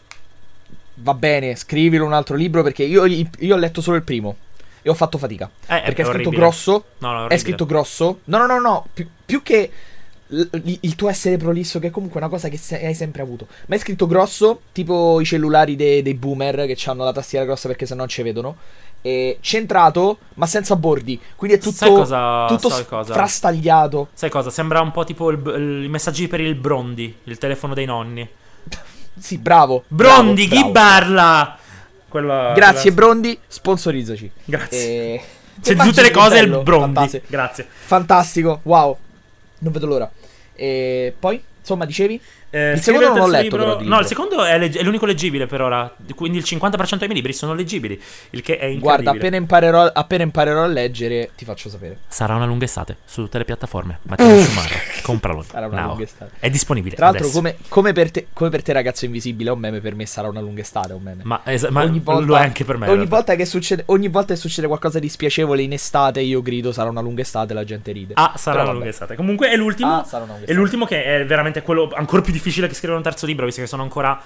[SPEAKER 2] va bene, scrivilo un altro libro, perché io, io ho letto solo il primo e ho fatto fatica.
[SPEAKER 3] Eh,
[SPEAKER 2] Perché è, scritto
[SPEAKER 3] orribile.
[SPEAKER 2] grosso.
[SPEAKER 3] No, no, è
[SPEAKER 2] È
[SPEAKER 3] orribile.
[SPEAKER 2] scritto grosso. No, no, no, no. Pi- più che l- il, il tuo essere prolisso, che è comunque una cosa che se- hai sempre avuto. Ma è scritto grosso, tipo i cellulari dei, dei boomer che hanno la tastiera grossa perché sennò non ci vedono. E centrato, ma senza bordi. Quindi è tutto,
[SPEAKER 3] Sai cosa-
[SPEAKER 2] tutto
[SPEAKER 3] sai cosa?
[SPEAKER 2] frastagliato.
[SPEAKER 3] Sai cosa? Sembra un po' tipo il, il- i messaggi per il Brondi, il telefono dei nonni.
[SPEAKER 2] Sì, bravo.
[SPEAKER 3] Brondi,
[SPEAKER 2] bravo,
[SPEAKER 3] chi
[SPEAKER 2] bravo.
[SPEAKER 3] parla? Quella-
[SPEAKER 2] Grazie,
[SPEAKER 3] quella-
[SPEAKER 2] Brondi, sponsorizzaci.
[SPEAKER 3] Grazie.
[SPEAKER 2] E...
[SPEAKER 3] C'è di
[SPEAKER 2] Immagini
[SPEAKER 3] tutte le
[SPEAKER 2] che
[SPEAKER 3] cose il
[SPEAKER 2] bello,
[SPEAKER 3] Brondi.
[SPEAKER 2] fantastico.
[SPEAKER 3] Grazie.
[SPEAKER 2] Fantastico, wow. Non vedo l'ora. E poi, insomma, dicevi?
[SPEAKER 3] Eh,
[SPEAKER 2] Il
[SPEAKER 3] scrivere
[SPEAKER 2] secondo non l'ho
[SPEAKER 3] terzo
[SPEAKER 2] letto,
[SPEAKER 3] libro-
[SPEAKER 2] però, di
[SPEAKER 3] No,
[SPEAKER 2] libro.
[SPEAKER 3] il secondo è, legge- è l'unico leggibile per ora. Quindi il cinquanta per cento dei miei libri sono leggibili. Il che è incredibile.
[SPEAKER 2] Guarda, appena imparerò, appena imparerò a leggere, ti faccio sapere.
[SPEAKER 3] Sarà una lunga estate su tutte le piattaforme. Mattia Mushumarra, compralo.
[SPEAKER 2] Sarà una
[SPEAKER 3] now.
[SPEAKER 2] lunga estate.
[SPEAKER 3] È disponibile.
[SPEAKER 2] Tra l'altro,
[SPEAKER 3] adesso.
[SPEAKER 2] come, come, per te, come per te, ragazzo invisibile, è un meme. Per me sarà una lunga estate. È un meme.
[SPEAKER 3] Ma, es- ma
[SPEAKER 2] ogni volta,
[SPEAKER 3] lo è anche per me. in
[SPEAKER 2] Ogni
[SPEAKER 3] realtà.
[SPEAKER 2] volta, che succede, ogni volta che succede qualcosa di spiacevole in estate, io grido sarà una lunga estate e la gente ride.
[SPEAKER 3] Ah, sarà
[SPEAKER 2] Però
[SPEAKER 3] una
[SPEAKER 2] vabbè.
[SPEAKER 3] lunga estate. Comunque è l'ultimo.
[SPEAKER 2] Ah, sarà una lunga
[SPEAKER 3] È
[SPEAKER 2] estate.
[SPEAKER 3] l'ultimo che è veramente quello ancora più difficile che scrivere un terzo libro, visto che sono ancora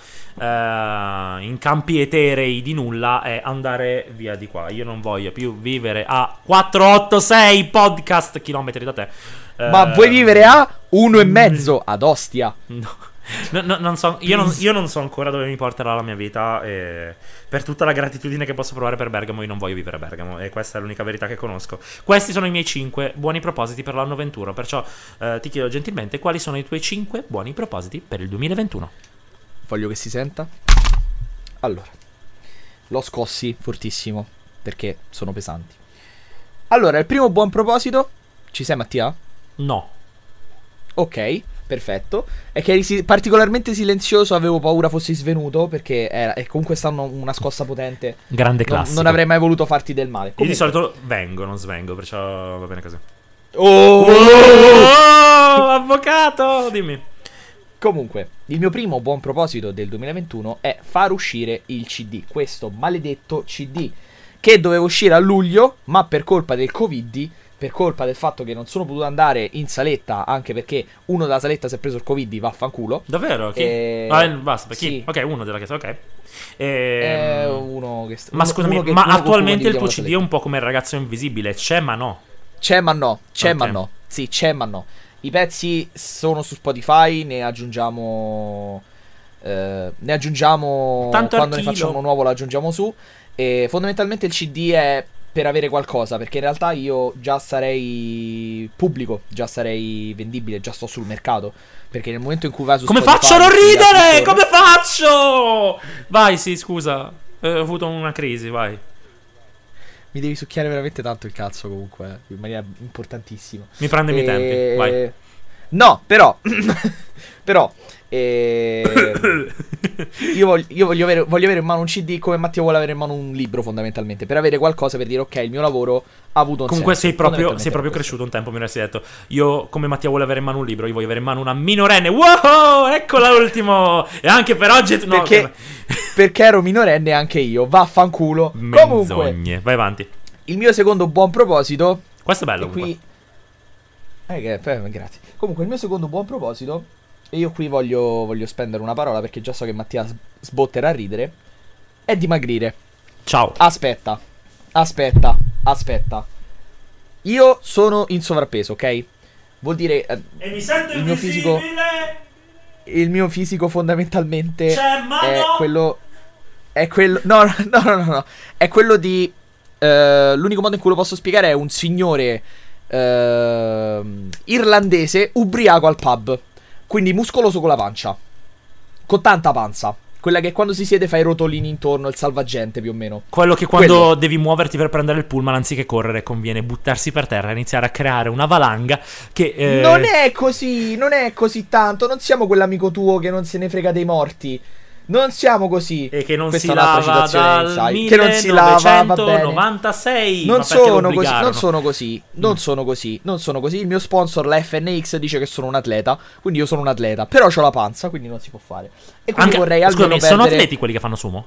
[SPEAKER 3] eh, in campi eterei di nulla, è andare via di qua. Io non voglio più vivere a quattrocentottantasei podcast chilometri da te. Eh,
[SPEAKER 2] Ma vuoi vivere a uno e mezzo ad Ostia?
[SPEAKER 3] No. No, no, non so, io, non, io non so ancora dove mi porterà la mia vita, e per tutta la gratitudine che posso provare per Bergamo, io non voglio vivere a Bergamo, e questa è l'unica verità che conosco. Questi sono i miei cinque buoni propositi per l'anno ventuno, perciò eh, ti chiedo gentilmente quali sono i tuoi cinque buoni propositi per il duemilaventuno.
[SPEAKER 2] Voglio che si senta. Allora, l'ho scossi fortissimo perché sono pesanti. Allora, il primo buon proposito. Ci sei, Mattia?
[SPEAKER 3] No.
[SPEAKER 2] Ok, perfetto. È che eri si- particolarmente silenzioso, avevo paura fossi svenuto perché era, e comunque stanno una scossa potente.
[SPEAKER 3] Grande
[SPEAKER 2] Non,
[SPEAKER 3] classico.
[SPEAKER 2] non avrei mai voluto farti del male.
[SPEAKER 3] Io di
[SPEAKER 2] Comunque-
[SPEAKER 3] solito vengo, non svengo, perciò va bene così.
[SPEAKER 2] Oh!
[SPEAKER 3] Oh, avvocato, dimmi.
[SPEAKER 2] Comunque, il mio primo buon proposito del duemilaventuno è far uscire il C D. Questo maledetto C D che doveva uscire a luglio, ma per colpa del Covid per colpa del fatto che non sono potuto andare in saletta, anche perché uno della saletta si è preso il Covid, vaffanculo.
[SPEAKER 3] Davvero? Chi?
[SPEAKER 2] E...
[SPEAKER 3] Ah, basta, chi?
[SPEAKER 2] Sì.
[SPEAKER 3] Ok, uno della chiesa, ok.
[SPEAKER 2] È
[SPEAKER 3] E...
[SPEAKER 2] uno che sta...
[SPEAKER 3] Ma
[SPEAKER 2] uno,
[SPEAKER 3] scusami,
[SPEAKER 2] uno che,
[SPEAKER 3] ma
[SPEAKER 2] uno
[SPEAKER 3] attualmente il tuo
[SPEAKER 2] C
[SPEAKER 3] C D è un po' come il ragazzo invisibile, c'è ma no.
[SPEAKER 2] C'è ma no, c'è
[SPEAKER 3] Ok.
[SPEAKER 2] ma no. Sì, c'è ma no. I pezzi sono su Spotify, ne aggiungiamo... Eh, ne aggiungiamo...
[SPEAKER 3] Tanto
[SPEAKER 2] quando ne
[SPEAKER 3] archilo.
[SPEAKER 2] facciamo uno nuovo lo aggiungiamo su. E fondamentalmente il C D è per avere qualcosa, perché in realtà io già sarei pubblico, già sarei vendibile, già sto sul mercato. Perché nel momento in cui vai su
[SPEAKER 3] Come
[SPEAKER 2] Spotify,
[SPEAKER 3] faccio a non
[SPEAKER 2] ti dà
[SPEAKER 3] ridere?
[SPEAKER 2] tutto-
[SPEAKER 3] Come faccio? Vai, sì, scusa. Eh, ho avuto una crisi, vai.
[SPEAKER 2] Mi devi succhiare veramente tanto il cazzo comunque, eh, in maniera importantissima.
[SPEAKER 3] Mi prende i miei tempi, vai.
[SPEAKER 2] No, però Però eh, io, voglio, io voglio, avere, voglio avere in mano un C D come Matteo vuole avere in mano un libro, fondamentalmente, per avere qualcosa per dire ok, il mio lavoro ha avuto un
[SPEAKER 3] Comunque
[SPEAKER 2] senso.
[SPEAKER 3] sei proprio,
[SPEAKER 2] Fondamentalmente
[SPEAKER 3] sei proprio
[SPEAKER 2] è questo.
[SPEAKER 3] cresciuto un tempo, mi avresti detto. Io, come Mattia vuole avere in mano un libro, io voglio avere in mano una minorenne. Wow, eccola l'ultimo. E anche per oggi no,
[SPEAKER 2] Perché, perché ero minorenne anche io, vaffanculo. Comunque,
[SPEAKER 3] menzogne. Vai avanti.
[SPEAKER 2] il mio secondo buon proposito.
[SPEAKER 3] Questo è bello
[SPEAKER 2] E qui
[SPEAKER 3] comunque.
[SPEAKER 2] eh, che, eh, grazie. Comunque il mio secondo buon proposito, e io qui voglio, voglio spendere una parola perché già so che Mattia s- sbotterà a ridere, è dimagrire.
[SPEAKER 3] Ciao.
[SPEAKER 2] Aspetta, aspetta, aspetta. Io sono in sovrappeso, ok? Vuol dire eh,
[SPEAKER 3] E mi sento
[SPEAKER 2] il mio fisico, il mio fisico fondamentalmente
[SPEAKER 3] C'è mano.
[SPEAKER 2] è quello, è quello, no, no, no, no, no, è quello di, eh, l'unico modo in cui lo posso spiegare è un signore ehm, irlandese ubriaco al pub, quindi muscoloso con la pancia, con tanta panza, quella che quando si siede fa i rotolini intorno, il salvagente più o meno.
[SPEAKER 3] Quello che quando
[SPEAKER 2] Quello.
[SPEAKER 3] devi muoverti per prendere il pullman, anziché correre, conviene buttarsi per terra e iniziare a creare una valanga che... eh,
[SPEAKER 2] Non è così, non è così tanto, non siamo quell'amico tuo che non se ne frega dei morti. Non siamo così.
[SPEAKER 3] E che non
[SPEAKER 2] Questa
[SPEAKER 3] si
[SPEAKER 2] è un'altra
[SPEAKER 3] lava
[SPEAKER 2] citazione
[SPEAKER 3] dal
[SPEAKER 2] inside. Che non si lava, va bene.
[SPEAKER 3] millenovecentonovantasei.
[SPEAKER 2] Non
[SPEAKER 3] ma perché lo
[SPEAKER 2] sono così,
[SPEAKER 3] obbligarono?
[SPEAKER 2] non sono così, non
[SPEAKER 3] Mm.
[SPEAKER 2] sono così, non sono così. Il mio sponsor, la F N X, dice che sono un atleta, quindi io sono un atleta, però ho la panza, quindi non si può fare. E quindi
[SPEAKER 3] Anche,
[SPEAKER 2] vorrei almeno
[SPEAKER 3] scusami,
[SPEAKER 2] perdere...
[SPEAKER 3] sono atleti quelli che fanno sumo?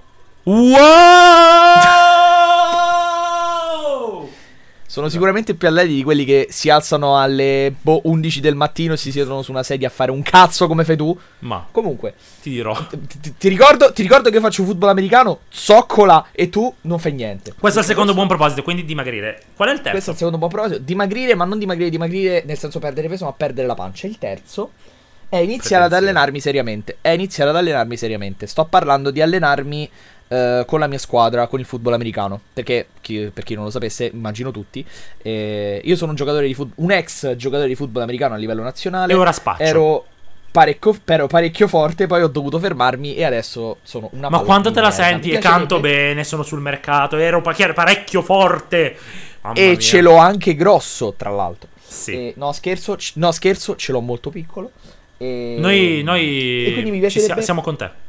[SPEAKER 3] Wow!
[SPEAKER 2] Sono sicuramente più atleti di quelli che si alzano alle boh, undici del mattino e si siedono su una sedia a fare un cazzo come fai tu.
[SPEAKER 3] Ma
[SPEAKER 2] Comunque,
[SPEAKER 3] ti dirò.
[SPEAKER 2] ti, ti- ti ricordo, ti ricordo che io faccio football americano, zoccola, e tu non fai niente.
[SPEAKER 3] Questo è il secondo buon proposito, quindi dimagrire. Qual è il
[SPEAKER 2] Questo è
[SPEAKER 3] terzo?
[SPEAKER 2] il secondo buon proposito. Dimagrire, ma non dimagrire, dimagrire nel senso perdere peso, ma perdere la pancia. Il terzo è iniziare ad
[SPEAKER 3] Pretenzioso.
[SPEAKER 2] allenarmi seriamente. È iniziare ad allenarmi seriamente. Sto parlando di allenarmi eh, con la mia squadra, con il football americano. Perché, chi, per chi non lo sapesse, immagino tutti, eh, io sono un giocatore di foot- un ex giocatore di football americano a livello nazionale.
[SPEAKER 3] E ora spaccio.
[SPEAKER 2] Ero parecchio, ero parecchio forte, poi ho dovuto fermarmi e adesso sono una
[SPEAKER 3] Ma
[SPEAKER 2] palla
[SPEAKER 3] quanto
[SPEAKER 2] di
[SPEAKER 3] te la
[SPEAKER 2] merda.
[SPEAKER 3] senti?
[SPEAKER 2] Mi
[SPEAKER 3] E canto
[SPEAKER 2] piacerebbe-
[SPEAKER 3] bene, sono sul mercato, ero pa- parecchio forte. Mamma
[SPEAKER 2] E
[SPEAKER 3] mia.
[SPEAKER 2] ce l'ho anche grosso, tra l'altro.
[SPEAKER 3] Sì.
[SPEAKER 2] E, no, scherzo, c- no, scherzo, ce l'ho molto piccolo. E...
[SPEAKER 3] Noi, noi
[SPEAKER 2] E quindi mi
[SPEAKER 3] ci
[SPEAKER 2] piacerebbe...
[SPEAKER 3] sia- siamo con te.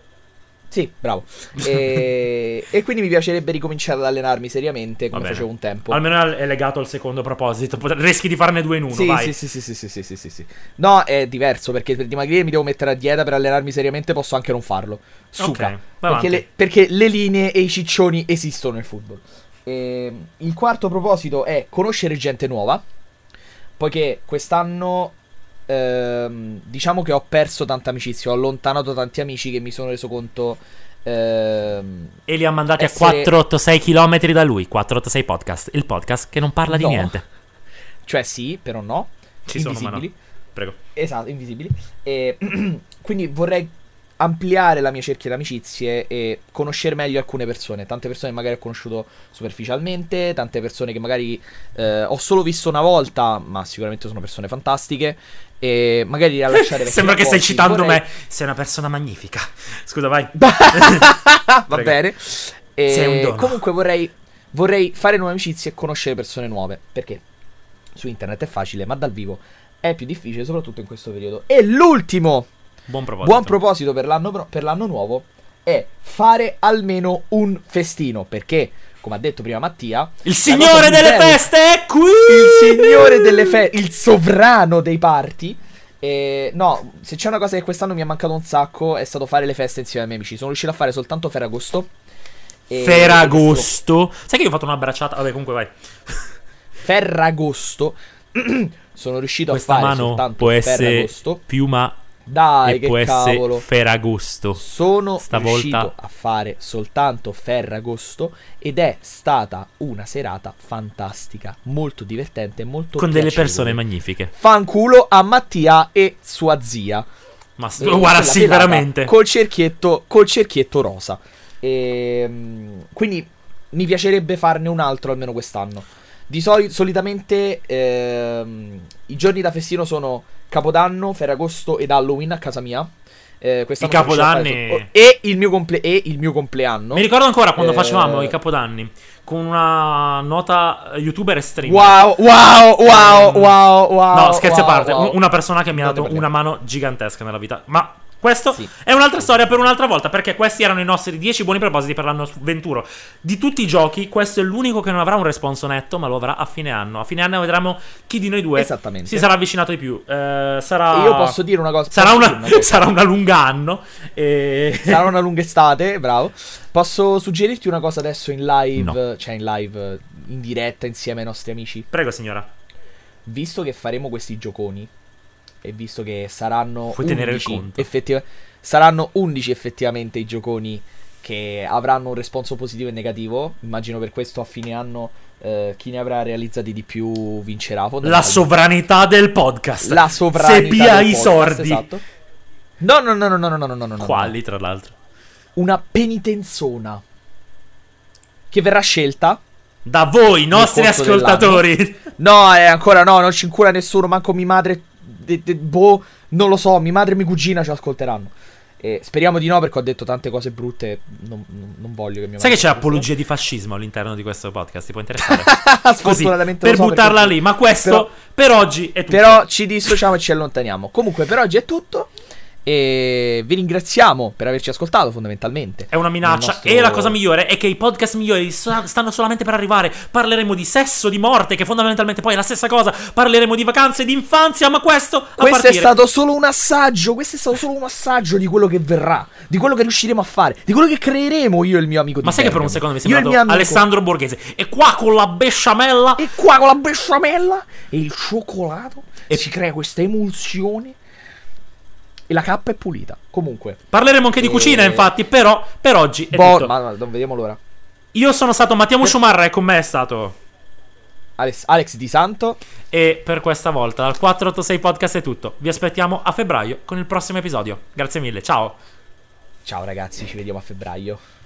[SPEAKER 2] Sì, bravo. E... e quindi mi piacerebbe ricominciare ad allenarmi seriamente come
[SPEAKER 3] Va bene.
[SPEAKER 2] facevo un tempo.
[SPEAKER 3] Almeno è legato al secondo proposito. Pot- Rischi di farne due in uno,
[SPEAKER 2] Sì,
[SPEAKER 3] vai.
[SPEAKER 2] sì, sì, sì, sì, sì, sì, sì, sì. No, è diverso perché per dimagrire mi devo mettere a dieta, per allenarmi seriamente posso anche non farlo. Suca.
[SPEAKER 3] Ok, vai
[SPEAKER 2] perché,
[SPEAKER 3] avanti.
[SPEAKER 2] le, perché le linee e i ciccioni esistono nel football. E, il quarto proposito è conoscere gente nuova, poiché quest'anno ehm, diciamo che ho perso tanta amicizia, ho allontanato tanti amici che mi sono reso conto ehm,
[SPEAKER 3] E li ha mandati
[SPEAKER 2] essere-
[SPEAKER 3] a quattrocentottantasei chilometri da lui. quattrocentottasei podcast. Il podcast che non parla di
[SPEAKER 2] No.
[SPEAKER 3] niente.
[SPEAKER 2] cioè sì, però no.
[SPEAKER 3] Ci sono, ma no.
[SPEAKER 2] Invisibili.
[SPEAKER 3] Prego.
[SPEAKER 2] Esatto, invisibili. E quindi vorrei ampliare la mia cerchia di amicizie e conoscere meglio alcune persone. Tante persone che magari ho conosciuto superficialmente, tante persone che magari eh, ho solo visto una volta, ma sicuramente sono persone fantastiche. E magari rilasciare
[SPEAKER 3] Sembra che stai citando me. Sei una persona magnifica. Scusa, vai.
[SPEAKER 2] Va
[SPEAKER 3] Prego.
[SPEAKER 2] bene. E
[SPEAKER 3] Sei un dono.
[SPEAKER 2] comunque vorrei, vorrei fare nuove amicizie e conoscere persone nuove. Perché su internet è facile, ma dal vivo è più difficile, soprattutto in questo periodo. E l'ultimo
[SPEAKER 3] Buon proposito.
[SPEAKER 2] buon proposito per l'anno, pro- per l'anno nuovo è fare almeno un festino. Perché, come ha detto prima Mattia,
[SPEAKER 3] Il
[SPEAKER 2] la
[SPEAKER 3] signore
[SPEAKER 2] cosa più
[SPEAKER 3] delle
[SPEAKER 2] bella-
[SPEAKER 3] feste è qui.
[SPEAKER 2] il signore delle feste, il sovrano dei party. E no, se c'è una cosa che quest'anno mi è mancato un sacco è stato fare le feste insieme ai miei amici. Sono riuscito a fare soltanto Ferragosto. E-
[SPEAKER 3] Ferragosto. Sai che io ho fatto una bracciata. Vabbè, comunque vai.
[SPEAKER 2] Ferragosto. Sono riuscito
[SPEAKER 3] Questa
[SPEAKER 2] a fare
[SPEAKER 3] mano
[SPEAKER 2] soltanto
[SPEAKER 3] può essere
[SPEAKER 2] Ferragosto.
[SPEAKER 3] piuma
[SPEAKER 2] Dai,
[SPEAKER 3] e
[SPEAKER 2] che
[SPEAKER 3] può
[SPEAKER 2] cavolo.
[SPEAKER 3] essere Ferragosto.
[SPEAKER 2] Sono
[SPEAKER 3] Stavolta-
[SPEAKER 2] riuscito a fare soltanto Ferragosto ed è stata una serata fantastica, molto divertente, molto
[SPEAKER 3] Con delle
[SPEAKER 2] piacevole.
[SPEAKER 3] persone magnifiche.
[SPEAKER 2] Fanculo a Mattia e sua zia.
[SPEAKER 3] Ma
[SPEAKER 2] E
[SPEAKER 3] guarda,
[SPEAKER 2] quella
[SPEAKER 3] sì,
[SPEAKER 2] serata
[SPEAKER 3] veramente.
[SPEAKER 2] Col cerchietto, col cerchietto rosa. E, quindi mi piacerebbe farne un altro almeno quest'anno. Di solito, solitamente ehm, i giorni da festino sono Capodanno, Ferragosto ed Halloween a casa mia. Eh, quest'anno
[SPEAKER 3] I
[SPEAKER 2] sono riuscito a fare
[SPEAKER 3] Capodanni-
[SPEAKER 2] sol- e il mio, comple- e il mio compleanno.
[SPEAKER 3] Mi ricordo ancora quando
[SPEAKER 2] Eh,
[SPEAKER 3] facevamo i capodanni con una nota youtuber e streamer.
[SPEAKER 2] Wow, wow, wow,
[SPEAKER 3] Ehm,
[SPEAKER 2] wow, wow.
[SPEAKER 3] No, scherzi a
[SPEAKER 2] wow,
[SPEAKER 3] parte,
[SPEAKER 2] wow.
[SPEAKER 3] un- una persona che mi ha
[SPEAKER 2] Non ne
[SPEAKER 3] dato
[SPEAKER 2] parliamo.
[SPEAKER 3] una mano gigantesca nella vita. Ma questo
[SPEAKER 2] Sì.
[SPEAKER 3] è un'altra storia per un'altra volta, perché questi erano i nostri dieci buoni propositi per l'anno venturo. Di tutti i giochi, questo è l'unico che non avrà un responso netto, ma lo avrà a fine anno. A fine anno vedremo chi di noi due
[SPEAKER 2] Esattamente.
[SPEAKER 3] si sarà avvicinato di più. Eh, sarà...
[SPEAKER 2] E io posso dire una cosa.
[SPEAKER 3] Sarà
[SPEAKER 2] posso
[SPEAKER 3] una,
[SPEAKER 2] dire una cosa?
[SPEAKER 3] sarà una lunga anno. E...
[SPEAKER 2] Sarà una lunga estate, bravo. Posso suggerirti una cosa adesso in live,
[SPEAKER 3] No.
[SPEAKER 2] cioè in live, in diretta insieme ai nostri amici?
[SPEAKER 3] Prego, signora.
[SPEAKER 2] Visto che faremo questi gioconi e visto che saranno
[SPEAKER 3] Puoi tenere il
[SPEAKER 2] undici
[SPEAKER 3] conto.
[SPEAKER 2] effettiva- saranno undici effettivamente i gioconi che avranno un responso positivo e negativo, immagino per questo a fine anno eh, chi ne avrà realizzati di più vincerà.
[SPEAKER 3] La
[SPEAKER 2] fondamentalmente.
[SPEAKER 3] sovranità del podcast.
[SPEAKER 2] La sovranità
[SPEAKER 3] Se pia
[SPEAKER 2] del
[SPEAKER 3] i
[SPEAKER 2] podcast,
[SPEAKER 3] sordi.
[SPEAKER 2] esatto. No, no, no, no, no, no, no, no, no, no.
[SPEAKER 3] Quali, tra l'altro?
[SPEAKER 2] Una penitenzona che verrà scelta.
[SPEAKER 3] Da voi, nostri
[SPEAKER 2] corso
[SPEAKER 3] ascoltatori.
[SPEAKER 2] No, è ancora no, non ci incura nessuno, manco mia madre, de- de- boh, non lo so, mia madre e mia cugina ci ascolteranno. E speriamo di no, perché ho detto tante cose brutte, non, non- non voglio che mia
[SPEAKER 3] Sai che c'è
[SPEAKER 2] madre...
[SPEAKER 3] apologia di fascismo all'interno di questo podcast? Ti può interessare? Così,
[SPEAKER 2] Sfortunatamente
[SPEAKER 3] per
[SPEAKER 2] lo so,
[SPEAKER 3] buttarla
[SPEAKER 2] perché-
[SPEAKER 3] lì. Ma questo
[SPEAKER 2] Però-
[SPEAKER 3] per oggi è tutto.
[SPEAKER 2] Però ci dissociamo e ci allontaniamo. Comunque per oggi è tutto. E vi ringraziamo per averci ascoltato fondamentalmente.
[SPEAKER 3] È una minaccia.
[SPEAKER 2] Nel nostro-
[SPEAKER 3] E la cosa migliore è che i podcast migliori sa- stanno solamente per arrivare. Parleremo di sesso, di morte, che fondamentalmente poi è la stessa cosa. Parleremo di vacanze, di infanzia, ma questo a
[SPEAKER 2] Questo
[SPEAKER 3] partire...
[SPEAKER 2] è stato solo un assaggio. Questo è stato solo un assaggio di quello che verrà, di quello che riusciremo a fare, di quello che creeremo io e il mio amico di
[SPEAKER 3] Ma sai che per un
[SPEAKER 2] Bergamo.
[SPEAKER 3] secondo mi è
[SPEAKER 2] Io e il
[SPEAKER 3] sembrato
[SPEAKER 2] mio amico.
[SPEAKER 3] Alessandro Borghese. E qua con la besciamella.
[SPEAKER 2] E qua con la besciamella e il cioccolato
[SPEAKER 3] E-
[SPEAKER 2] e si crea questa emulsione e la cappa è pulita. Comunque,
[SPEAKER 3] Parleremo anche di
[SPEAKER 2] E-
[SPEAKER 3] cucina, infatti. Però per oggi è
[SPEAKER 2] boh,
[SPEAKER 3] tutto.
[SPEAKER 2] ma, ma non vediamo l'ora.
[SPEAKER 3] Io sono stato Mattia Musciumarra e con me è stato...
[SPEAKER 2] Alex, Alex Di Santo.
[SPEAKER 3] E per questa volta dal quattrocentottantasei Podcast è tutto. Vi aspettiamo a febbraio con il prossimo episodio. Grazie mille, ciao.
[SPEAKER 2] Ciao ragazzi, ci vediamo a febbraio.